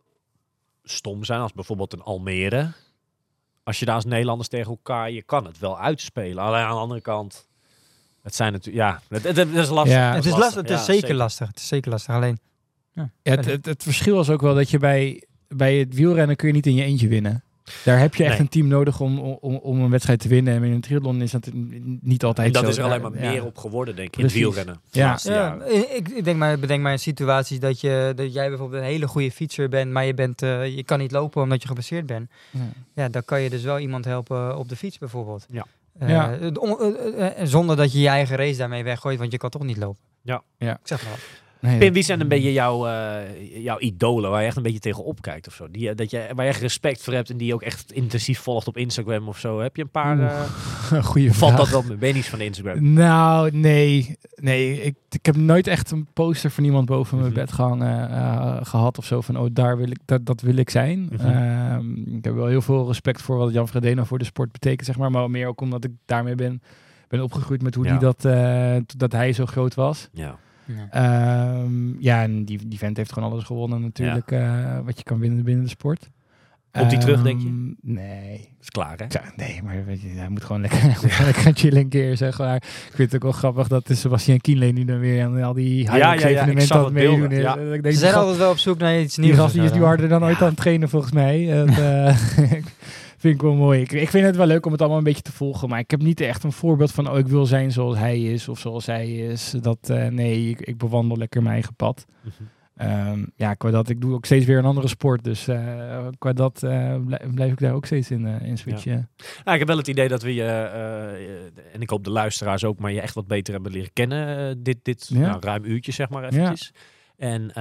stom zijn als bijvoorbeeld een Almere. Als je daar als Nederlanders tegen elkaar, je kan het wel uitspelen. Alleen aan de andere kant, het zijn natuurlijk, ja, het, het, het is lastig. Ja. het is lastig. Het is Ja, zeker, lastig. Het is zeker lastig. Alleen, ja, Ja, het, het, het verschil is ook wel dat je bij, bij het wielrennen kun je niet in je eentje winnen. Daar heb je echt Nee. een team nodig om, om, om een wedstrijd te winnen. En in een triathlon is dat niet altijd En dat zo. is er alleen maar Ja. meer op geworden, denk ik, Precies. in het wielrennen. de Ja. laatste ja, jaren. ik, ik denk maar, bedenk maar in situaties dat, je, dat jij bijvoorbeeld een hele goede fietser bent, maar je, bent, uh, je kan niet lopen omdat je geblesseerd bent. Ja. Ja, dan kan je dus wel iemand helpen op de fiets bijvoorbeeld. Ja. Uh, Ja. het on- uh, uh, uh, zonder dat je je eigen race daarmee weggooit, want je kan toch niet lopen. Ja. Ja. Ik zeg maar wat. Nee, Pim, wie zijn een beetje jouw, uh, jouw idolen waar je echt een beetje tegen opkijkt of zo? Die, uh, dat je, waar je echt respect voor hebt en die je ook echt intensief volgt op Instagram of zo. Heb je een paar... Uh, een goede valt vraag. dat wel mee? Ben je niet van de Instagram? Nou, nee. Nee, ik, ik heb nooit echt een poster van iemand boven mijn Mhm. bed gehangen uh, gehad of zo. Van, oh, daar wil ik, dat, dat wil ik zijn. Mhm. Um, ik heb wel heel veel respect voor wat Jan Frodeno voor de sport betekent, zeg maar. Maar meer ook omdat ik daarmee ben, ben opgegroeid met hoe Ja. die dat, uh, dat hij zo groot was. Ja. Ja. Um, ja, en die, die vent heeft gewoon alles gewonnen natuurlijk, uh, wat je kan winnen binnen de sport. Komt hij terug, Um, denk je? Nee. Is klaar, hè? Ja, nee, maar weet je, hij moet gewoon lekker, hij moet gewoon lekker gaan chillen een keer, zeg maar. Ik vind het ook wel grappig dat Sebastian Kienle nu dan weer aan al die ja, ja, ik Hilux-evenementen zag aan het het meedoen beelden, is. ja. Ik denk, Ze die zijn gast- altijd wel op zoek naar iets die nieuws. gast of die zo is nu dan. harder dan ooit aan het trainen volgens mij. Dat uh, vind ik wel mooi. Ik, ik vind het wel leuk om het allemaal een beetje te volgen, maar ik heb niet echt een voorbeeld van, oh, ik wil zijn zoals hij is of zoals hij is. Dat, uh, nee, ik, ik bewandel lekker mijn eigen pad. Mhm. Um, ja, qua dat, ik doe ook steeds weer een andere sport, dus uh, qua dat uh, blijf, blijf ik daar ook steeds in, uh, in switchen. Nou, ik heb wel het idee dat we je, uh, en ik hoop de luisteraars ook, maar je echt wat beter hebben leren kennen. Uh, dit dit Ja. nou, ruim uurtje, zeg maar eventjes. En uh,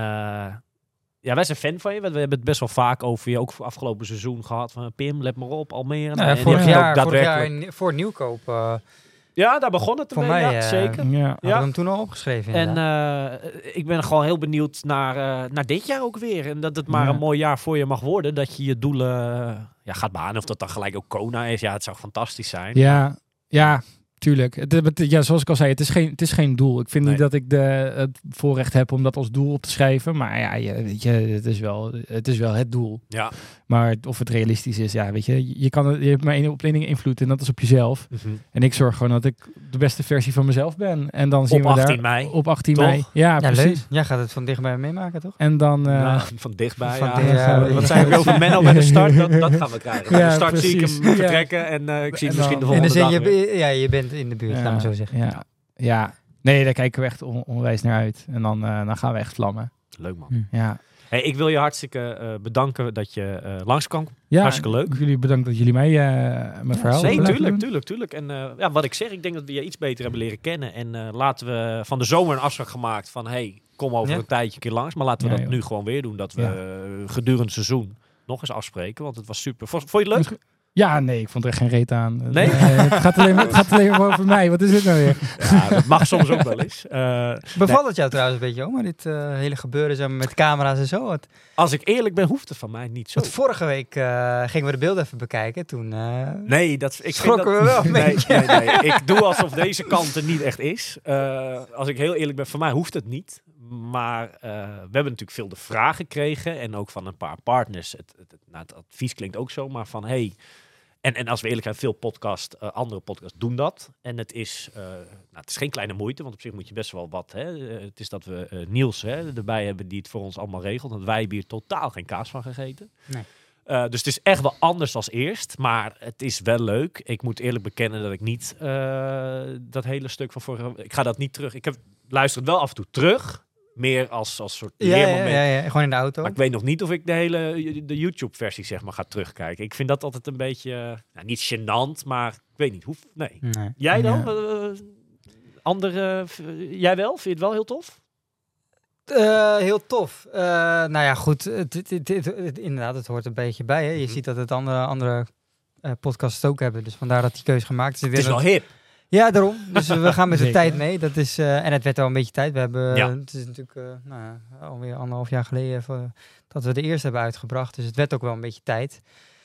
ja, wij zijn fan van je. We hebben het best wel vaak over je, ook afgelopen seizoen gehad. Van Pim, let maar op, Almere. Nou, ja, En vorig, die heeft jaar, ook vorig jaar daadwerkelijk- in- voor nieuwkoop uh, Ja, daar begon het voor ermee, mij, ja, uh, zeker. Ja. hadden we hem toen al opgeschreven. En inderdaad. uh, ik ben gewoon heel benieuwd naar, uh, naar dit jaar ook weer. En dat het maar Ja. een mooi jaar voor je mag worden. Dat je je doelen uh, ja, gaat behalen. Of dat dan gelijk ook Kona is. Ja, het zou fantastisch zijn. Ja, ja, tuurlijk. Het, het, ja, zoals ik al zei, het is geen, het is geen doel. Ik vind Nee. niet dat ik de, het voorrecht heb om dat als doel op te schrijven. Maar ja, je, weet je, het, is wel, het is wel het doel. Ja. Maar of het realistisch is, ja, weet je. Je, kan, je hebt maar één, op één ding invloed en dat is op jezelf. Mm-hmm. En ik zorg gewoon dat ik de beste versie van mezelf ben. En dan zien Op we achttien daar, mei, Op achttien toch? mei. Ja, ja, precies. leuk. Jij gaat het van dichtbij meemaken, toch? En dan... Uh, Nou, van dichtbij, van ja. dicht- ja, Wat ja. zijn we over Menno bij de start? Dat, dat gaan we krijgen. Bij Ja, de start zie ik precies. hem Ja. vertrekken en uh, ik zie En hem misschien de dan- In de volgende zin, dag je, weer. be- ja, je bent in de buurt, laat me zo zeggen. Ja. Ja, nee, daar kijken we echt on- onwijs naar uit. En dan, uh, dan gaan we echt vlammen. Leuk man. Hm. Ja, Hey, ik wil je hartstikke uh, bedanken dat je uh, langskwam. ja Hartstikke leuk. Jullie bedankt dat jullie mij uh, mijn verhaal Nee, hebben tuurlijk, doen. tuurlijk, tuurlijk. En uh, ja, wat ik zeg, ik denk dat we je iets beter hebben leren kennen. En uh, laten we van de zomer een afspraak gemaakt van... hey, kom over Ja. een tijdje een keer langs. Maar laten we Ja, dat joh. nu gewoon weer doen. Dat we Ja. uh, gedurende het seizoen nog eens afspreken. Want het was super. Vond, vond je het leuk? Ja, nee, ik vond er echt geen reet aan. Nee? Uh, het, gaat alleen, het gaat alleen maar over mij. Wat is dit nou weer? Ja, dat mag soms ook wel eens. Uh, Bevalt het jou trouwens een beetje, oma, dit uh, hele gebeuren zeg maar, met camera's en zo? Want, als ik eerlijk ben, hoeft het van mij niet zo. want vorige week uh, gingen we de beelden even bekijken. Toen uh, Nee, dat, ik vind schrokken dat, we wel een nee, beetje. nee, nee. Ik doe alsof deze kant er niet echt is. Uh, als ik heel eerlijk ben, van mij hoeft het niet. Maar uh, we hebben natuurlijk veel de vraag gekregen. En ook van een paar partners. Het, het, het, nou, het advies klinkt ook zo, maar van... hey, en, en als we eerlijk zijn, veel podcast, uh, andere podcasts doen dat. En het is, uh, nou, het is geen kleine moeite, want op zich moet je best wel wat. Hè. Uh, het is dat we uh, Niels hè, erbij hebben die het voor ons allemaal regelt. Want wij hebben hier totaal geen kaas van gegeten. Nee. Uh, dus het is echt wel anders als eerst. Maar het is wel leuk. Ik moet eerlijk bekennen dat ik niet uh, dat hele stuk van vorige... Ik ga dat niet terug. Ik heb, luister het wel af en toe terug. Meer als, als soort Ja, ja, leermoment. ja, ja, gewoon in de auto. Maar ik weet nog niet of ik de hele de YouTube-versie zeg maar ga terugkijken. Ik vind dat altijd een beetje, uh, nou, niet gênant, maar ik weet niet hoe. Nee. Nee. Jij dan? Ja. Uh, andere, uh, jij wel? Vind je het wel heel tof? Uh, heel tof. Uh, nou ja, goed. Het, het, het, het, het, inderdaad, het hoort een beetje bij. Hè. Je Mm-hmm. ziet dat het andere, andere uh, podcasts het ook hebben. Dus vandaar dat die keuze gemaakt is. Het is wel hip. Ja, daarom. Dus we gaan met de Zeker. tijd mee. Dat is, uh, en het werd al een beetje tijd. We hebben, Ja. uh, het is natuurlijk uh, nou, ja, alweer anderhalf jaar geleden even, dat we de eerste hebben uitgebracht. Dus het werd ook wel een beetje tijd.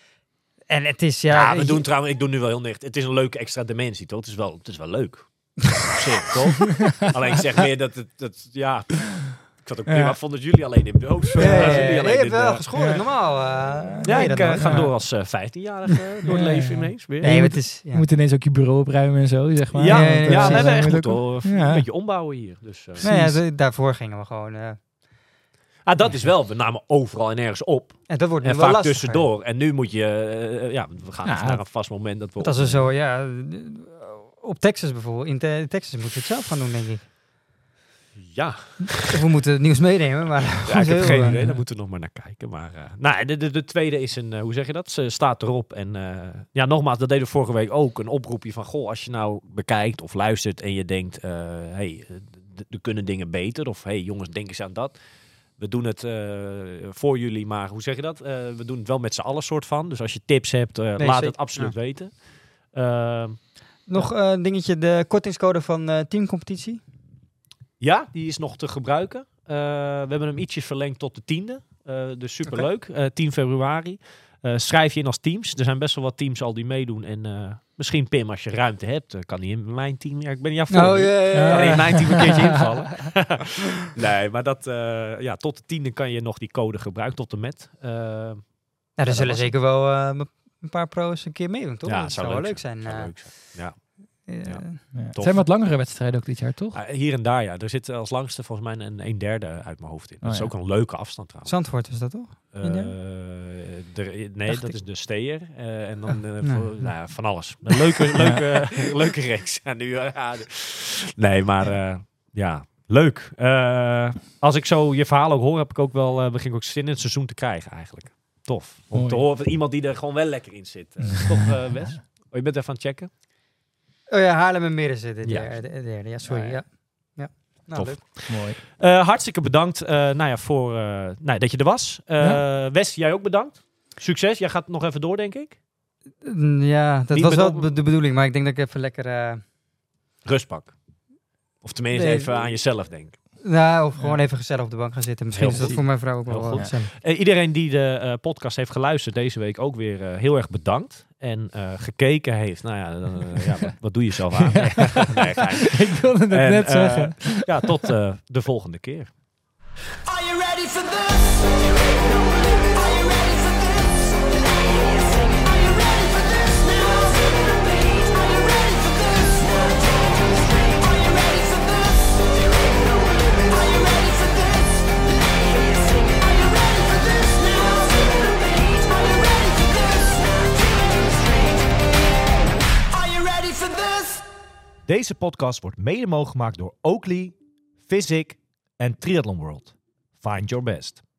En het is, ja... Ja, we je- doen trouwens, ik doe nu wel heel nicht. Het is een leuke extra dimensie, toch? Het is wel, het is wel leuk. Op zich, toch? Alleen ik zeg meer dat het, dat, ja... Ik zat ook prima, Ja. vond dat jullie alleen in... Oh, sorry, Ja, ja, dat ja, jullie ja. alleen Je hebt in, wel uh, geschoren, ja. normaal. Uh, Ja, nee, ik dat uh, nooit. ga Ja. door als uh, vijftienjarige door het Ja, leven ja. ineens weer. Nee, maar het is... Je Ja. moet ineens ook je bureau opruimen en zo, zeg maar. Ja, Ja, ja, ja, ja, precies. we hebben echt moet moeten ook- hoor, ja. een beetje ombouwen hier. Dus, uh, Nou ja, Precies. de- daarvoor gingen we gewoon... Uh, ah, dat is wel, we namen overal en ergens op. en dat wordt nu En wel vaak lastiger. tussendoor. En nu moet je, uh, ja, we gaan Ja. even naar een vast moment dat we... Want als we zo, ja... Op Texas bijvoorbeeld. In te- Texas moeten we het zelf gaan doen, denk ik. Ja, Of we moeten het nieuws meenemen, maar... ja ik heb heel, geen uh, idee, daar moeten we nog maar naar kijken. Maar uh, nou, de, de, de tweede is een, uh, hoe zeg je dat? Ze staat erop. En uh, ja, nogmaals, dat deden we vorige week ook. Een oproepje van, goh, als je nou bekijkt of luistert en je denkt... Uh, hey, er kunnen dingen beter. Of hey, jongens, denk eens aan dat. We doen het uh, voor jullie, maar hoe zeg je dat? Uh, we doen het wel met z'n allen soort van. Dus als je tips hebt, uh, Nee, laat zeker. het absoluut Ja. weten. Uh, Nog eh, een dingetje, de kortingscode van uh, teamcompetitie. Ja, die is nog te gebruiken. Uh, we hebben hem ietsjes verlengd tot de tiende. Uh, dus superleuk. Uh, tien februari. Uh, schrijf je in als teams. Er zijn best wel wat teams al die meedoen. En uh, misschien Pim, als je ruimte hebt, uh, kan hij in mijn team. Ja, ik ben niet voor. Oh, ja, ja, Kan hij ja. in mijn team een keertje invallen. Nee, maar dat, uh, ja, tot de tiende kan je nog die code gebruiken. Tot en met. Uh, Nou, dat er zullen was zeker wel uh, een paar pro's een keer meedoen, toch? Ja, dat zou zou wel leuk leuk zijn. zou uh, leuk zijn. Ja. uh, Ja. Ja. Het Tof. zijn wat langere wedstrijden ook dit jaar, toch? Uh, hier en daar, ja. Er zit als langste volgens mij een, een derde uit mijn hoofd in. Dat Oh, is ja. ook een leuke afstand trouwens. Zandvoort is dat toch? Uh, In de, nee, Dacht dat ik. is de Steer. Uh, en dan uh, nou, voor, nou. nou ja, van alles. Een leuke, leuke, leuke reeks. Ja, nu, uh, ja, de- nee, maar uh, ja, leuk. Uh, als ik zo je verhaal ook hoor, heb ik ook wel, uh, begin ik ook zin in het seizoen te krijgen eigenlijk. Tof. Om Mooi. te horen van iemand die er gewoon wel lekker in zit. Uh, toch, uh, Wes? Oh, je bent even aan het checken? Oh ja, Haarlem en Midden zit dit Ja. jaar. De, de derde, ja, sorry. Ja, Ja, ja. ja. Nou, Tof. leuk. Mooi. Uh, hartstikke bedankt uh, nou ja, voor uh, nou, ja, dat je er was. Uh, Ja. Wes, jij ook bedankt. Succes. Jij gaat nog even door, denk ik. Mm, Ja, dat Niet was met wel op- be- de bedoeling, maar ik denk dat ik even lekker... uh, Rustpak. Of tenminste Nee, even aan jezelf denken. nou, of gewoon Ja. even gezellig op de bank gaan zitten. Misschien Heel is dat goed. voor mijn vrouw ook wel Heel wel goed. gezellig. Uh, iedereen die de uh, podcast heeft geluisterd deze week ook weer uh, heel erg bedankt. En uh, gekeken heeft. Nou ja, dan, uh, ja wat, wat doe je zelf aan? Nee, nee, geintje. Ik wilde het En, net uh, zeggen. Ja, tot uh, de volgende keer. Are you ready for this? Are you ready for this? Are you ready for this now? Are you ready for this? Are you ready for this? Are you ready for this? Are you ready for this now? Are you ready for this? Are you ready for this? Deze podcast wordt mede mogelijk gemaakt door Oakley, Physic en Triathlon World. Find your best.